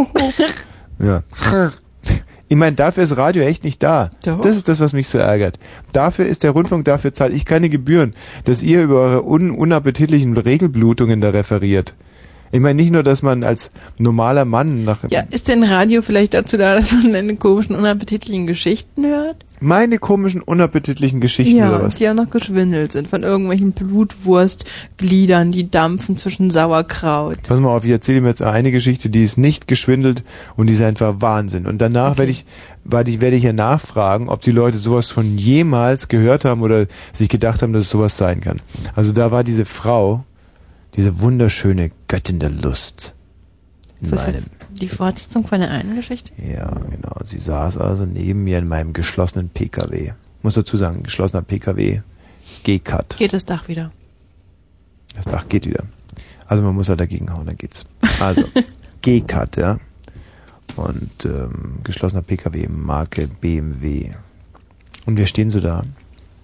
Ja. Ich meine, dafür ist Radio echt nicht da. Doch. Das ist das, was mich so ärgert. Dafür ist der Rundfunk, dafür zahle ich keine Gebühren, dass ihr über eure un unappetitlichen Regelblutungen da referiert. Ich meine nicht nur, dass man als normaler Mann nach... Ja, ist denn Radio vielleicht dazu da, dass man deine komischen, unappetitlichen Geschichten hört? Meine komischen, unappetitlichen Geschichten, ja, oder was? die auch noch geschwindelt sind von irgendwelchen Blutwurstgliedern, die dampfen zwischen Sauerkraut. Pass mal auf, ich erzähle mir jetzt eine Geschichte, die ist nicht geschwindelt und die ist einfach Wahnsinn. Und danach Okay. werde ich, werde ich, werde ich ja nachfragen, ob die Leute sowas von jemals gehört haben oder sich gedacht haben, dass es sowas sein kann. Also da war diese Frau, diese wunderschöne Göttin der Lust. in Ist das meinem- jetzt die Fortsetzung von der einen Geschichte? Ja, genau. Sie saß also neben mir in meinem geschlossenen P K W. Muss dazu sagen, geschlossener P K W, G-Cut. Geht das Dach wieder? Das Dach geht wieder. Also man muss halt dagegen hauen, dann geht's. Also, G-Cut, ja. Und ähm, geschlossener P K W, Marke B M W. Und wir stehen so da.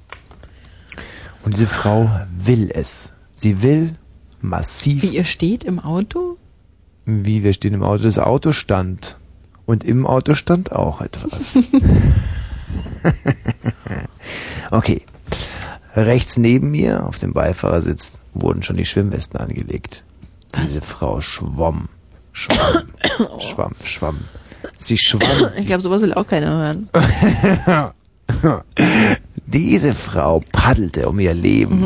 Und diese Frau will es. Sie will massiv... Wie ihr steht im Auto? Wie, wir stehen im Auto. Das Auto stand. Und im Auto stand auch etwas. Okay. Rechts neben mir, auf dem Beifahrersitz, wurden schon die Schwimmwesten angelegt. Was? Diese Frau schwamm. Schwamm. schwamm, schwamm. Sie schwamm. Ich glaube, sowas will auch keiner hören. Diese Frau paddelte um ihr Leben.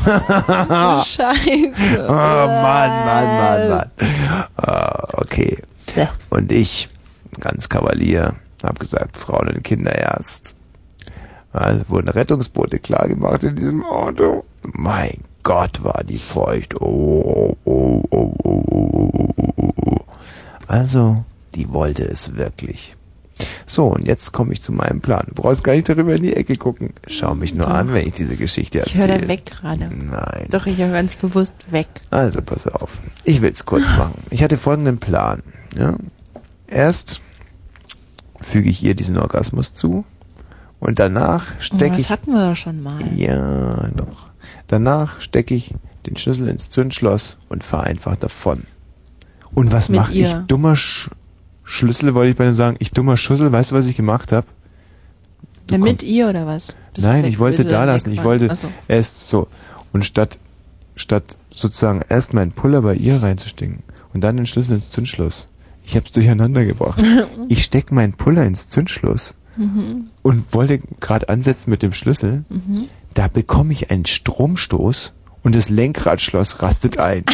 Scheiße. Oh Mann, Mann, Mann, Mann. Oh, okay. Und ich, ganz Kavalier, hab gesagt, Frauen und Kinder erst. Also wurden Rettungsboote klargemacht in diesem Auto. Mein Gott, war die feucht. Oh, oh, oh, oh, oh, oh, oh. Also, die wollte es wirklich. So, und jetzt komme ich zu meinem Plan. Du brauchst gar nicht darüber in die Ecke gucken. Schau mich nur Doch. an, wenn ich diese Geschichte erzähle. Ich höre da weg gerade. Nein. Doch, ich höre ganz bewusst weg. Also, pass auf. Ich will es kurz machen. Ich hatte folgenden Plan. Ja? Erst füge ich ihr diesen Orgasmus zu und danach stecke oh, ich... Das hatten wir doch schon mal. Ja, doch. Danach stecke ich den Schlüssel ins Zündschloss und fahre einfach davon. Und was mache ich? Dummer Sch Schlüssel, wollte ich bei dir sagen. Ich dummer Schussel, weißt du, was ich gemacht habe? Ja, mit ihr oder was? Bist Nein, ich wollte da lassen. Ich wollte so. erst so. Und statt, statt sozusagen erst meinen Puller bei ihr reinzustecken und dann den Schlüssel ins Zündschloss. Ich habe es durcheinander gebracht. Ich stecke meinen Puller ins Zündschloss mhm. und wollte gerade ansetzen mit dem Schlüssel. Mhm. Da bekomme ich einen Stromstoß und das Lenkradschloss rastet ein.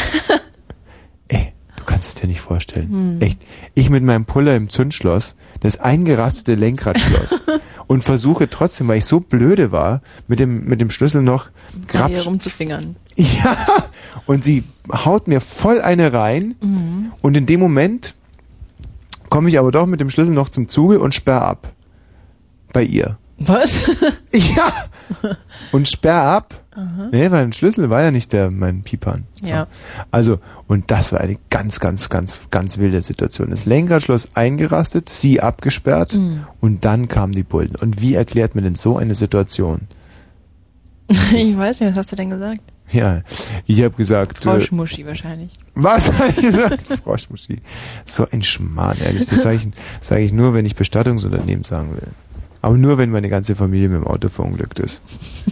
Ey, du kannst es dir nicht vorstellen. Mhm. Echt. Ich mit meinem Puller im Zündschloss, das eingerastete Lenkradschloss und versuche trotzdem, weil ich so blöde war, mit dem, mit dem Schlüssel noch grapsch rumzufingern. Ja, und sie haut mir voll eine rein mhm. und in dem Moment komme ich aber doch mit dem Schlüssel noch zum Zuge und sperr ab. Bei ihr. Was? Ja. Und sperr ab. Aha. Nee, weil ein Schlüssel war ja nicht der, mein Pipan. Ja. Also, und das war eine ganz, ganz, ganz, ganz wilde Situation. Das Lenkradschloss eingerastet, sie abgesperrt mhm. und dann kamen die Bullen. Und wie erklärt man denn so eine Situation? Ich weiß nicht, was hast du denn gesagt? Ja, ich habe gesagt... Froschmuschi äh, wahrscheinlich. Was habe ich gesagt? Froschmuschi. So ein Schmarrn, ehrlich. Das sage ich, sag ich nur, wenn ich Bestattungsunternehmen sagen will. Aber nur, wenn meine ganze Familie mit dem Auto verunglückt ist.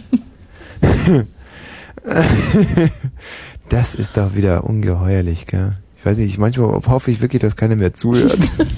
Das ist doch wieder ungeheuerlich, gell? Ich weiß nicht, manchmal hoffe ich wirklich, dass keiner mehr zuhört.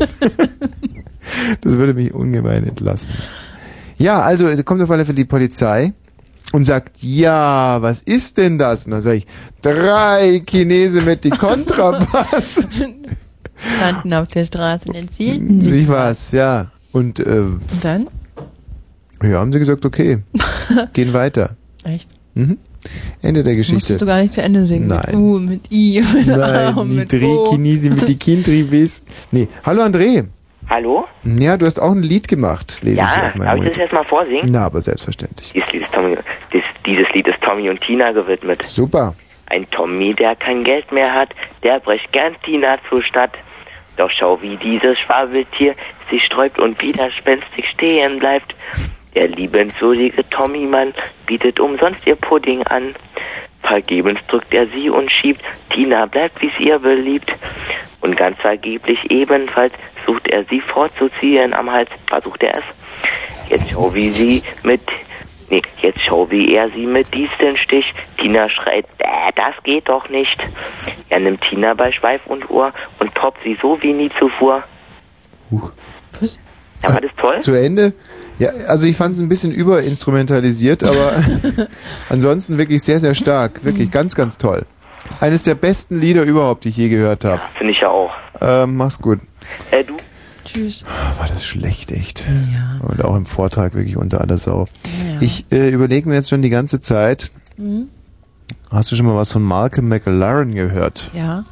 Das würde mich ungemein entlassen. Ja, also kommt auf alle Fälle die Polizei und sagt, ja, was ist denn das? Und dann sage ich, drei Chinesen mit die Kontrabass. Standen auf der Straße und erzählten sich, sich was, ja. Und, äh, und dann? Ja, haben sie gesagt, okay, gehen weiter. Echt? Mhm. Ende der Geschichte. Musstest du gar nicht zu Ende singen? Nein. Mit U, mit I, mit Nein, A, mit Nidri, O. Kinisi, mit die Kindriwes. Nee, hallo André. Hallo? Ja, du hast auch ein Lied gemacht, lese ja, ich auf meinem darf ich das jetzt mal vorsingen? Na, aber selbstverständlich. Dieses Lied, ist Tommy, dies, dieses Lied ist Tommy und Tina gewidmet. Super. Ein Tommy, der kein Geld mehr hat, der bricht gern Tina zur Stadt. Doch schau, wie dieses Schwabeltier sich sträubt und widerspenstig stehen bleibt. Der liebenswürdige Tommy-Mann bietet umsonst ihr Pudding an. Vergebens drückt er sie und schiebt, Tina bleibt, wie's ihr beliebt. Und ganz vergeblich ebenfalls sucht er sie fortzuziehen am Hals, versucht er es. Jetzt schau, wie sie mit, nee, jetzt schau, wie er sie mit diesem Stich. Tina schreit, bäh, das geht doch nicht. Er nimmt Tina bei Schweif und Ohr und poppt sie so wie nie zuvor. Huch. Was? Ja, war das toll? Zu Ende? Ja, also ich fand es ein bisschen überinstrumentalisiert, aber ansonsten wirklich sehr, sehr stark. Wirklich ganz, ganz toll. Eines der besten Lieder überhaupt, die ich je gehört habe. Finde ich ja auch. Ähm, mach's gut. Äh, du? Tschüss. War das schlecht, echt. Ja. Und auch im Vortrag wirklich unter aller Sau. Ja. Ich äh, überlege mir jetzt schon die ganze Zeit, Mhm. hast du schon mal was von Malcolm McLaren gehört? Ja.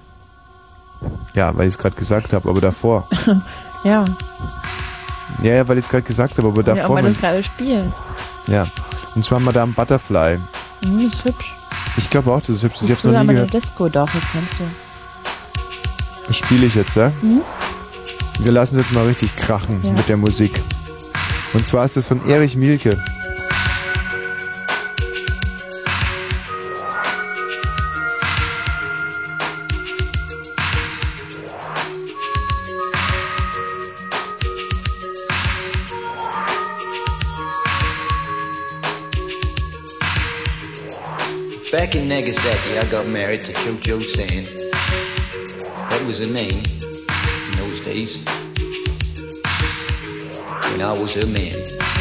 Ja, weil ich es gerade gesagt habe, aber davor. Ja. Ja, ja, weil ich es gerade gesagt habe, aber Ja, davor. weil du es gerade spielst. Ja. Und zwar Madame Butterfly. Mhm, ist hübsch. Ich glaube auch, das ist hübsch. Ich hab's Früher noch nie mal eine gehört. Disco, doch, das kannst du. Das spiele ich jetzt, ja? Mhm. Wir lassen es jetzt mal richtig krachen Ja. mit der Musik. Und zwar ist das von Erich Mielke. Back in Nagasaki, I got married to Cho-Cho San. That was her name in those days, when I was her man.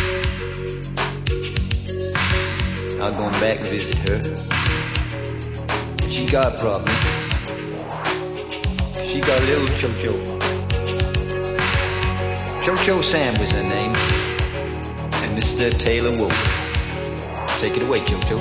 I've gone back and visit her. She got a problem. She got a little Cho-Cho. Cho-Cho Sam was her name. And Mister Taylor Wolf. Take it away, Cho-Cho.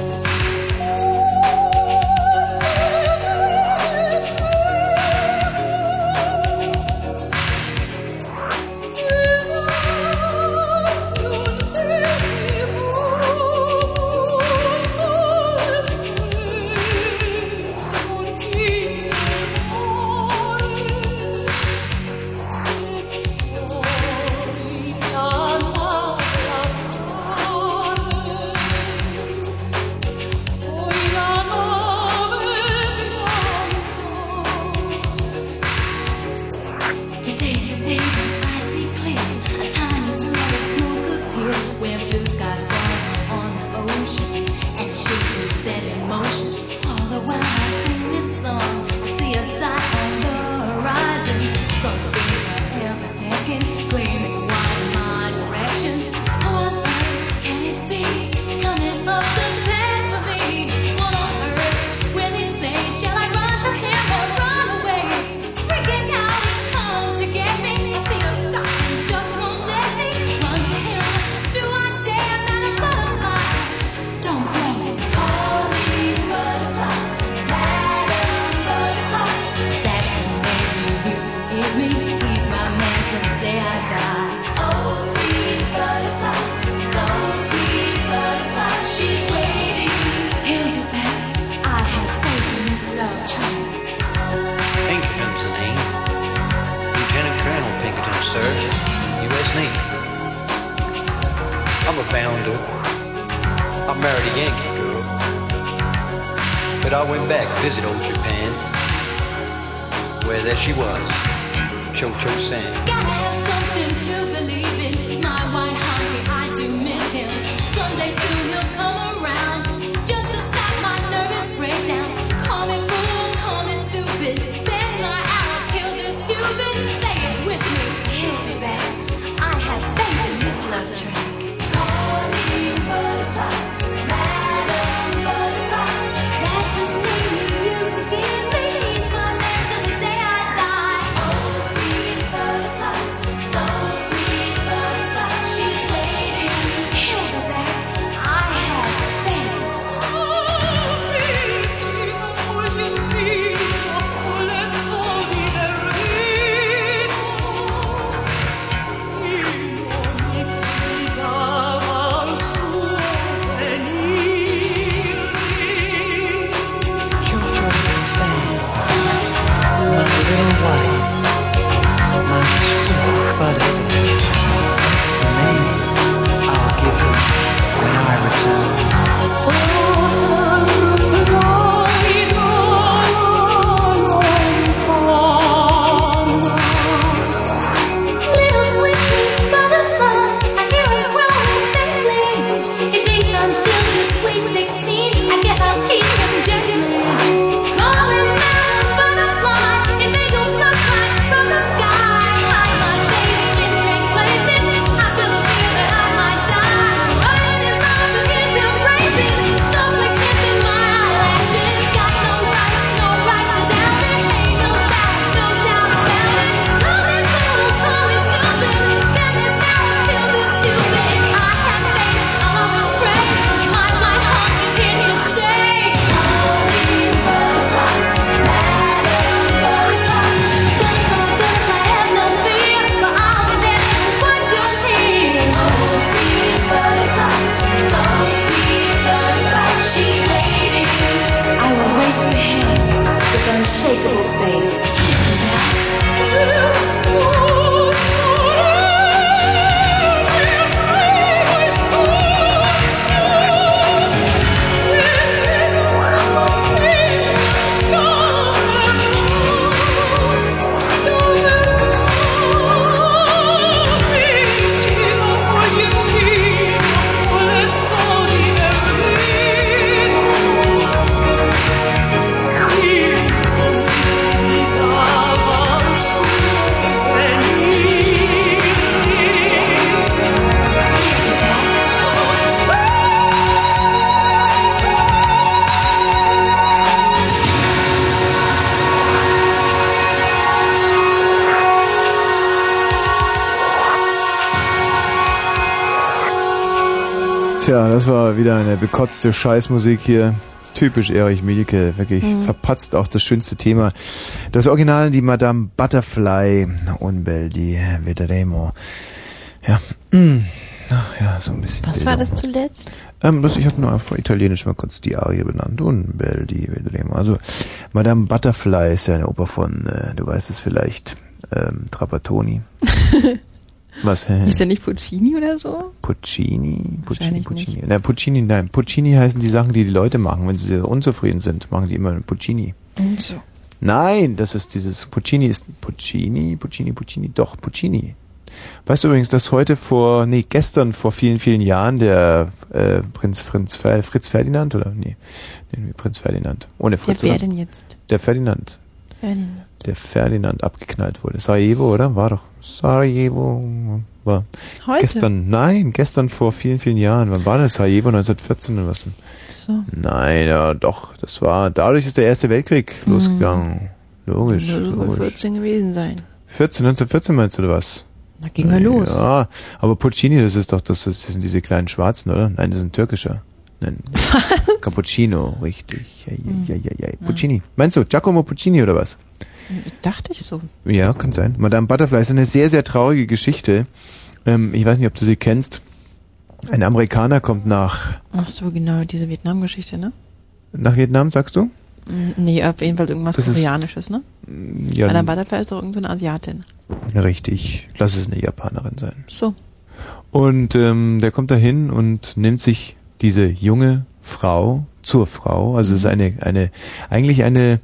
Tja, das war wieder eine bekotzte Scheißmusik hier. Typisch Erich Mielke, wirklich mhm. verpatzt auch das schönste Thema. Das Original, die Madame Butterfly, Un bel di vedremo. Ja, ach ja, so ein bisschen. Was Bildung. war das zuletzt? Ähm, das, ich habe nur auf Italienisch mal kurz die Arie benannt. Un bel di vedremo. Also Madame Butterfly ist ja eine Oper von, äh, du weißt es vielleicht, ähm, Trapattoni. Was? Hä? Ist ja nicht Puccini oder so? Puccini? Puccini, Puccini. Nein, Puccini, nein. Puccini heißen die Sachen, die die Leute machen. Wenn sie unzufrieden sind, machen die immer einen Puccini. Und so. Nein, das ist dieses, Puccini ist, Puccini, Puccini, Puccini, doch, Puccini. Weißt du übrigens, dass heute vor, nee, gestern vor vielen, vielen Jahren der äh, Prinz Fritz, Fritz Ferdinand, oder? Nee, nee, Prinz Ferdinand. Ohne Fritz. Der wer oder? denn jetzt? Der Ferdinand. Ferdinand. Der Ferdinand abgeknallt wurde. Sarajevo, oder? War doch. Sarajevo. War Heute? Gestern, nein, gestern vor vielen, vielen Jahren. Wann war das? Sarajevo neunzehnhundertvierzehn oder was? So. Nein, ja, doch. Das war, dadurch ist der Erste Weltkrieg mhm. losgegangen. Logisch. Das soll logisch. vierzehn gewesen sein. vierzehn, neunzehnhundertvierzehn meinst du, oder was? Na, ging er los. Ja, aber Puccini, das ist doch, das, das sind diese kleinen Schwarzen, oder? Nein, das ist ein türkischer. Nein. Was? Cappuccino, richtig. Ja, ja, ja, ja, ja. Mhm. Puccini. Meinst du, Giacomo Puccini oder was? Ich dachte ich so. Ja, kann sein. Madame Butterfly ist eine sehr, sehr traurige Geschichte. Ähm, ich weiß nicht, ob du sie kennst. Ein Amerikaner kommt nach... Ach so, genau, diese Vietnam-Geschichte, ne? Nach Vietnam, sagst du? Nee, auf jeden Fall irgendwas das Koreanisches, ist, ne? Ja. Madame Butterfly ist doch irgendeine Asiatin. Richtig. Lass es eine Japanerin sein. So. Und ähm, der kommt da hin und nimmt sich diese junge Frau zur Frau. Also es ist eine, eine, eigentlich eine...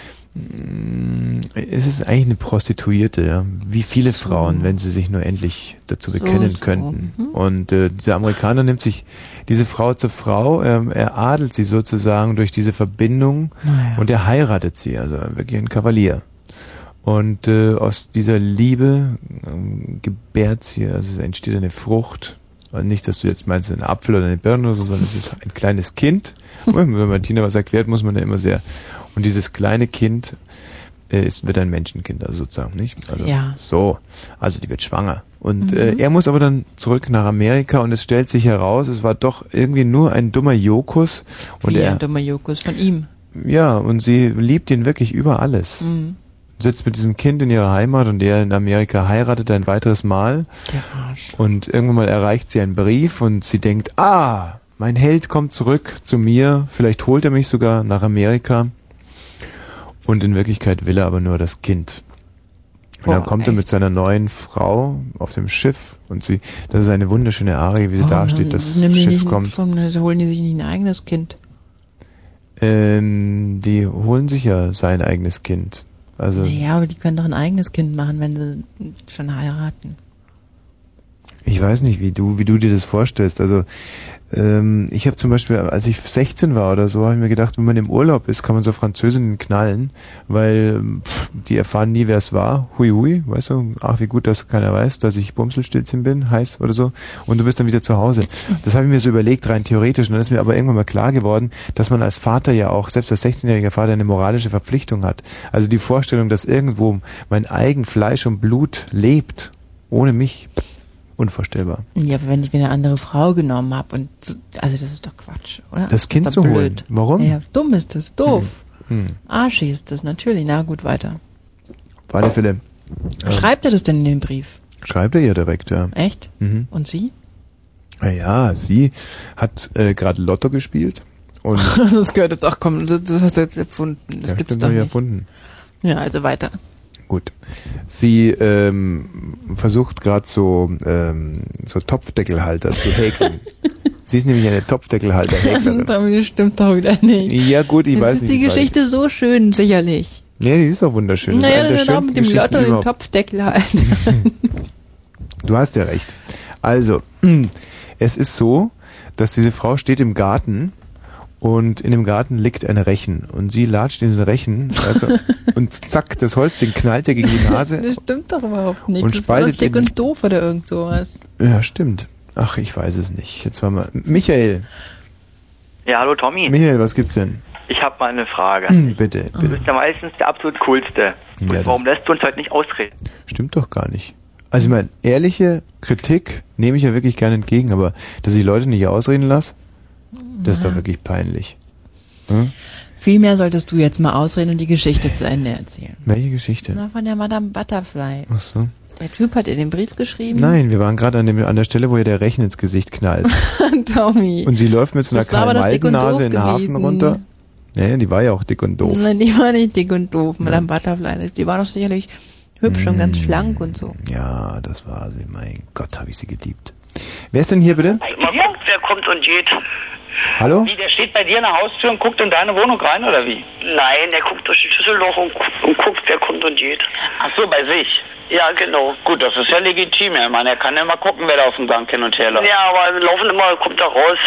Es ist eigentlich eine Prostituierte, ja. Wie viele so. Frauen, wenn sie sich nur endlich dazu so, bekennen so. könnten. Mhm. Und äh, dieser Amerikaner nimmt sich diese Frau zur Frau, ähm, er adelt sie sozusagen durch diese Verbindung naja. und er heiratet sie, also wirklich ein Kavalier. Und äh, aus dieser Liebe ähm, gebärt sie, also es entsteht eine Frucht. Und nicht, dass du jetzt meinst, ein Apfel oder eine Birne oder so, sondern es ist ein kleines Kind. Und wenn Martina was erklärt, muss man ja immer sehr... Und dieses kleine Kind äh, ist, wird ein Menschenkind, also sozusagen, nicht? Also, ja. So, also die wird schwanger. Und mhm. äh, er muss aber dann zurück nach Amerika und es stellt sich heraus, es war doch irgendwie nur ein dummer Jokus. Und Wie er, ein dummer Jokus von ihm. Ja, und sie liebt ihn wirklich über alles. Mhm. Sitzt mit diesem Kind in ihrer Heimat und er in Amerika heiratet ein weiteres Mal. Der Arsch. Und irgendwann mal erreicht sie einen Brief und sie denkt, ah, mein Held kommt zurück zu mir, vielleicht holt er mich sogar nach Amerika. Und in Wirklichkeit will er aber nur das Kind. Und Boah, dann kommt echt? er mit seiner neuen Frau auf dem Schiff und sie, das ist eine wunderschöne Arie, wie sie oh, da steht, das Schiff kommt. So holen die sich nicht ein eigenes Kind? Ähm, die holen sich ja sein eigenes Kind. Also. Naja, aber die können doch ein eigenes Kind machen, wenn sie schon heiraten. Ich weiß nicht, wie du, wie du dir das vorstellst. Also ähm, ich habe zum Beispiel, als ich sechzehn war oder so, habe ich mir gedacht, wenn man im Urlaub ist, kann man so Französinnen knallen, weil pff, die erfahren nie, wer es war. Hui hui, weißt du? Ach, wie gut, dass keiner weiß, dass ich Bumselstilzchen bin, heiß oder so. Und du bist dann wieder zu Hause. Das habe ich mir so überlegt, rein theoretisch. Und dann ist mir aber irgendwann mal klar geworden, dass man als Vater ja auch, selbst als sechzehnjähriger Vater, eine moralische Verpflichtung hat. Also die Vorstellung, dass irgendwo mein eigen Fleisch und Blut lebt, ohne mich... Unvorstellbar. Ja, aber wenn ich mir eine andere Frau genommen habe und also das ist doch Quatsch, oder? Das Kind zu holen. Warum? Ja, dumm ist das, doof. Hm. Hm. Arschi ist das, natürlich. Na gut, weiter. Auf alle Fälle. Schreibt er das denn in den Brief? Schreibt er ja direkt, ja. Echt? Mhm. Und sie? Naja, sie hat äh, gerade Lotto gespielt. Und das gehört jetzt auch, komm, das hast du jetzt erfunden. Das ja, gibt's doch nicht. Erfunden. Ja, also weiter. Gut. Sie ähm, versucht gerade so ähm, so Topfdeckelhalter zu häkeln. Sie ist nämlich eine Topfdeckelhalter-Häklerin. Das stimmt doch wieder nicht. Ja gut, ich Jetzt weiß ist nicht. Ist die Geschichte halt so schön, sicherlich. Ja, die ist auch wunderschön. Naja, dann auch mit dem Lotto den Topfdeckel halten. Du hast ja recht. Also, es ist so, dass diese Frau steht im Garten und in dem Garten liegt ein Rechen und sie latscht in diesen Rechen also, und zack, das Holzding knallt ihr gegen die Nase. Das stimmt doch überhaupt nicht. Und das war doch dick den, und doof oder irgend sowas. Ja, stimmt. Ach, ich weiß es nicht. Jetzt war mal Michael. Ja, hallo Tommy. Michael, was gibt's denn? Ich habe mal eine Frage. Hm, bitte, bitte. Du bist ja meistens der absolut coolste. Und ja, warum lässt du uns heute nicht ausreden? Stimmt doch gar nicht. Also ich meine, ehrliche Kritik nehme ich ja wirklich gerne entgegen, aber dass ich die Leute nicht ausreden lasse, das ist Ja. doch wirklich peinlich. Hm? Vielmehr solltest du jetzt mal ausreden und die Geschichte zu Ende erzählen. Welche Geschichte? Na, von der Madame Butterfly. Ach so. Der Typ hat ihr den Brief geschrieben. Nein, wir waren gerade an, dem- an der Stelle, wo ihr der Rechen ins Gesicht knallt. Tommy. Und sie läuft mit so einer Das war aber doch dick und Karl-Malden-Nase doof in den Hafen gewesen. runter. Nee, die war ja auch dick und doof. Nein, die war nicht dick und doof, Madame Butterfly. Die war doch sicherlich hübsch und ganz schlank und so. Ja, das war sie. Mein Gott, habe ich sie geliebt. Wer ist denn hier bitte? Man guckt, wer kommt und geht. Hallo? Wie, der steht bei dir in der Haustür und guckt in deine Wohnung rein, oder wie? Nein, der guckt durch die Schlüsselloch und, gu- und guckt, wer kommt und geht. Ach so, bei sich? Ja, genau. Gut, das ist ja legitim. Ich meine, er kann ja mal gucken, wer da auf dem Gang hin und her läuft. Ja, aber laufen immer, kommt er raus.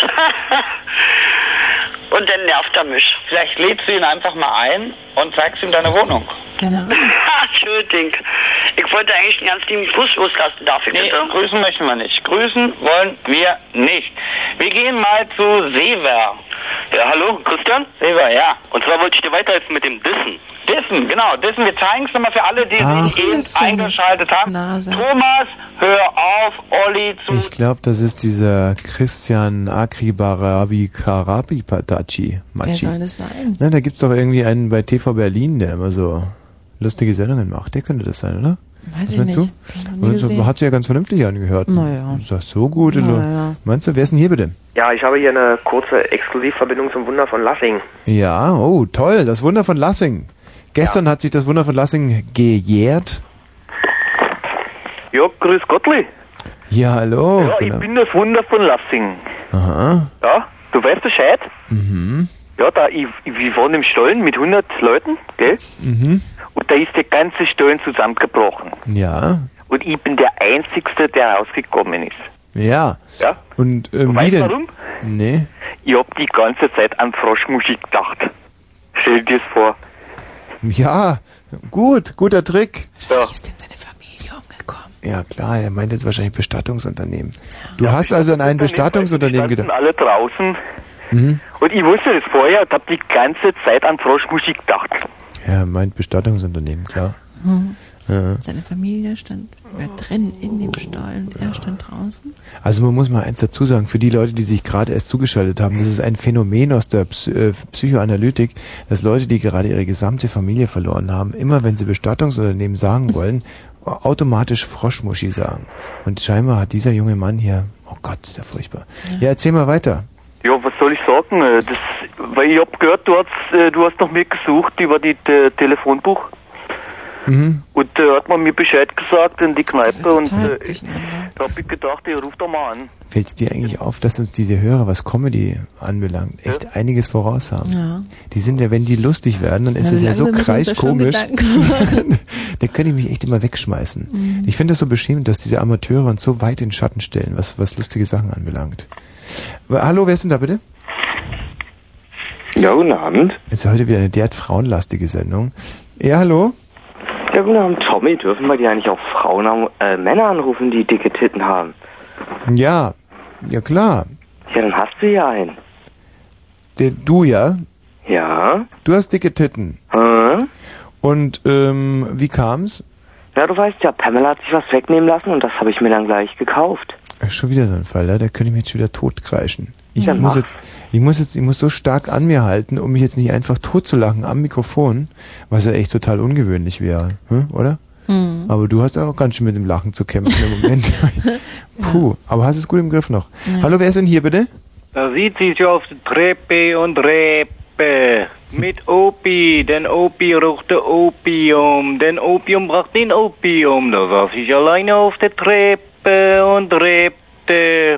Und dann nervt er mich. Vielleicht lädst du ihn einfach mal ein und zeigst ihm deine Wohnung. Genau. Entschuldigung. Ich wollte eigentlich einen ganz lieben Gruß loslassen. Darf ich nee, bitte? Grüßen möchten wir nicht. Grüßen wollen wir nicht. Wir gehen mal zu Sever. Ja, hallo, Christian? Sever, ja. Und zwar wollte ich dir weiterhelfen mit dem Dissen. Dissen, genau. Dissen, wir zeigen es nochmal für alle, die Ah. sich eben eingeschaltet haben. Nase. Thomas, hör auf, Olli zu... Ich glaube, das ist dieser Christian Akribarabi Karabi Padachi. Wer soll das sein? Na, da gibt's doch irgendwie einen bei T V Berlin, der immer so lustige Sendungen macht. Der könnte das sein, oder? Weiß Was ich meinst nicht. du? Ich hab noch nie Und so, gesehen. hat sich ja ganz vernünftig angehört. Naja. Ist das so gut? Na oder? ja. Meinst du, wer ist denn hier bitte? Ja, ich habe hier eine kurze Exklusivverbindung zum Wunder von Lassing. Ja, oh, toll. Das Wunder von Lassing. Gestern hat sich das Wunder von Lassing gejährt. Ja, grüß Gottli. Ja, hallo. ja, ich Genau. bin das Wunder von Lassing. Aha. Ja, du weißt Bescheid? Mhm. Ja, da, ich, ich, wir waren im Stollen mit hundert Leuten, gell? Mhm. Und da ist der ganze Stollen zusammengebrochen. Ja. Und ich bin der Einzigste, der rausgekommen ist. Ja. Ja? Und ähm, wie Weißt denn? warum? Nee. Ich hab die ganze Zeit an Froschmusik gedacht. Stell dir das vor. Ja, gut, guter Trick. Ja. Ja klar, er meint jetzt wahrscheinlich Bestattungsunternehmen. Du hast also an ein Bestattungsunternehmen Die standen gedacht. alle draußen. Mhm. Und ich wusste das vorher und hab die ganze Zeit an Froschmusik gedacht. Ja, er meint Bestattungsunternehmen, klar. Hm. Ja. Seine Familie stand drin in dem Stall und er stand draußen. Also man muss mal eins dazu sagen, für die Leute, die sich gerade erst zugeschaltet haben, das ist ein Phänomen aus der Psy- äh, Psychoanalytik, dass Leute, die gerade ihre gesamte Familie verloren haben, immer wenn sie Bestattungsunternehmen sagen wollen, automatisch Froschmuschi sagen. Und scheinbar hat dieser junge Mann hier, oh Gott, ist ja furchtbar. Ja, erzähl mal weiter. Ja, was soll ich sagen? Äh, Das, weil ich hab gehört, du hast, äh, du hast noch mitgesucht über die äh, Telefonbuch. Mhm. Und da äh, hat man mir Bescheid gesagt in die Kneipe und äh, da hab ich gedacht, ich ruf doch mal an. Fällt es dir eigentlich auf, dass uns diese Hörer, was Comedy anbelangt, echt ja. einiges voraus haben? Ja. Die sind ja, wenn die lustig werden, dann ist Na, es ja so kreischkomisch. Da da könnte ich mich echt immer wegschmeißen. Mhm. Ich finde das so beschämend, dass diese Amateure uns so weit in den Schatten stellen, was, was lustige Sachen anbelangt. Aber, hallo, wer ist denn da bitte? Ja, guten Abend. Jetzt ist heute wieder eine derart frauenlastige Sendung. Ja, hallo? Ja, guten Abend, Tommy. Dürfen wir die eigentlich auch Frauen, äh, Männer anrufen, die dicke Titten haben? Ja, ja klar. Ja, dann hast du ja einen. Der, du ja? Ja. Du hast dicke Titten. Hm? Und ähm, wie kam's? Ja, du weißt ja, Pamela hat sich was wegnehmen lassen und das habe ich mir dann gleich gekauft. Schon wieder so ein Fall, da könnte ich mich jetzt schon wieder totkreischen. Ich Ja, muss mach. jetzt, ich muss jetzt, ich muss so stark an mir halten, um mich jetzt nicht einfach tot zu lachen am Mikrofon, was ja echt total ungewöhnlich wäre, hm, oder? Hm. Aber du hast auch ganz schön mit dem Lachen zu kämpfen im Moment. Puh, aber hast es gut im Griff noch. Ja. Hallo, wer ist denn hier bitte? Da sieht sie sich auf der Treppe und Reppe. Mit Opi, denn Opi rauchte Opium, denn Opium bracht den Opium. Da saß ich alleine auf der Treppe und rebte.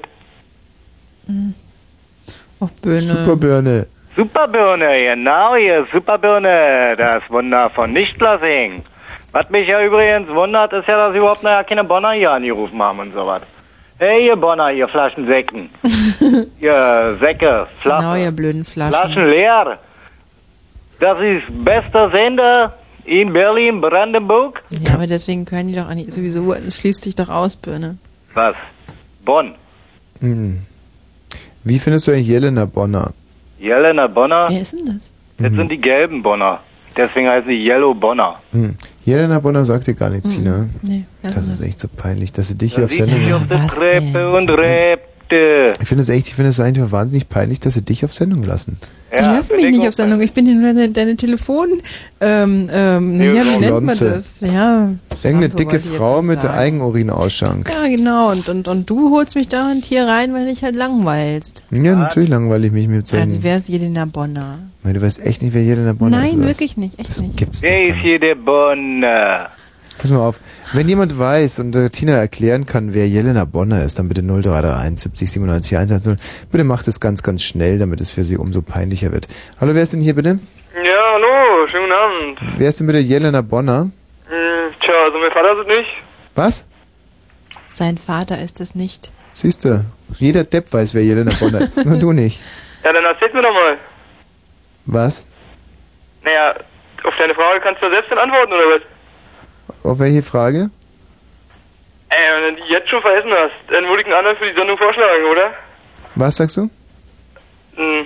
Auf Birne. Superbirne. Superbirne, genau hier, Superbirne, das Wunder von Nichtlassing. Was mich ja übrigens wundert, ist ja, dass überhaupt noch keine Bonner hier angerufen haben und sowas. Hey, ihr Bonner, ihr Flaschensäcken. Ihr Säcke, Flaschen. Genau, ihr blöden Flaschen. Flaschen leer. Das ist bester Sender in Berlin, Brandenburg. Ja, aber deswegen können die doch eigentlich sowieso, es schließt sich doch aus, Birne. Was? Bonn. Hm. Wie findest du eigentlich Jelena Bonner? Jelena Bonner? Wer ist denn das? Das sind die gelben Bonner. Deswegen heißt sie Yellow Bonner. Hm. Jelena Bonner sagt dir gar nichts, Mhm. Tina. Nee, das lass ist das. echt so peinlich, dass sie dich Da hier auf sieht Sendung sie auf der Treppe und räbte. Ich finde es echt, ich finde es eigentlich wahnsinnig peinlich, dass sie dich auf Sendung lassen. Die lassen mich nicht auf Sendung. Ich bin hier nur deine, deine Telefon, ähm, ähm, Nee, ja, wie so nennt man Lonze. das? Ja. Irgendeine Schlampe dicke wollte ich jetzt Frau nicht mit sagen. Eigenurinausschank. Ja, genau. Und, und, und du holst mich dauernd hier rein, weil du dich halt langweilst. Ja, natürlich langweile ich mich mit so. Als wär's Jelena Bonner. Du weißt echt nicht, wer Jelena Bonner ist. Nein, oder was? wirklich nicht. Echt nicht. Gibt's doch Wer gar ist nicht. hier der Bonner? Pass mal auf. Wenn jemand weiß und äh, Tina erklären kann, wer Jelena Bonner ist, dann bitte null drei drei eins siebzig siebenundneunzig hundertzehn. Bitte macht es ganz, ganz schnell, damit es für sie umso peinlicher wird. Hallo, wer ist denn hier bitte? Ja, hallo, schönen guten Abend. Wer ist denn bitte Jelena Bonner? Hm, tja, also mein Vater ist es nicht. Was? Sein Vater ist es nicht. Siehst du, jeder Depp weiß, wer Jelena Bonner ist, nur du nicht. Ja, dann erzähl mir doch mal. Was? Naja, auf deine Frage kannst du selbst dann antworten, oder was? Auf welche Frage? Ey, wenn du die jetzt schon vergessen hast, dann würde ich einen anderen für die Sendung vorschlagen, oder? Was sagst du? Hm.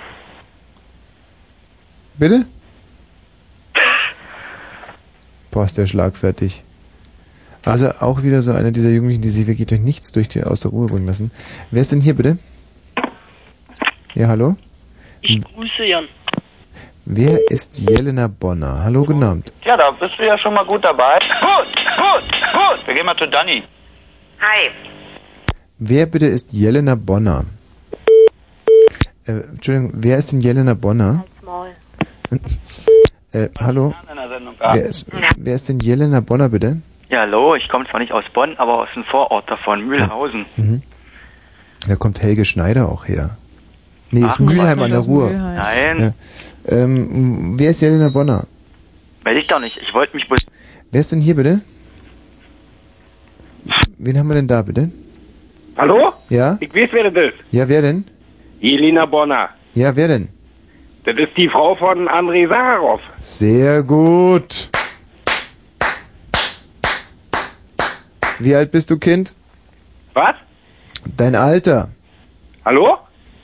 Bitte? Boah, ist der schlagfertig. Also auch wieder so einer dieser Jugendlichen, die sich wirklich durch nichts durch die aus der Ruhe bringen lassen. Wer ist denn hier bitte? Ja, hallo? Ich grüße Jan. Wer ist Jelena Bonner? Hallo, guten Abend. Ja, da bist du ja schon mal gut dabei. Gut, gut, gut. Wir gehen mal zu Dani. Hi. Wer bitte ist Jelena Bonner? Äh, Entschuldigung, wer ist denn Jelena Bonner? Maul. Äh, hallo? Wer ist, wer ist denn Jelena Bonner bitte? Ja, hallo, ich komme zwar nicht aus Bonn, aber aus dem Vorort davon, Mühlhausen. Mhm. Da kommt Helge Schneider auch her. Nee, ist Ach, Mülheim an der aus Ruhr. Mülheim. Nein. Ja. Ähm, wer ist Jelena Bonner? Weiß ich doch nicht. Ich wollte mich bloß... Wer ist denn hier bitte? Wen haben wir denn da bitte? Hallo? Ja? Ich weiß, wer das ist. Ja, wer denn? Jelena Bonner. Ja, wer denn? Das ist die Frau von Andrei Sacharow. Sehr gut. Wie alt bist du, Kind? Was? Dein Alter. Hallo?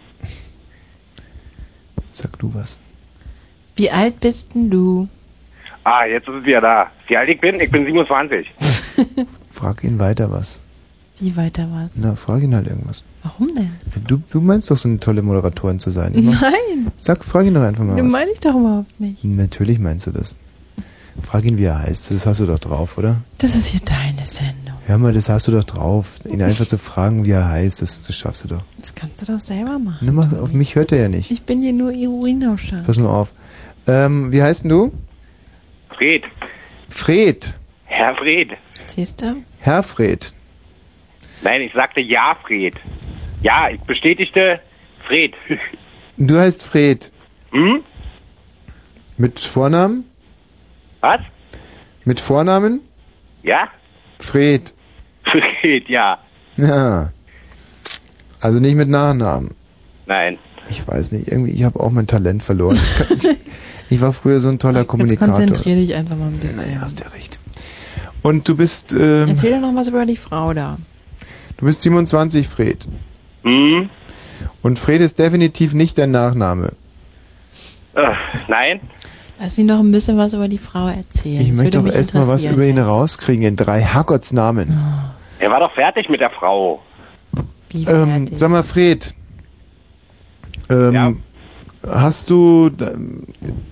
Sag du was. Wie alt bist denn du? Ah, jetzt ist es wieder da. Wie alt ich bin? Ich bin siebenundzwanzig. Frag ihn weiter was. Wie weiter was? Na, frag ihn halt irgendwas. Warum denn? Du, du meinst doch, so eine tolle Moderatorin zu sein. Immer. Nein. Sag, frag ihn doch einfach mal Das was. meine ich doch überhaupt nicht. Natürlich meinst du das. Frag ihn, wie er heißt. Das hast du doch drauf, oder? Das ist hier deine Sendung. Hör mal, das hast du doch drauf. Ihn einfach zu fragen, wie er heißt, das, das schaffst du doch. Das kannst du doch selber machen. Na, mach, auf mich hört er ja nicht. Ich bin hier nur Urinausschank. Pass mal auf. Ähm, wie heißt denn du? Fred. Fred. Herr Fred. Siehst du? Herr Fred. Nein, ich sagte ja, Fred. Ja, ich bestätigte Fred. Du heißt Fred. Hm? Mit Vornamen? Was? Mit Vornamen? Ja? Fred. Fred, ja. Ja. Also nicht mit Nachnamen. Nein. Ich weiß nicht, irgendwie, ich habe auch mein Talent verloren. Ich, ich war früher so ein toller Jetzt Kommunikator. konzentrier dich einfach mal ein bisschen. Naja, hast ja recht. Und du bist, ähm, Erzähl doch noch was über die Frau da. du bist siebenundzwanzig, Fred. Hm? Und Fred ist definitiv nicht dein Nachname. Äh, nein. Lass ihn doch ein bisschen was über die Frau erzählen. Ich Das möchte würde doch mich erst mal was interessieren. über ihn rauskriegen in drei Herrgottsnamen. Er war doch fertig mit der Frau. Wie Ähm, sag mal, Fred. Ähm, hast du, ähm,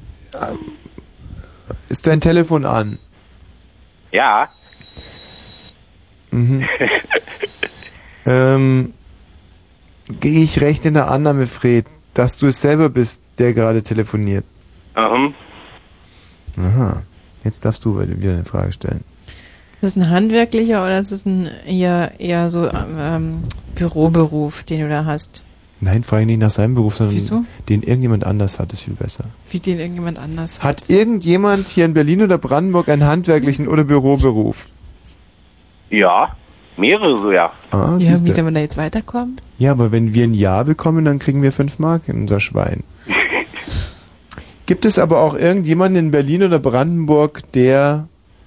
ist dein Telefon an? Ja. Mhm. ähm, gehe ich recht in der Annahme, Fred, dass du es selber bist, der gerade telefoniert? Mhm. Aha. Jetzt darfst du wieder eine Frage stellen. Ist das ein handwerklicher oder ist es ein eher, eher so ähm, Büroberuf, den du da hast? Nein, frage nicht nach seinem Beruf, sondern Wieso? den irgendjemand anders hat, ist viel besser. Wie den irgendjemand anders hat. Hat irgendjemand hier in Berlin oder Brandenburg einen handwerklichen oder Büroberuf? Ja. Mehrere so, ja. Ah, Ja, siehste. wie soll man da jetzt weiterkommen? Ja, aber wenn wir ein Ja bekommen, dann kriegen wir fünf Mark in unser Schwein. Gibt es aber auch irgendjemanden in Berlin oder Brandenburg, der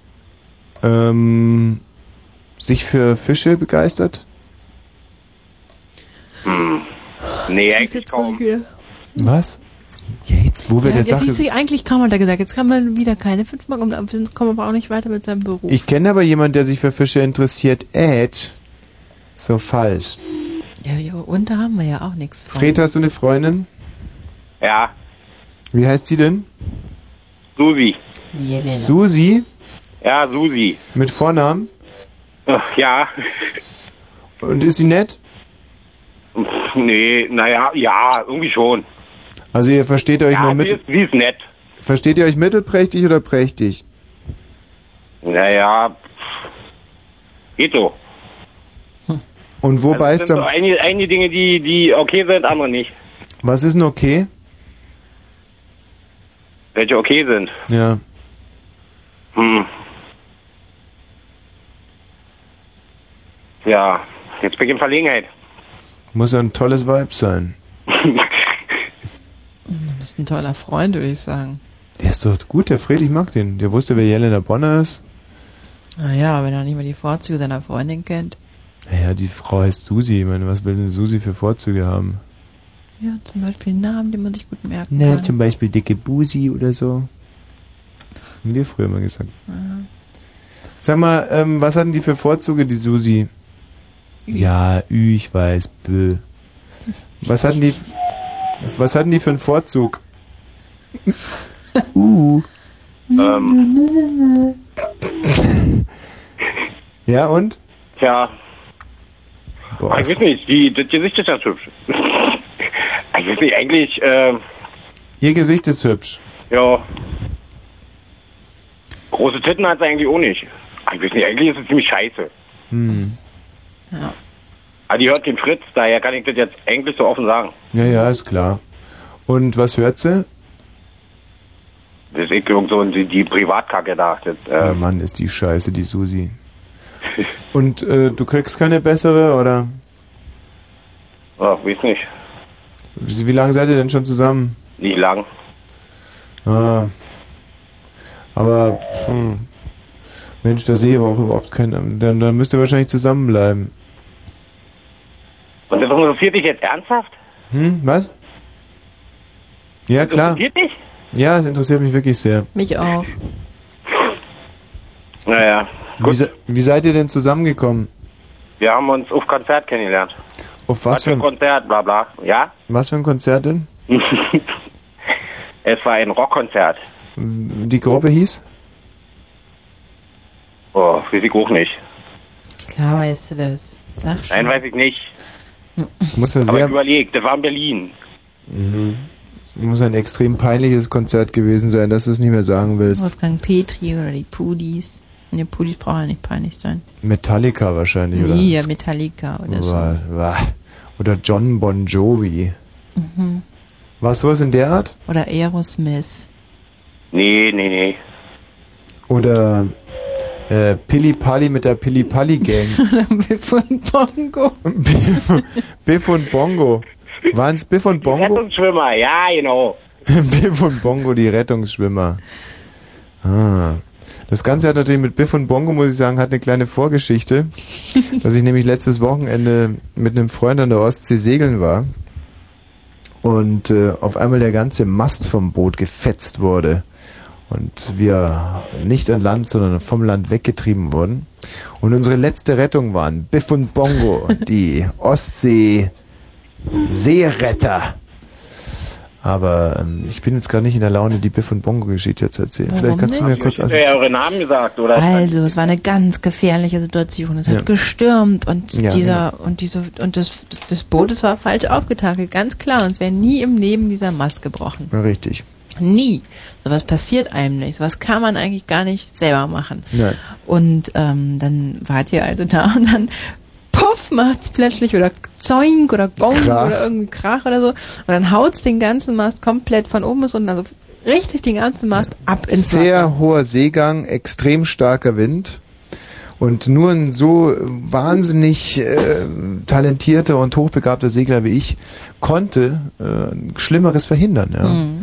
ähm, sich für Fische begeistert? Hm. Nee, eigentlich kaum. Was? Ja, jetzt, wo wir Ja, der jetzt Sache... siehst du, eigentlich kaum hat er gesagt, jetzt kann man wieder keine fünf Mark, und wir kommen aber auch nicht weiter mit seinem Beruf. Ich kenne aber jemanden, der sich für Fische interessiert. Ed. So falsch. Ja, ja, und da haben wir ja auch nichts von. Fred, hast du eine Freundin? Ja. Wie heißt sie denn? Susi. Jelena. Susi? Ja, Susi. Mit Vornamen? Ach, ja. Und ist sie nett? Pff, nee, naja, ja, irgendwie schon. Also ihr versteht euch Ja, nur sie mit... ist, sie ist nett. Versteht ihr euch mittelprächtig oder prächtig? Naja, pff, geht so. Und wo Also, beißt das sind am... so einige, einige Dinge, die, die okay sind, andere nicht. Was ist denn okay? Welche okay sind? Ja. Hm. Ja, jetzt bin ich in Verlegenheit. Muss ja ein tolles Vibe sein. Du bist ein toller Freund, würde ich sagen. Der ist doch gut, der Fred, ich mag den. Der wusste, wer Jelena Bonner ist. Naja, wenn er nicht mal die Vorzüge seiner Freundin kennt. Naja, die Frau heißt Susi. Ich meine, was will denn Susi für Vorzüge haben? Ja, zum Beispiel einen Namen, den man sich gut merken Na, kann. zum Beispiel dicke Busi oder so. Haben wir früher mal gesagt. Aha. Sag mal, ähm, was hatten die für Vorzüge, die Susi? Ü. Ja, Ü, ich weiß, bö. Was hatten die, was hatten die für einen Vorzug? uh. Ähm. Ja, und? Tja. Boah, ich weiß nicht, die, das Gesicht ist ganz hübsch. Ich weiß nicht, eigentlich, ähm, Ihr Gesicht ist hübsch. ja. Große Titten hat sie eigentlich auch nicht. Ich weiß nicht, eigentlich ist es ziemlich scheiße. Hm. Ja. Aber die hört den Fritz, daher kann ich das jetzt eigentlich so offen sagen. Ja, ja, ist klar. Und was hört sie? Das ist irgend so die, die Privatkacke da. Das, äh, Oh Mann, ist die scheiße, die Susi. Und äh, du kriegst keine bessere, oder? oh, weiß nicht. Wie, wie lange seid ihr denn schon zusammen? Nicht lang. Ah. Aber, hm. Mensch, da sehe ich aber auch überhaupt keinen. Dann, dann müsst ihr wahrscheinlich zusammenbleiben. Und das interessiert dich jetzt ernsthaft? Hm, was? Ja, klar. Interessiert dich? Ja, es interessiert mich wirklich sehr. Mich auch. Naja. Wie, se- wie seid ihr denn zusammengekommen? Wir haben uns auf Konzert kennengelernt. Auf was für ein, Konzert, bla bla. Ja? was für ein Konzert denn? Es war ein Rockkonzert. Die Gruppe hieß? Oh, weiß ich auch nicht. Klar weißt du das. Sag schon. Nein, weiß ich nicht. Muss ja Aber sehr, ich überlegt, das war in Berlin. mhm. Muss ein extrem peinliches Konzert gewesen sein, dass du es nicht mehr sagen willst. Wolfgang Petri oder die Pudis. Ne, Pudis brauchen ja nicht peinlich sein. Metallica wahrscheinlich, oder? Ja, Metallica oder so. Wa- wa- Oder John Bon Jovi. Mhm. War sowas in der Art? Oder Aerosmith. Nee, nee, nee. Oder äh, Pilli Palli mit der Pilli Palli Gang. Oder Biff und Bongo. Biff, Biff und Bongo. Waren es Biff und Bongo? Rettungsschwimmer, ja, genau. Biff und Bongo, die Rettungsschwimmer. Ah. Das Ganze hat natürlich mit Biff und Bongo, muss ich sagen, hat eine kleine Vorgeschichte. Dass ich nämlich letztes Wochenende mit einem Freund an der Ostsee segeln war und äh, auf einmal der ganze Mast vom Boot gefetzt wurde und wir nicht an Land, sondern vom Land weggetrieben wurden. Und unsere letzte Rettung waren Biff und Bongo, die Ostsee Seeretter. Aber ähm, ich bin jetzt gerade nicht in der Laune, die Biff und Bongo-Geschichte zu erzählen. Warum Vielleicht kannst du mir nicht? kurz Hast du ja eure Namen gesagt, oder? Also, es war eine ganz gefährliche Situation. Es hat Ja. gestürmt und Ja, dieser und diese und das das Boot, es war falsch aufgetakelt, ganz klar. Und es wäre nie im Leben dieser Mast gebrochen. Ja, richtig. Nie. Sowas passiert einem nicht. Sowas kann man eigentlich gar nicht selber machen. Nein. Und ähm, dann wart ihr also da und dann puff macht's plötzlich oder Zoink oder Gong Krach. oder irgendwie Krach oder so. Und dann haut's den ganzen Mast komplett von oben bis unten, also richtig den ganzen Mast ab ins Sehr Wasser. hoher Seegang, extrem starker Wind. Und nur ein so wahnsinnig äh, talentierter und hochbegabter Segler wie ich konnte äh, Schlimmeres verhindern. Ja. Mhm.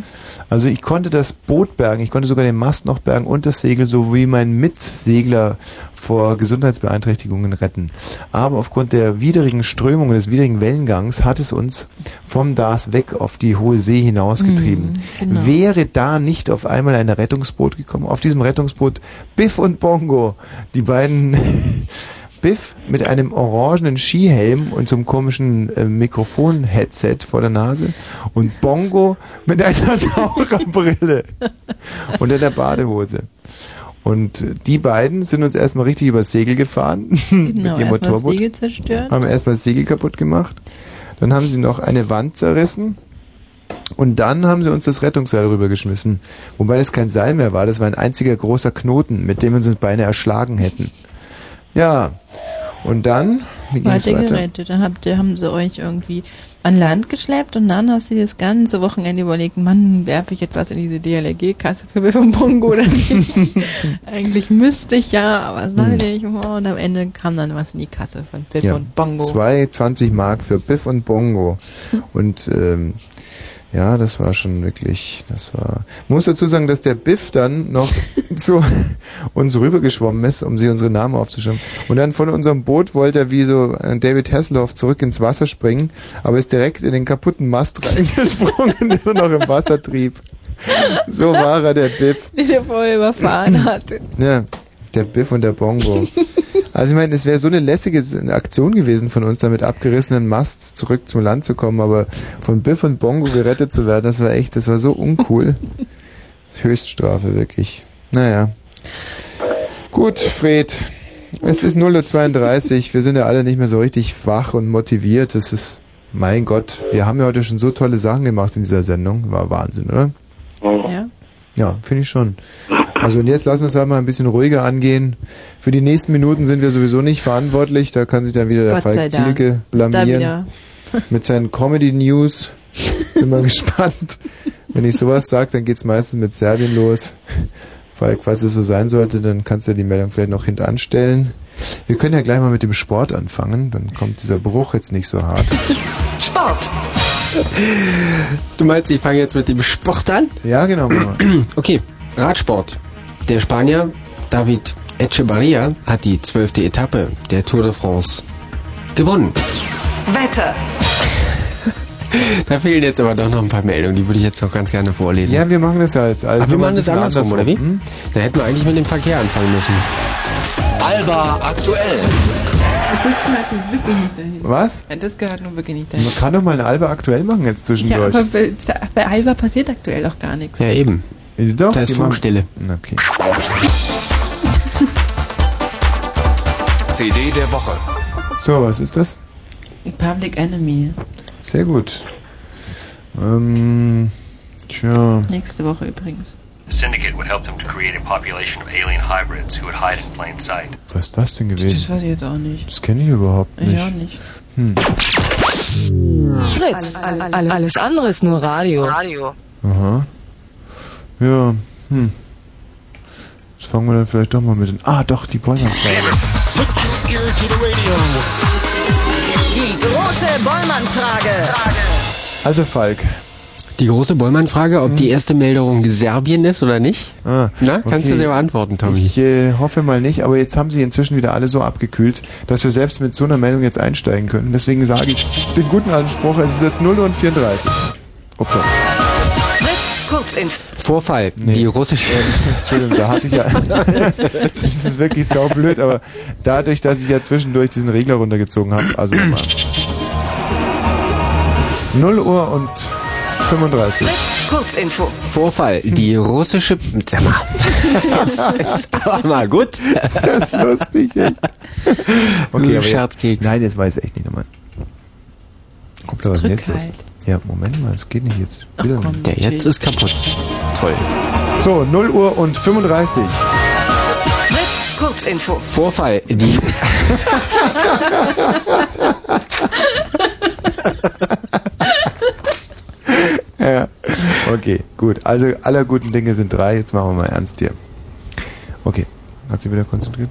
Also ich konnte das Boot bergen, ich konnte sogar den Mast noch bergen und das Segel, so wie mein Mitsegler vor Gesundheitsbeeinträchtigungen retten. Aber aufgrund der widrigen Strömung, des widrigen Wellengangs hat es uns vom Dars weg auf die hohe See hinausgetrieben. Mhm, genau. Wäre da nicht auf einmal ein Rettungsboot gekommen? Auf diesem Rettungsboot Biff und Bongo, die beiden... Biff mit einem orangenen Skihelm und so einem komischen äh, Mikrofon-Headset vor der Nase und Bongo mit einer Taucherbrille und einer Badehose. Und die beiden sind uns erstmal richtig übers Segel gefahren. Genau, mit ihrem erstmal das Motorboot. Segel zerstört. Haben erstmal das Segel kaputt gemacht. Dann haben sie noch eine Wand zerrissen. Und dann haben sie uns das Rettungsseil rübergeschmissen. Wobei das kein Seil mehr war, das war ein einziger großer Knoten, mit dem wir uns beinahe erschlagen hätten. Ja, und dann, wie ging es weiter weiter? gerettet. Da habt ihr, haben sie euch irgendwie an Land geschleppt und dann hast du dir das ganze Wochenende überlegt, Mann, werfe ich jetzt was in diese D L R G-Kasse für Biff und Bongo oder nicht? Eigentlich müsste ich ja, aber soll ich? Und am Ende kam dann was in die Kasse von Biff Ja, und Bongo. zwei zwanzig Mark für Biff und Bongo. Und ähm, ja, das war schon wirklich, das war... Ich muss dazu sagen, dass der Biff dann noch zu uns rübergeschwommen ist, um sich unsere Namen aufzuschreiben. Und dann von unserem Boot wollte er wie so David Hasselhoff zurück ins Wasser springen, aber ist direkt in den kaputten Mast reingesprungen, der noch im Wasser trieb. So war er, der Biff. Den er vorher überfahren hatte. Ja, der Biff und der Bongo. Also ich meine, es wäre so eine lässige Aktion gewesen von uns, da mit abgerissenen Mast zurück zum Land zu kommen, aber von Biff und Bongo gerettet zu werden, das war echt, das war so uncool. Das ist Höchststrafe, wirklich. Naja. Gut, Fred. Es ist null Uhr zweiunddreißig, wir sind ja alle nicht mehr so richtig wach und motiviert. Das ist, mein Gott, wir haben ja heute schon so tolle Sachen gemacht in dieser Sendung. War Wahnsinn, oder? Ja. Ja, finde ich schon. Also und jetzt lassen wir es halt mal ein bisschen ruhiger angehen. Für die nächsten Minuten sind wir sowieso nicht verantwortlich. Da kann sich dann wieder der Gott sei Falk Dank. Zielke Ist da blamieren. wieder. Mit seinen Comedy-News. Bin mal gespannt. Wenn ich sowas sage, dann geht's meistens mit Serbien los. Falk, falls es so sein sollte, dann kannst du die Meldung vielleicht noch hintanstellen. Wir können ja gleich mal mit dem Sport anfangen. Dann kommt dieser Bruch jetzt nicht so hart. Sport. Du meinst, ich fange jetzt mit dem Sport an? Ja, genau. Mama. Okay, Radsport. Der Spanier David Echevarria hat die zwölfte Etappe der Tour de France gewonnen. Wetter. Da fehlen jetzt aber doch noch ein paar Meldungen, die würde ich jetzt noch ganz gerne vorlesen. Ja, wir machen das ja jetzt. Also Ach, wir machen das andersrum, andersrum, oder wie? hm? Da hätten wir eigentlich mit dem Verkehr anfangen müssen. Alba aktuell. Das gehört nun wirklich nicht dahin. Was? Ja, das gehört nun wirklich nicht dahin. Man kann doch mal eine Alba aktuell machen jetzt Ja, zwischendurch. aber bei, bei Alba passiert aktuell auch gar nichts. Ja, eben. Doch, da ist die machen- Funkstille. Okay. C D der Woche. So, was ist das? Public Enemy. Sehr gut. Ähm, tja. Nächste Woche übrigens. The syndicate would help them to create a population of alien hybrids who would hide in plain sight. Was ist das denn gewesen? Das weiß ich jetzt auch nicht. Das kenne ich überhaupt nicht. Ich auch nicht. Hm. Fritz, alles andere ist nur Radio. Radio. Aha. Ja, hm. Jetzt fangen wir dann vielleicht doch mal mit den... Ah, doch, die Bollmann-Frage. Die große Bollmann-Frage. Also Falk. Die große Bollmann-Frage, ob die erste Meldung Serbien ist oder nicht? Ah, Na, kannst okay. du dir beantworten, Tommy? Ich äh, hoffe mal nicht, aber jetzt haben sie inzwischen wieder alle so abgekühlt, dass wir selbst mit so einer Meldung jetzt einsteigen können. Deswegen sage ich den guten Anspruch, es ist jetzt null Uhr vierunddreißig. Ups. Fritz, Kurzinfo. Vorfall. Die russische... Entschuldigung, da hatte ich ja... Das ist wirklich saublöd, aber dadurch, dass ich ja zwischendurch diesen Regler runtergezogen habe, also nochmal. null Uhr und fünfunddreißig. Fritz, Kurzinfo. Vorfall. Die russische... Sag mal. Das ist aber mal gut. Das ist lustig, echt. Okay, aber Scherzkeks. Nein, jetzt weiß ich echt nicht nochmal. Kommt da was Drück jetzt los? halt. Ja, Moment mal, es geht nicht jetzt. Ach Wieder komm, nicht. Der jetzt ist kaputt. Toll. So, null Uhr und fünfunddreißig. Fritz, Kurzinfo. Vorfall. Die... Ja, okay, gut. Also aller guten Dinge sind drei. Jetzt machen wir mal ernst hier. Okay, hat sich wieder konzentriert?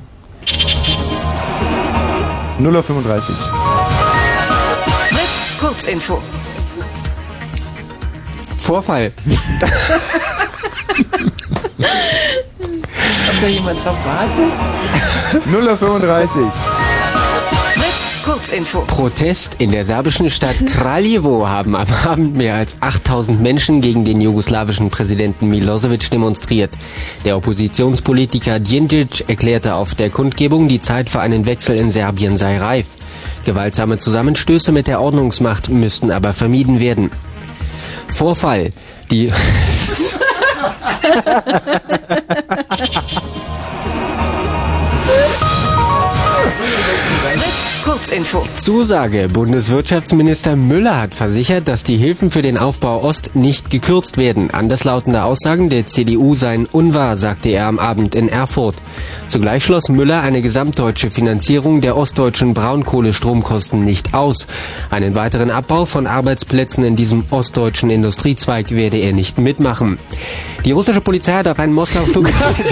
null Uhr fünfunddreißig. Fritz, Kurzinfo. Vorfall. Ob da jemand drauf wartet? null Uhr fünfunddreißig. Fritz, Kurzinfo. Protest in der serbischen Stadt Kraljevo haben am Abend mehr als achttausend Menschen gegen den jugoslawischen Präsidenten Milosevic demonstriert. Der Oppositionspolitiker Djindjic erklärte auf der Kundgebung, die Zeit für einen Wechsel in Serbien sei reif. Gewaltsame Zusammenstöße mit der Ordnungsmacht müssten aber vermieden werden. Vorfall. Die Kurzinfo. Zusage. Bundeswirtschaftsminister Müller hat versichert, dass die Hilfen für den Aufbau Ost nicht gekürzt werden. Anderslautende Aussagen der C D U seien unwahr, sagte er am Abend in Erfurt. Zugleich schloss Müller eine gesamtdeutsche Finanzierung der ostdeutschen Braunkohlestromkosten nicht aus. Einen weiteren Abbau von Arbeitsplätzen in diesem ostdeutschen Industriezweig werde er nicht mitmachen. Die russische Polizei hat auf einen Moskauer Flughafen...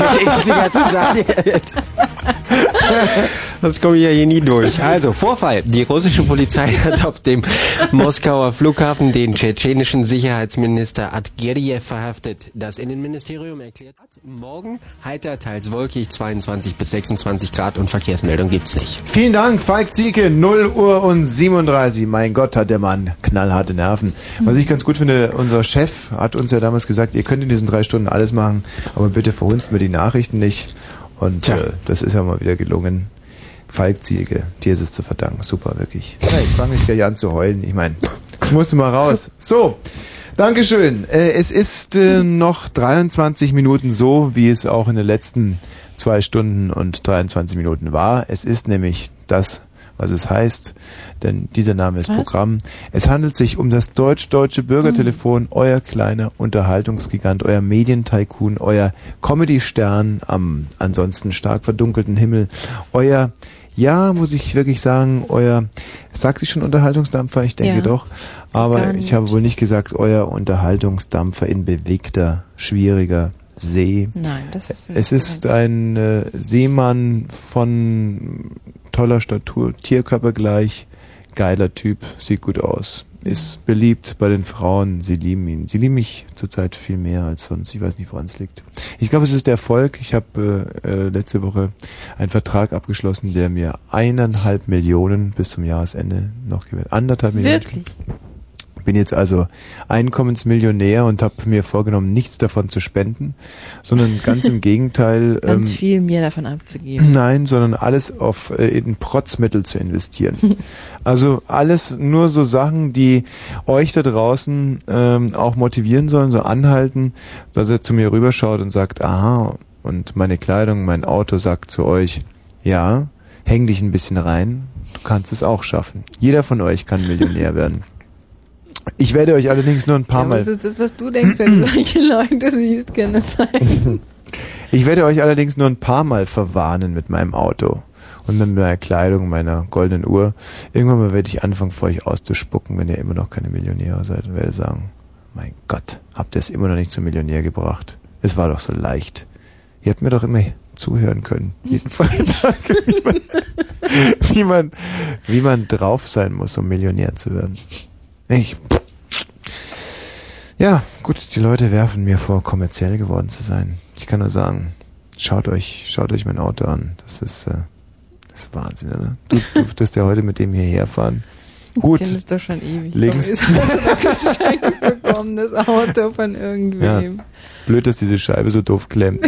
Das komme ich ja hier nie durch. Also, Vorfall. Die russische Polizei hat auf dem Moskauer Flughafen den tschetschenischen Sicherheitsminister Adgerjew verhaftet. Das Innenministerium erklärt hat, morgen heiter, teils wolkig, zweiundzwanzig bis sechsundzwanzig Grad und Verkehrsmeldung gibt's nicht. Vielen Dank, Falk Zieke, null Uhr und siebenunddreißig. Mein Gott, hat der Mann knallharte Nerven. Was ich ganz gut finde, unser Chef hat uns ja damals gesagt, ihr könnt in diesen drei Stunden alles machen, aber bitte verhunzt mir die Nachrichten nicht. Und äh, das ist ja mal wieder gelungen. Falk Ziege, dir ist es zu verdanken. Super, wirklich. Ja, ich fange mich gleich an zu heulen. Ich meine, ich musste mal raus. So, Dankeschön. Äh, es ist äh, noch dreiundzwanzig Minuten so, wie es auch in den letzten zwei Stunden und dreiundzwanzig Minuten war. Es ist nämlich das, was es heißt, denn dieser Name ist was? Programm. Es handelt sich um das deutsch-deutsche Bürgertelefon, mhm. euer kleiner Unterhaltungsgigant, euer Medientycoon, euer Comedy-Stern am ansonsten stark verdunkelten Himmel, euer, ja, muss ich wirklich sagen, euer, sagt sich schon Unterhaltungsdampfer? Ich denke ja, doch, aber ich habe wohl nicht gesagt, euer Unterhaltungsdampfer in bewegter, schwieriger See. Nein, das ist es ist ein äh, Seemann von toller Statur, Tierkörper gleich, geiler Typ, sieht gut aus, ist beliebt bei den Frauen, sie lieben ihn. Sie lieben mich zurzeit viel mehr als sonst, ich weiß nicht, woran es liegt. Ich glaube, es ist der Erfolg. Ich habe äh, letzte Woche einen Vertrag abgeschlossen, der mir eineinhalb Millionen bis zum Jahresende noch gewährt. Anderthalb Millionen. Wirklich? Bin jetzt also Einkommensmillionär und habe mir vorgenommen, nichts davon zu spenden, sondern ganz im Gegenteil. Ganz ähm, viel mehr davon abzugeben. Nein, sondern alles auf äh, in Protzmittel zu investieren. Also alles nur so Sachen, die euch da draußen ähm, auch motivieren sollen, so anhalten, dass er zu mir rüberschaut und sagt, aha, und meine Kleidung, mein Auto sagt zu euch, ja, häng dich ein bisschen rein, du kannst es auch schaffen. Jeder von euch kann Millionär werden. Ich werde euch allerdings nur ein paar ja, Mal... Was ist das, was du denkst, wenn du solche Leute siehst, kann das sein? Ich werde euch allerdings nur ein paar Mal verwarnen mit meinem Auto und mit meiner Kleidung, meiner goldenen Uhr. Irgendwann mal werde ich anfangen, vor euch auszuspucken, wenn ihr immer noch keine Millionäre seid, und werde sagen, mein Gott, habt ihr es immer noch nicht zum Millionär gebracht? Es war doch so leicht. Ihr habt mir doch immer zuhören können, jeden Freitag, wie man, wie man, wie man drauf sein muss, um Millionär zu werden. Ich... Ja, gut, die Leute werfen mir vor, kommerziell geworden zu sein. Ich kann nur sagen, schaut euch, schaut euch mein Auto an. Das ist, äh, das ist Wahnsinn, oder? Du durftest ja heute mit dem hierher fahren. Gut. Ich kenne es doch schon ewig. Links. Ich habe es geschenkt bekommen, das Auto von irgendwem. Ja, blöd, dass diese Scheibe so doof klemmt.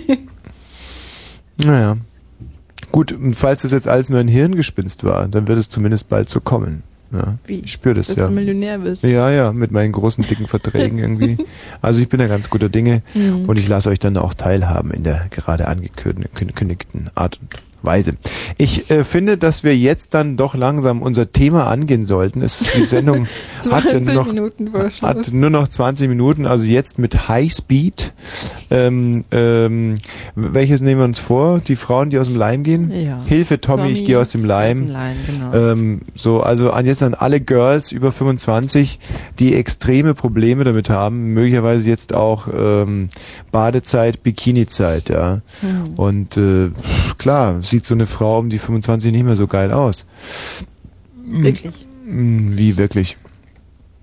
Naja. Gut, und falls das jetzt alles nur ein Hirngespinst war, dann wird es zumindest bald so kommen. Ja, wie? Ich spüre das, Dass ja. du Millionär bist. Ja, ja, mit meinen großen, dicken Verträgen irgendwie. Also ich bin da ganz guter Dinge mhm. und ich lasse euch dann auch teilhaben in der gerade angekündigten Art und Weise. Ich äh, finde, dass wir jetzt dann doch langsam unser Thema angehen sollten. Es, die Sendung hat, noch, hat nur noch zwanzig Minuten, also jetzt mit Highspeed. Ähm, ähm, welches nehmen wir uns vor? Die Frauen, die aus dem Leim gehen? Ja. Hilfe, Tommy, Tommy, ich gehe aus dem Leim. Aus dem Leim, genau. ähm, so, also an jetzt an alle Girls über fünfundzwanzig, die extreme Probleme damit haben, möglicherweise jetzt auch ähm, Badezeit, Bikinizeit, ja. Mhm. Und äh, klar, sieht so eine Frau um die fünfundzwanzig nicht mehr so geil aus. Wirklich? Wie wirklich?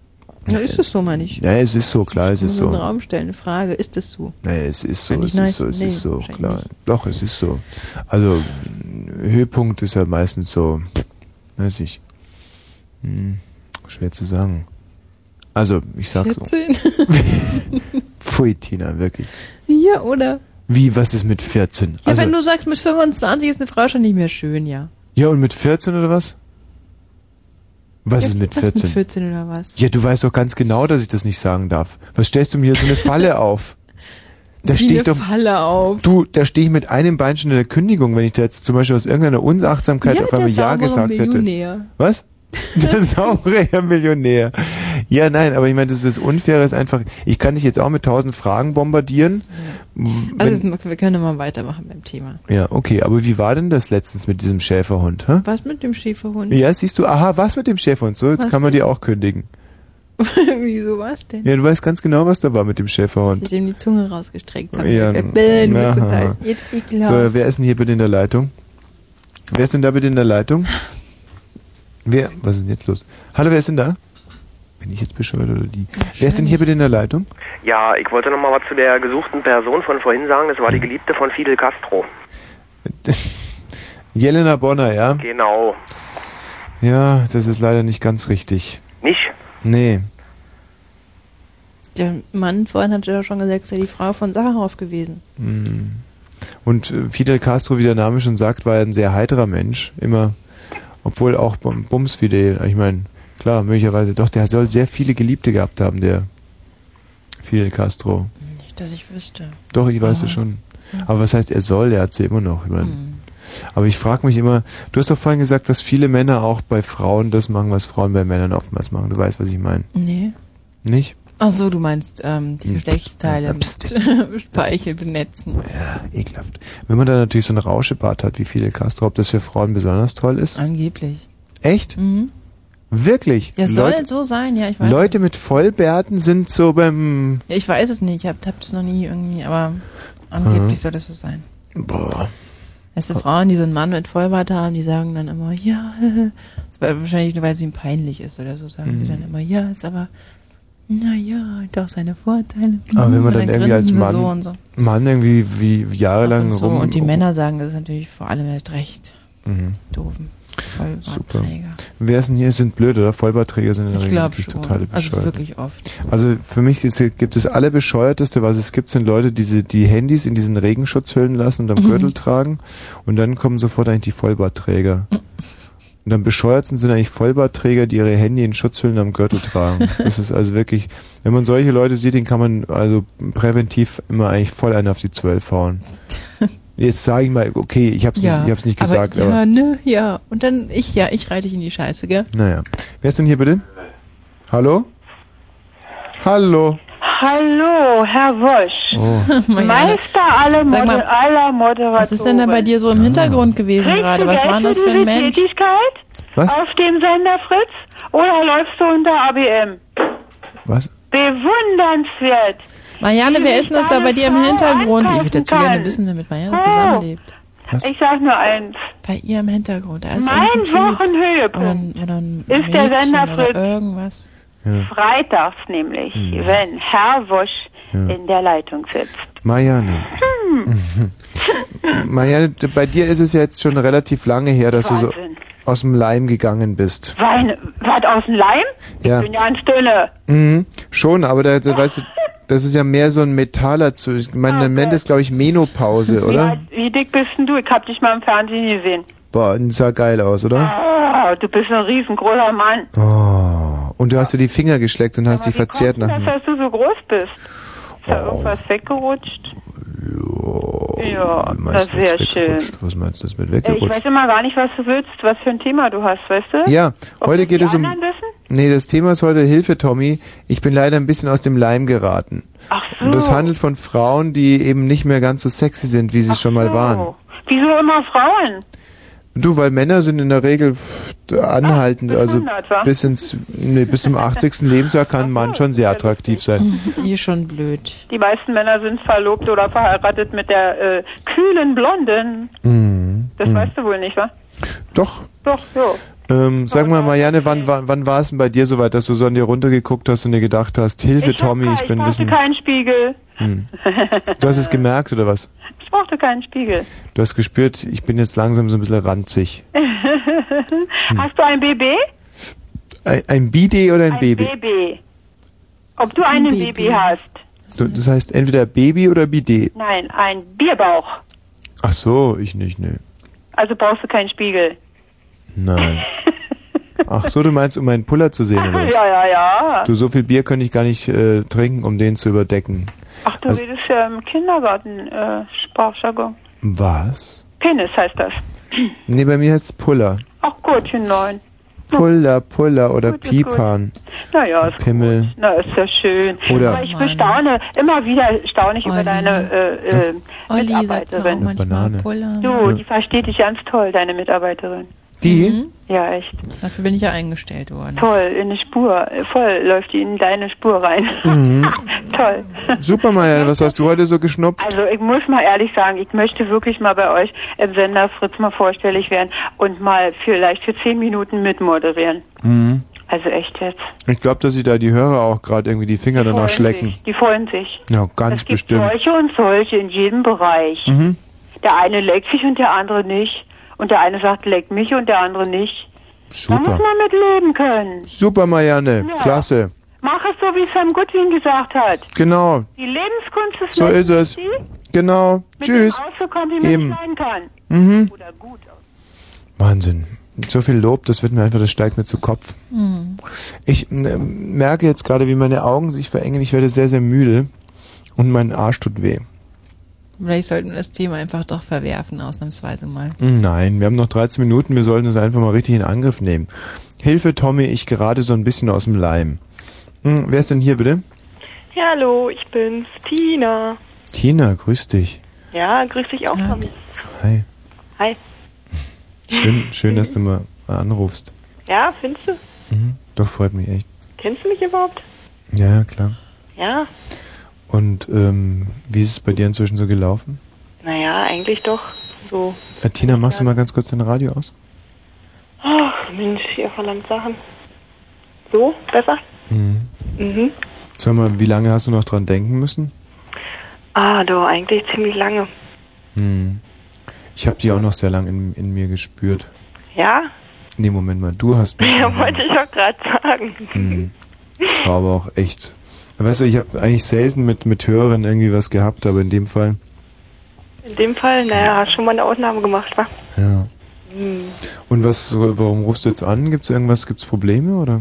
Ja, ist es so, meine ich. Ja, es ist so, klar, es ist so. Ich muss einen Raum stellen, eine Frage, ist es so? Ja, es ist so, Eigentlich es nein, ist so, es nee, ist so, wahrscheinlich klar. nicht. Doch, es ist so. Also, Höhepunkt ist ja meistens so, weiß ich, hm, schwer zu sagen. Also, ich sag's so. vierzehn? Pfui, Tina, wirklich. Ja, oder? Wie, was ist mit vierzehn? Ja, Also, wenn du sagst, mit fünfundzwanzig ist eine Frau schon nicht mehr schön, ja. ja, und mit vierzehn oder was? Was ja, ist mit was vierzehn? mit vierzehn oder was? Ja, du weißt doch ganz genau, dass ich das nicht sagen darf. Was stellst du mir hier so eine Falle auf? Da Wie stehe ich eine doch. Falle auf. Du, da stehe ich mit einem Bein schon in der Kündigung, wenn ich da jetzt zum Beispiel aus irgendeiner Unachtsamkeit Ja, auf einmal der Ja saubere gesagt hätte. Millionär. Was? Der saubere Millionär. Ja, nein, aber ich meine, das ist das Unfaire, ist einfach, ich kann dich jetzt auch mit tausend Fragen bombardieren. Also Wenn, jetzt, wir können mal weitermachen beim Thema. ja, okay, aber wie war denn das letztens mit diesem Schäferhund? Hä? Was mit dem Schäferhund? Ja, siehst du, aha, was mit dem Schäferhund? So, jetzt Was kann man denn? dir auch kündigen. Wieso was denn? Ja, du weißt ganz genau, was da war mit dem Dass Schäferhund. ich ihm die Zunge rausgestreckt habe. Ja, Ja, bäh, du bist aha. total ekelhaft. So, wer ist denn hier bitte in der Leitung? Wer ist denn da bitte in der Leitung? Wer? Was ist denn jetzt los? Hallo, wer ist denn da? Bin ich jetzt bescheuert oder die? Wer ist denn hier bitte in der Leitung? Ja, ich wollte noch mal was zu der gesuchten Person von vorhin sagen. Das war die Geliebte von Fidel Castro. Jelena Bonner, ja? Genau. Ja, das ist leider nicht ganz richtig. Nicht? Nee. Der Mann vorhin hatte ja schon gesagt, sei die Frau von Sacharow gewesen. Hm. Und äh, Fidel Castro, wie der Name schon sagt, war ein sehr heiterer Mensch. Immer, obwohl auch Bum- Bums Fidel, ich meine, klar, möglicherweise, doch, der soll sehr viele Geliebte gehabt haben, der Fidel Castro. Nicht, dass ich wüsste. Doch, ich weiß Ah. es schon. Aber was heißt, er soll? Er hat sie immer noch. Ich mein, Aber ich frage mich immer, du hast doch vorhin gesagt, dass viele Männer auch bei Frauen das machen, was Frauen bei Männern oftmals machen. Du weißt, was ich meine. Nee. Nicht? Ach so, du meinst ähm, die Geschlechtsteile mit Speichel benetzen. Ja, ekelhaft. Wenn man da natürlich so einen Rauschebart hat wie Fidel Castro, ob das für Frauen besonders toll ist? Angeblich. Echt? Mhm. Wirklich? Ja, soll Leute, so sein, ja, ich weiß. Leute mit Vollbärten sind so beim... Ja, ich weiß es nicht, ich hab, hab das noch nie irgendwie, aber angeblich Mhm. soll das so sein. Boah. Weißt du, Frauen, die so einen Mann mit Vollbart haben, die sagen dann immer, ja, das war wahrscheinlich nur, weil es ihm peinlich ist oder so, sagen Mhm. sie dann immer, ja, ist aber, naja, hat auch seine Vorteile. Aber wenn man Und dann irgendwie als grinsen sie Mann, so und so. Mann irgendwie wie wie jahrelang Und so, rum... und die Männer sagen das natürlich vor allem erst recht. Mhm. Doofen. Super. Vollbartträger. Wer ist denn hier? Sind blöd, oder? Vollbartträger sind in der Ich Regel glaub wirklich schon. totale Also Bescheuerte. wirklich oft. Also für mich ist, gibt es alle Bescheuerteste, was es gibt, sind Leute, die sie- die Handys in diesen Regenschutzhüllen lassen und am Mhm. Gürtel tragen und dann kommen sofort eigentlich die Vollbartträger. Und am bescheuertsten sind eigentlich Vollbartträger, die ihre Handy in Schutzhüllen am Gürtel tragen. Das ist also wirklich, wenn man solche Leute sieht, den kann man also präventiv immer eigentlich voll einen auf die Zwölf hauen. Jetzt sage ich mal, okay, ich hab's Ja, nicht, ich hab's nicht gesagt, aber, aber, ja, ne, ja. Und dann ich, ja, ich reite dich in die Scheiße, gell? naja. Wer ist denn hier bitte? Hallo? Hallo? Hallo, Herr Wosch. Oh. Meister aller, Sag mal, Moder aller Moderatoren. Was ist denn da bei dir so im Hintergrund gewesen Kriegst gerade? du Was Geld war denn das für ein diese Mensch? Tätigkeit? Was? Auf dem Sender Fritz? Oder läufst du unter A B M? Was? Bewundernswert. Marianne, wer ist denn das da bei dir im Hintergrund? Ich würde dazu gerne wissen, wer mit Marianne zusammenlebt. Ich sag nur eins. Bei ihr im Hintergrund. Da ist Mein irgendein Typ Wochenhöhepunkt oder ein, oder ein ist der Mädchen Sender oder Fritz. irgendwas. Freitags nämlich, wenn Herr Wosch Ja. in der Leitung sitzt. Marianne. Hm. Marianne, bei dir ist es jetzt schon relativ lange her, dass du so Wahnsinn. aus dem Leim gegangen bist. Wein, was aus dem Leim? Ja. Ich bin ja ein Stille. Mhm. Schon, aber da, da weißt du, das ist ja mehr so ein Metaller zu. Ich meine, man nennt es, glaube ich, Menopause, oder? Wie, wie dick bist denn du? Ich hab dich mal im Fernsehen gesehen. Boah, das sah geil aus, oder? Oh, du bist ein riesengroßer Mann. Oh. Und du hast dir die Finger geschleckt und hast dich verzehrt nach Das, mir. dass du so groß bist. Ist da irgendwas weggerutscht? Ja, das Meistens wäre wird's schön. weggerutscht. Was meinst du, das mit Äh, Ich weggerutscht? weiß immer gar nicht, was du willst, was für ein Thema du hast, weißt du? Ja, Ob heute das geht die es um... anderen wissen? Nee, das Thema ist heute Hilfe, Tommy. Ich bin leider ein bisschen aus dem Leim geraten. Ach so. Und das handelt von Frauen, die eben nicht mehr ganz so sexy sind, wie sie es schon mal waren. Oh. Wieso immer Frauen? Du, weil Männer sind in der Regel pff, anhaltend, bis also hundert, wa? bis ins nee, bis zum achtzigsten Lebensjahr kann ein Mann schon sehr attraktiv sein. Hier schon blöd. Die meisten Männer sind verlobt oder verheiratet mit der äh, kühlen Blonden. Mhm. Das Mhm. weißt du wohl nicht, wa? Doch. Doch, so. Ähm, sag mal, Marianne, wann, wann, wann war es denn bei dir soweit, dass du so an dir runtergeguckt hast und dir gedacht hast, Hilfe, ich Tommy, ich bin ein brauchte bisschen... keinen Spiegel. Hm. Du hast es gemerkt, oder was? Ich brauchte keinen Spiegel. Du hast gespürt, ich bin jetzt langsam so ein bisschen ranzig. Hast du ein B B? Ein, ein Bidet oder ein, Ein Baby? Baby. Ob du einen Baby hast? So, das heißt entweder Baby oder Bidet. Nein, ein Bierbauch. Ach so, ich nicht, ne. Also brauchst du keinen Spiegel. Nein. Ach so, du meinst, um meinen Puller zu sehen, oder was? Ja, ja, ja. Du, so viel Bier könnte ich gar nicht äh, trinken, um den zu überdecken. Ach, du Also- redest ja im Kindergarten äh, Sprachjargon. Was? Penis heißt das. Nee, bei mir heißt es Puller. Ach Gottchen, nein. Puller, Puller oder Gut, ist Pipan. Naja, ist Pimmel. gut. Na, ist ja schön. Oder- Aber ich bestaune, immer wieder staune ich über deine äh, äh, Mitarbeiterin. Banane. Du, die versteht dich ganz toll, deine Mitarbeiterin. Die? Mhm. Ja, echt. Dafür bin ich ja eingestellt worden. Toll, in eine Spur. Voll läuft die in deine Spur rein. Mhm. Toll. Super, Marianne, was hast du heute so geschnupft? Also ich muss mal ehrlich sagen, ich möchte wirklich mal bei euch im Sender Fritz mal vorstellig werden und mal vielleicht für zehn Minuten mitmoderieren. Mhm. Also echt jetzt. Ich glaube, dass sich da die Hörer auch gerade irgendwie die Finger danach Freuen schlecken. sich. Die freuen sich. Ja, ganz Es gibt bestimmt. solche und solche in jedem Bereich. Mhm. Der eine leckt sich und der andere nicht. Und der eine sagt, leck mich und der andere nicht. Da muss Super. man mit leben können. Super, Marianne. Ja. Klasse. Mach es so, wie Sam Goodwin gesagt hat. Genau. Die Lebenskunst ist So ist es. die, Genau. mit Tschüss. dem auszukommen, wie man Eben. sein kann. Mhm. Oder gut. Wahnsinn. So viel Lob, das wird mir einfach, das steigt mir zu Kopf. Mhm. Ich äh, merke jetzt gerade, wie meine Augen sich verengen. Ich werde sehr, sehr müde und mein Arsch tut weh. Vielleicht sollten wir das Thema einfach doch verwerfen, ausnahmsweise mal. Nein, wir haben noch dreizehn Minuten, wir sollten es einfach mal richtig in Angriff nehmen. Hilfe, Tommy, ich gerate so ein bisschen aus dem Leim. Hm, wer ist denn hier bitte? Ja, hallo, ich bin's, Tina. Tina, grüß dich. Ja, grüß dich auch, Tommy. Hi. Hi. Schön, schön, dass du mal anrufst. Ja, findest du? Mhm. Doch, freut mich echt. Kennst du mich überhaupt? Ja, klar. Ja. Und ähm, wie ist es bei dir inzwischen so gelaufen? Naja, eigentlich doch so. Äh, Tina, machst du mal ganz kurz dein Radio aus? Ach, Mensch, ihr verlangt Sachen. So, besser? Mhm. Mhm. Sag mal, wie lange hast du noch dran denken müssen? Ah, doch, eigentlich ziemlich lange. Hm. Ich habe die auch noch sehr lang in, in mir gespürt. Ja? Nee, Moment mal, du hast mich... Ja, wollte ich auch gerade sagen. Hm. Das war aber auch echt... Weißt du, ich habe eigentlich selten mit, mit Hörern irgendwie was gehabt, aber in dem Fall... In dem Fall, naja, hast schon mal eine Ausnahme gemacht, wa? Ja. Hm. Und was, warum rufst du jetzt an? Gibt's irgendwas, gibt's Probleme, oder?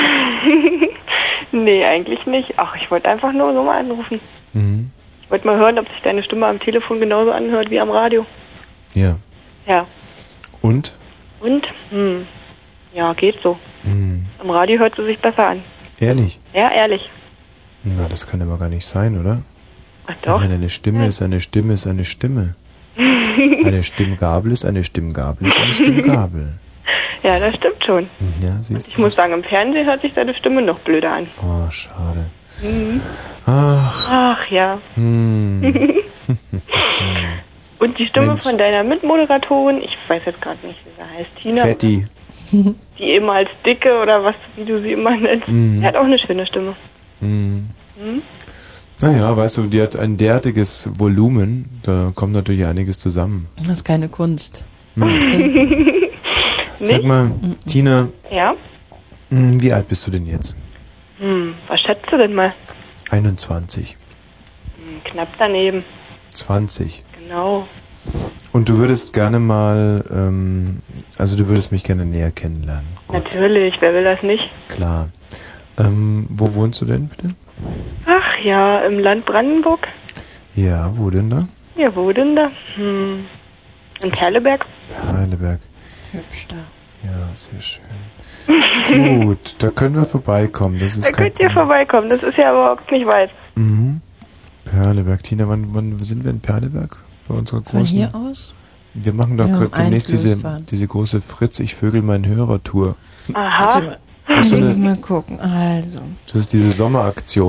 Nee, eigentlich nicht. Ach, ich wollte einfach nur so mal anrufen. Mhm. Ich wollte mal hören, ob sich deine Stimme am Telefon genauso anhört wie am Radio. Ja. Ja. Und? Und? Hm. Ja, geht so. Hm. Am Radio hört sie sich besser an. Ehrlich? Ja, ehrlich. Na, das kann aber gar nicht sein, oder? Ach doch. Ich meine, eine Stimme ist eine Stimme ist eine Stimme. Eine Stimmgabel ist eine Stimmgabel ist eine Stimmgabel. Ja, das stimmt schon. Ja, Und siehst ich du. muss sagen, im Fernsehen hört sich deine Stimme noch blöder an. Oh, schade. Mhm. Ach. Ach ja. Hm. Und die Stimme Mensch. von deiner Mitmoderatorin, ich weiß jetzt gerade nicht, wie sie heißt, Tina. Fetti. Die eben als Dicke oder was, wie du sie immer nennst. Mhm. Die hat auch eine schöne Stimme. Hm. Hm? Naja, weißt du, die hat ein derartiges Volumen, da kommt natürlich einiges zusammen. Das ist keine Kunst. Hm. Weißt du? Sag mal, Tina, Ja? hm, wie alt bist du denn jetzt? Hm, was schätzt du denn mal? einundzwanzig. Hm, knapp daneben. zwanzig. Genau. Und du würdest gerne mal, ähm, also du würdest mich gerne näher kennenlernen. Natürlich, wer will das nicht? Klar. Ähm, wo wohnst du denn bitte? Ach ja, im Land Brandenburg. Ja, wo denn da? Ja, wo denn da? Hm. In Perleberg. Heidelberg. Hübsch da. Ja, sehr schön. Gut, da können wir vorbeikommen. Das ist Da kein könnt ihr vorbeikommen, das ist ja überhaupt nicht weit. Mhm. Perleberg. Tina, wann, wann sind wir in Perleberg? Bei unserer großen... Von hier aus? Wir machen doch Ja, um gerade demnächst eins diese, losfahren. diese große Fritz, ich vögel meinen Hörer-Tour. Aha. Warte mal. Das ist, so Lass uns eine, mal gucken. Also. das ist diese Sommeraktion.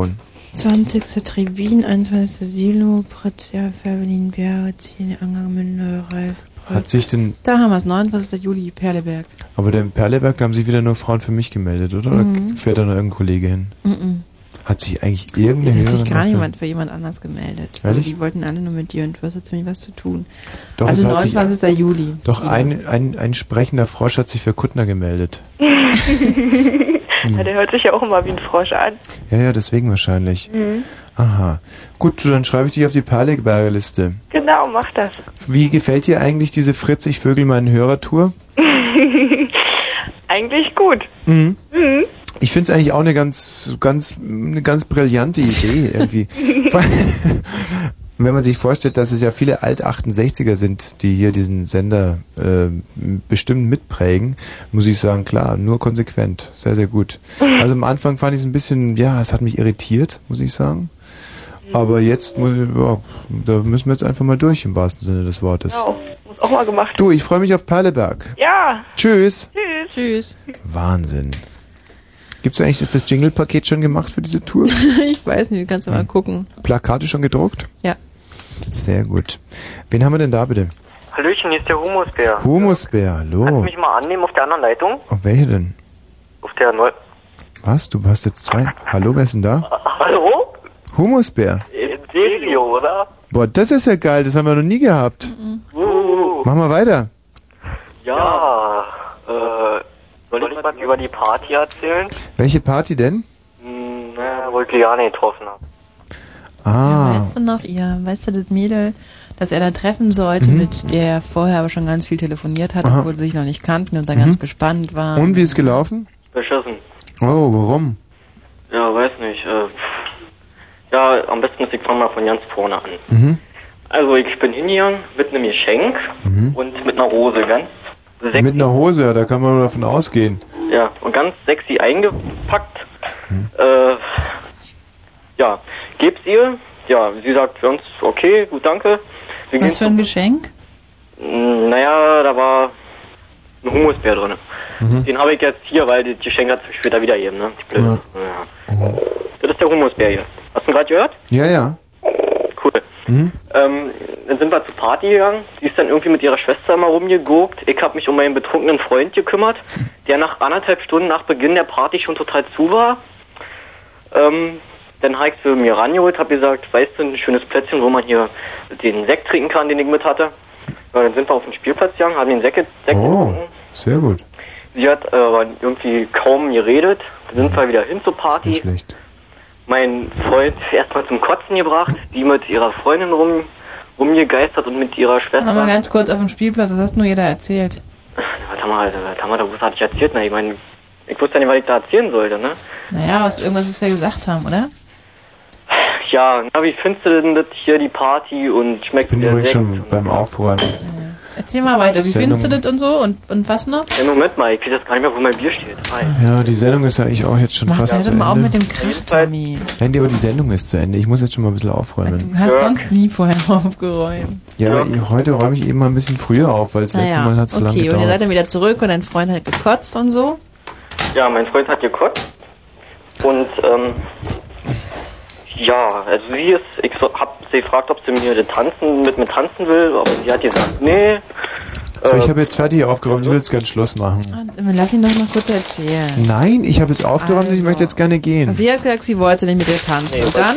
zwanzigster Tribin, einundzwanzigster Silo, Pritzja, Berlin, Berge, Ziele, Angermünde, Reif, Brück. Hat sich denn... Da haben wir es, neunundzwanzigster Juli, Perleberg. Aber der Perleberg, da haben sich wieder nur Frauen für mich gemeldet, oder? Mhm. Oder fährt da noch irgendein Kollege hin? Mhm. Hat sich eigentlich irgendeine Es hat sich Hörerin gar für- niemand für jemand anders gemeldet. Ehrlich? Die wollten alle nur mit dir und du hast jetzt mit was zu tun. Doch, also es hat sich- neunundzwanzigster Juli. Doch, ein, ein, ein sprechender Frosch hat sich für Kuttner gemeldet. Ja, der hört sich ja auch immer wie ein Frosch an. Ja, ja, deswegen wahrscheinlich. Mhm. Aha. Gut, du, dann schreibe ich dich auf die Perleberger Liste. Genau, mach das. Wie gefällt dir eigentlich diese Fritz, ich vögel meinen Hörer-Tour? Eigentlich gut. Mhm. Mhm. Ich finde es eigentlich auch eine ganz, ganz, eine ganz brillante Idee irgendwie. Vor allem, wenn man sich vorstellt, dass es ja viele Alt-achtundsechziger sind, die hier diesen Sender äh, bestimmt mitprägen, muss ich sagen, klar, nur konsequent. Sehr, sehr gut. Also am Anfang fand ich es ein bisschen, ja, es hat mich irritiert, muss ich sagen. Aber jetzt, muss ich, ja, da müssen wir jetzt einfach mal durch, im wahrsten Sinne des Wortes. Genau, muss auch mal gemacht. Du, ich freue mich auf Perleberg. Ja. Tschüss. Tschüss. Tschüss. Wahnsinn. Gibt's eigentlich, ist das Jingle-Paket schon gemacht für diese Tour? Ich weiß nicht, kannst du mal gucken. Plakate schon gedruckt? Ja. Sehr gut. Wen haben wir denn da bitte? Hallöchen, hier ist der Humusbär. Humusbär, Kannst hallo. du mich mal annehmen auf der anderen Leitung? Auf welche denn? Auf der Neu... Was? Du hast jetzt zwei? Hallo, wer ist denn da? Hallo? Humusbär. Delio, oder? Boah, das ist ja geil, das haben wir noch nie gehabt. Uh, Machen wir weiter. ja, äh, soll ich was über die Party erzählen? Welche Party denn? Hm, naja, wo ich Liane getroffen habe. Ah. Weißt du noch, ihr, weißt du, das Mädel, das er da treffen sollte, Mhm. mit der er vorher aber schon ganz viel telefoniert hat, Aha. obwohl sie sich noch nicht kannten und da Mhm. ganz gespannt war. Und wie ist gelaufen? Beschissen. Oh, warum? Ja, weiß nicht. Äh, ja, am besten ist, ich fange mal von ganz vorne an. Mhm. Also, ich bin hingegangen mit einem Geschenk Mhm. und mit einer Rose, ganz sexy. Mit einer Hose, ja, da kann man nur davon ausgehen. Ja, und ganz sexy eingepackt. Äh, ja, geb's ihr. Ja, sie sagt für uns, okay, gut, danke. Wir Was für gehen ein Geschenk? Mm, Naja, da war ein Humusbär drin. Mhm. Den habe ich jetzt hier, weil das Geschenk hat sich später wiedergeben, ne? Die Blöde. Ja. Das ist der Humusbär hier. Hast du ihn gerade gehört? Ja, ja. Cool. Mhm. Ähm, dann sind wir zur Party gegangen. Sie ist dann irgendwie mit ihrer Schwester mal rumgeguckt. Ich habe mich um meinen betrunkenen Freund gekümmert, der nach anderthalb Stunden nach Beginn der Party schon total zu war. Ähm, dann habe ich für mir rangeholt, habe gesagt, weißt du, ein schönes Plätzchen, wo man hier den Sekt trinken kann, den ich mit hatte. Ja, dann sind wir auf den Spielplatz gegangen, haben den Sekt, Sekt Oh, getrunken. sehr gut. Sie hat äh, aber irgendwie kaum geredet. Dann sind wir wieder hin zur Party. Nicht schlecht. Mein Freund erstmal zum Kotzen gebracht, die mit ihrer Freundin rum, rumgegeistert und mit ihrer Schwester. Warte mal ganz kurz auf dem Spielplatz, das hast nur jeder erzählt. Was haben wir, was haben wir da großartig erzählt? Na, ich meine, ich wusste ja nicht, was ich da erzählen sollte, ne? Naja, was, irgendwas, was wir gesagt haben, oder? Ja, na, wie findest du denn das hier, die Party, und schmeckt Ich bin dir übrigens Sekt? schon beim Aufräumen. Erzähl mal weiter, wie Sendung. findest du das und so und, und was noch? Ja, Moment mal, ich weiß jetzt gar nicht mehr, wo mein Bier steht. Hi. Ja, die Sendung ist ja eigentlich auch jetzt schon Mach fast das zu doch mal auf Ende. mit dem Krach, Tommy. Nein, aber die Sendung ist zu Ende. Ich muss jetzt schon mal ein bisschen aufräumen. Du hast sonst nie vorher aufgeräumt. Ja, aber ich- heute räume ich eben mal ein bisschen früher auf, weil das letzte Naja, Mal hat es so lange okay, und ihr gedauert. seid dann wieder zurück und dein Freund hat gekotzt und so. Ja, mein Freund hat gekotzt. Und, ähm, ja, also sie ist, ich so, hab sie gefragt, ob sie mir das tanzen, mit mir tanzen will, aber sie hat gesagt, nee. So, Äh, ich habe jetzt fertig aufgeräumt. Ich will jetzt gerne Schluss machen. Lass ihn doch mal kurz erzählen. Nein, ich habe jetzt aufgeräumt und ich Also. möchte jetzt gerne gehen. Sie hat gesagt, sie wollte nicht mit dir tanzen. Nee, und dann?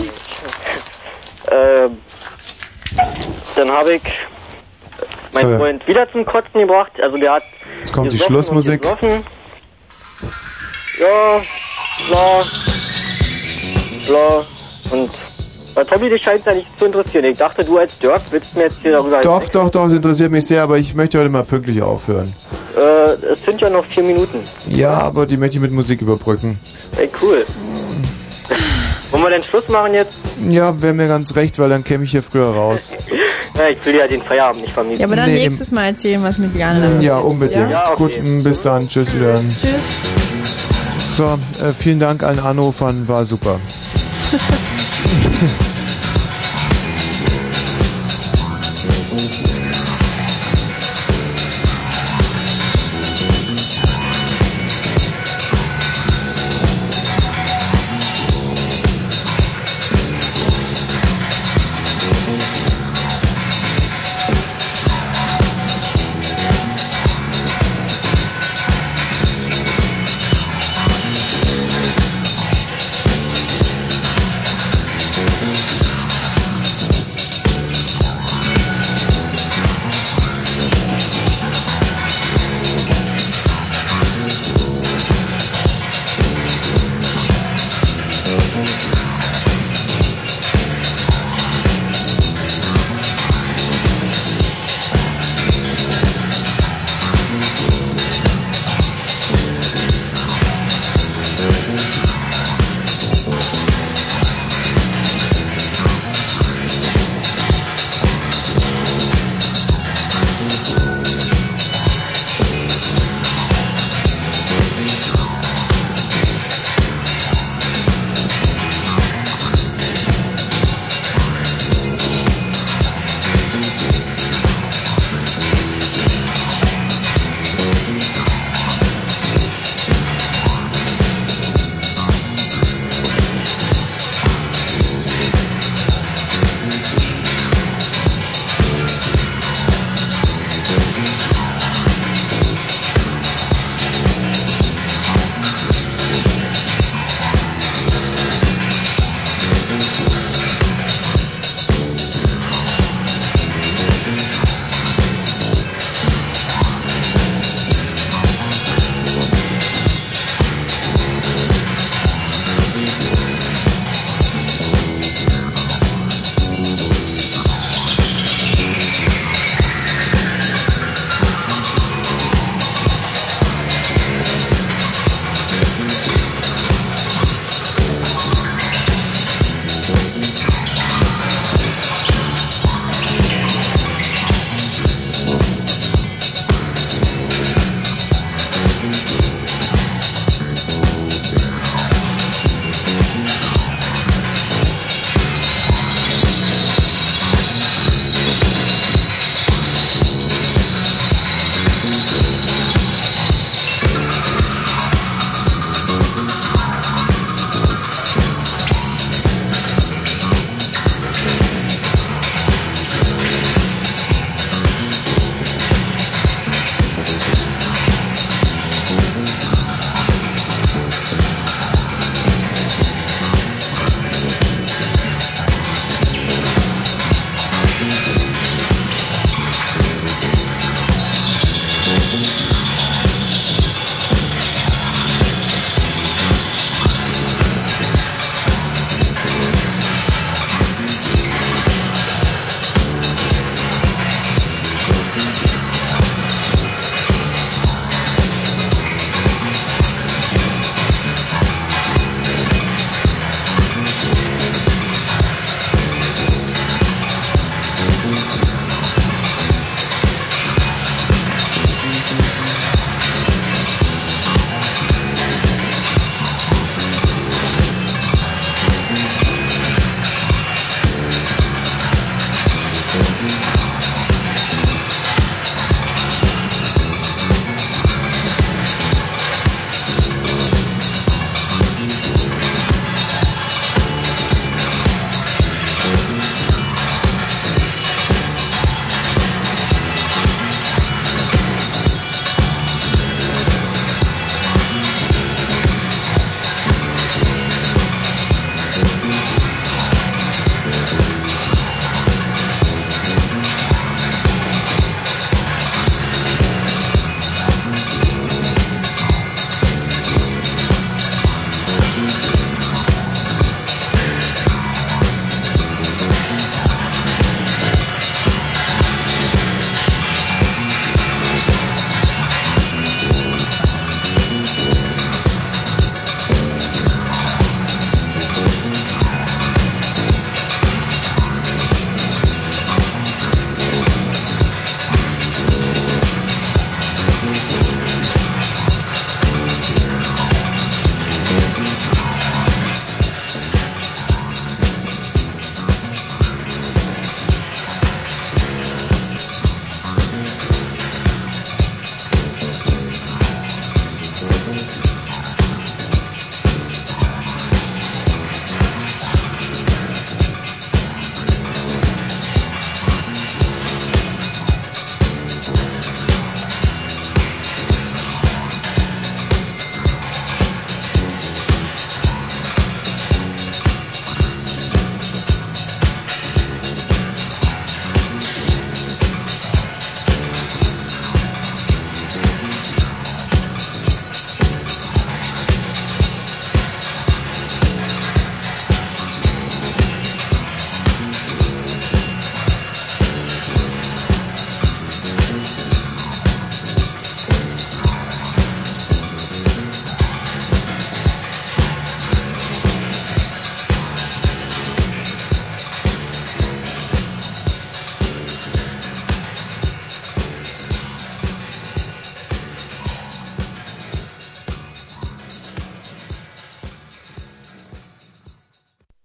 Äh, dann habe ich meinen So. Freund wieder zum Kotzen gebracht. Also der hat Jetzt kommt die gesoffen und Schlussmusik. gesoffen. Ja, bla, bla. Und bei Tommy, dich scheint es ja nicht zu interessieren. Ich dachte, du als Dirk willst mir jetzt hier darüber Doch, erzählen. doch, doch, es interessiert mich sehr, aber ich möchte heute mal pünktlich aufhören. Äh, es sind ja noch vier Minuten. Ja, aber die möchte ich mit Musik überbrücken. Ey, cool. Wollen wir denn Schluss machen jetzt? Ja, wäre mir ganz recht, weil dann käme ich hier früher raus. Ja, ich will ja den Feierabend nicht vermissen. Ja, aber dann Nee, nächstes Mal erzählen, was mit Jan Ja, unbedingt. Ja, okay. Gut, m, bis dann. Tschüss wieder. Tschüss. So, äh, vielen Dank allen Anrufern, war super.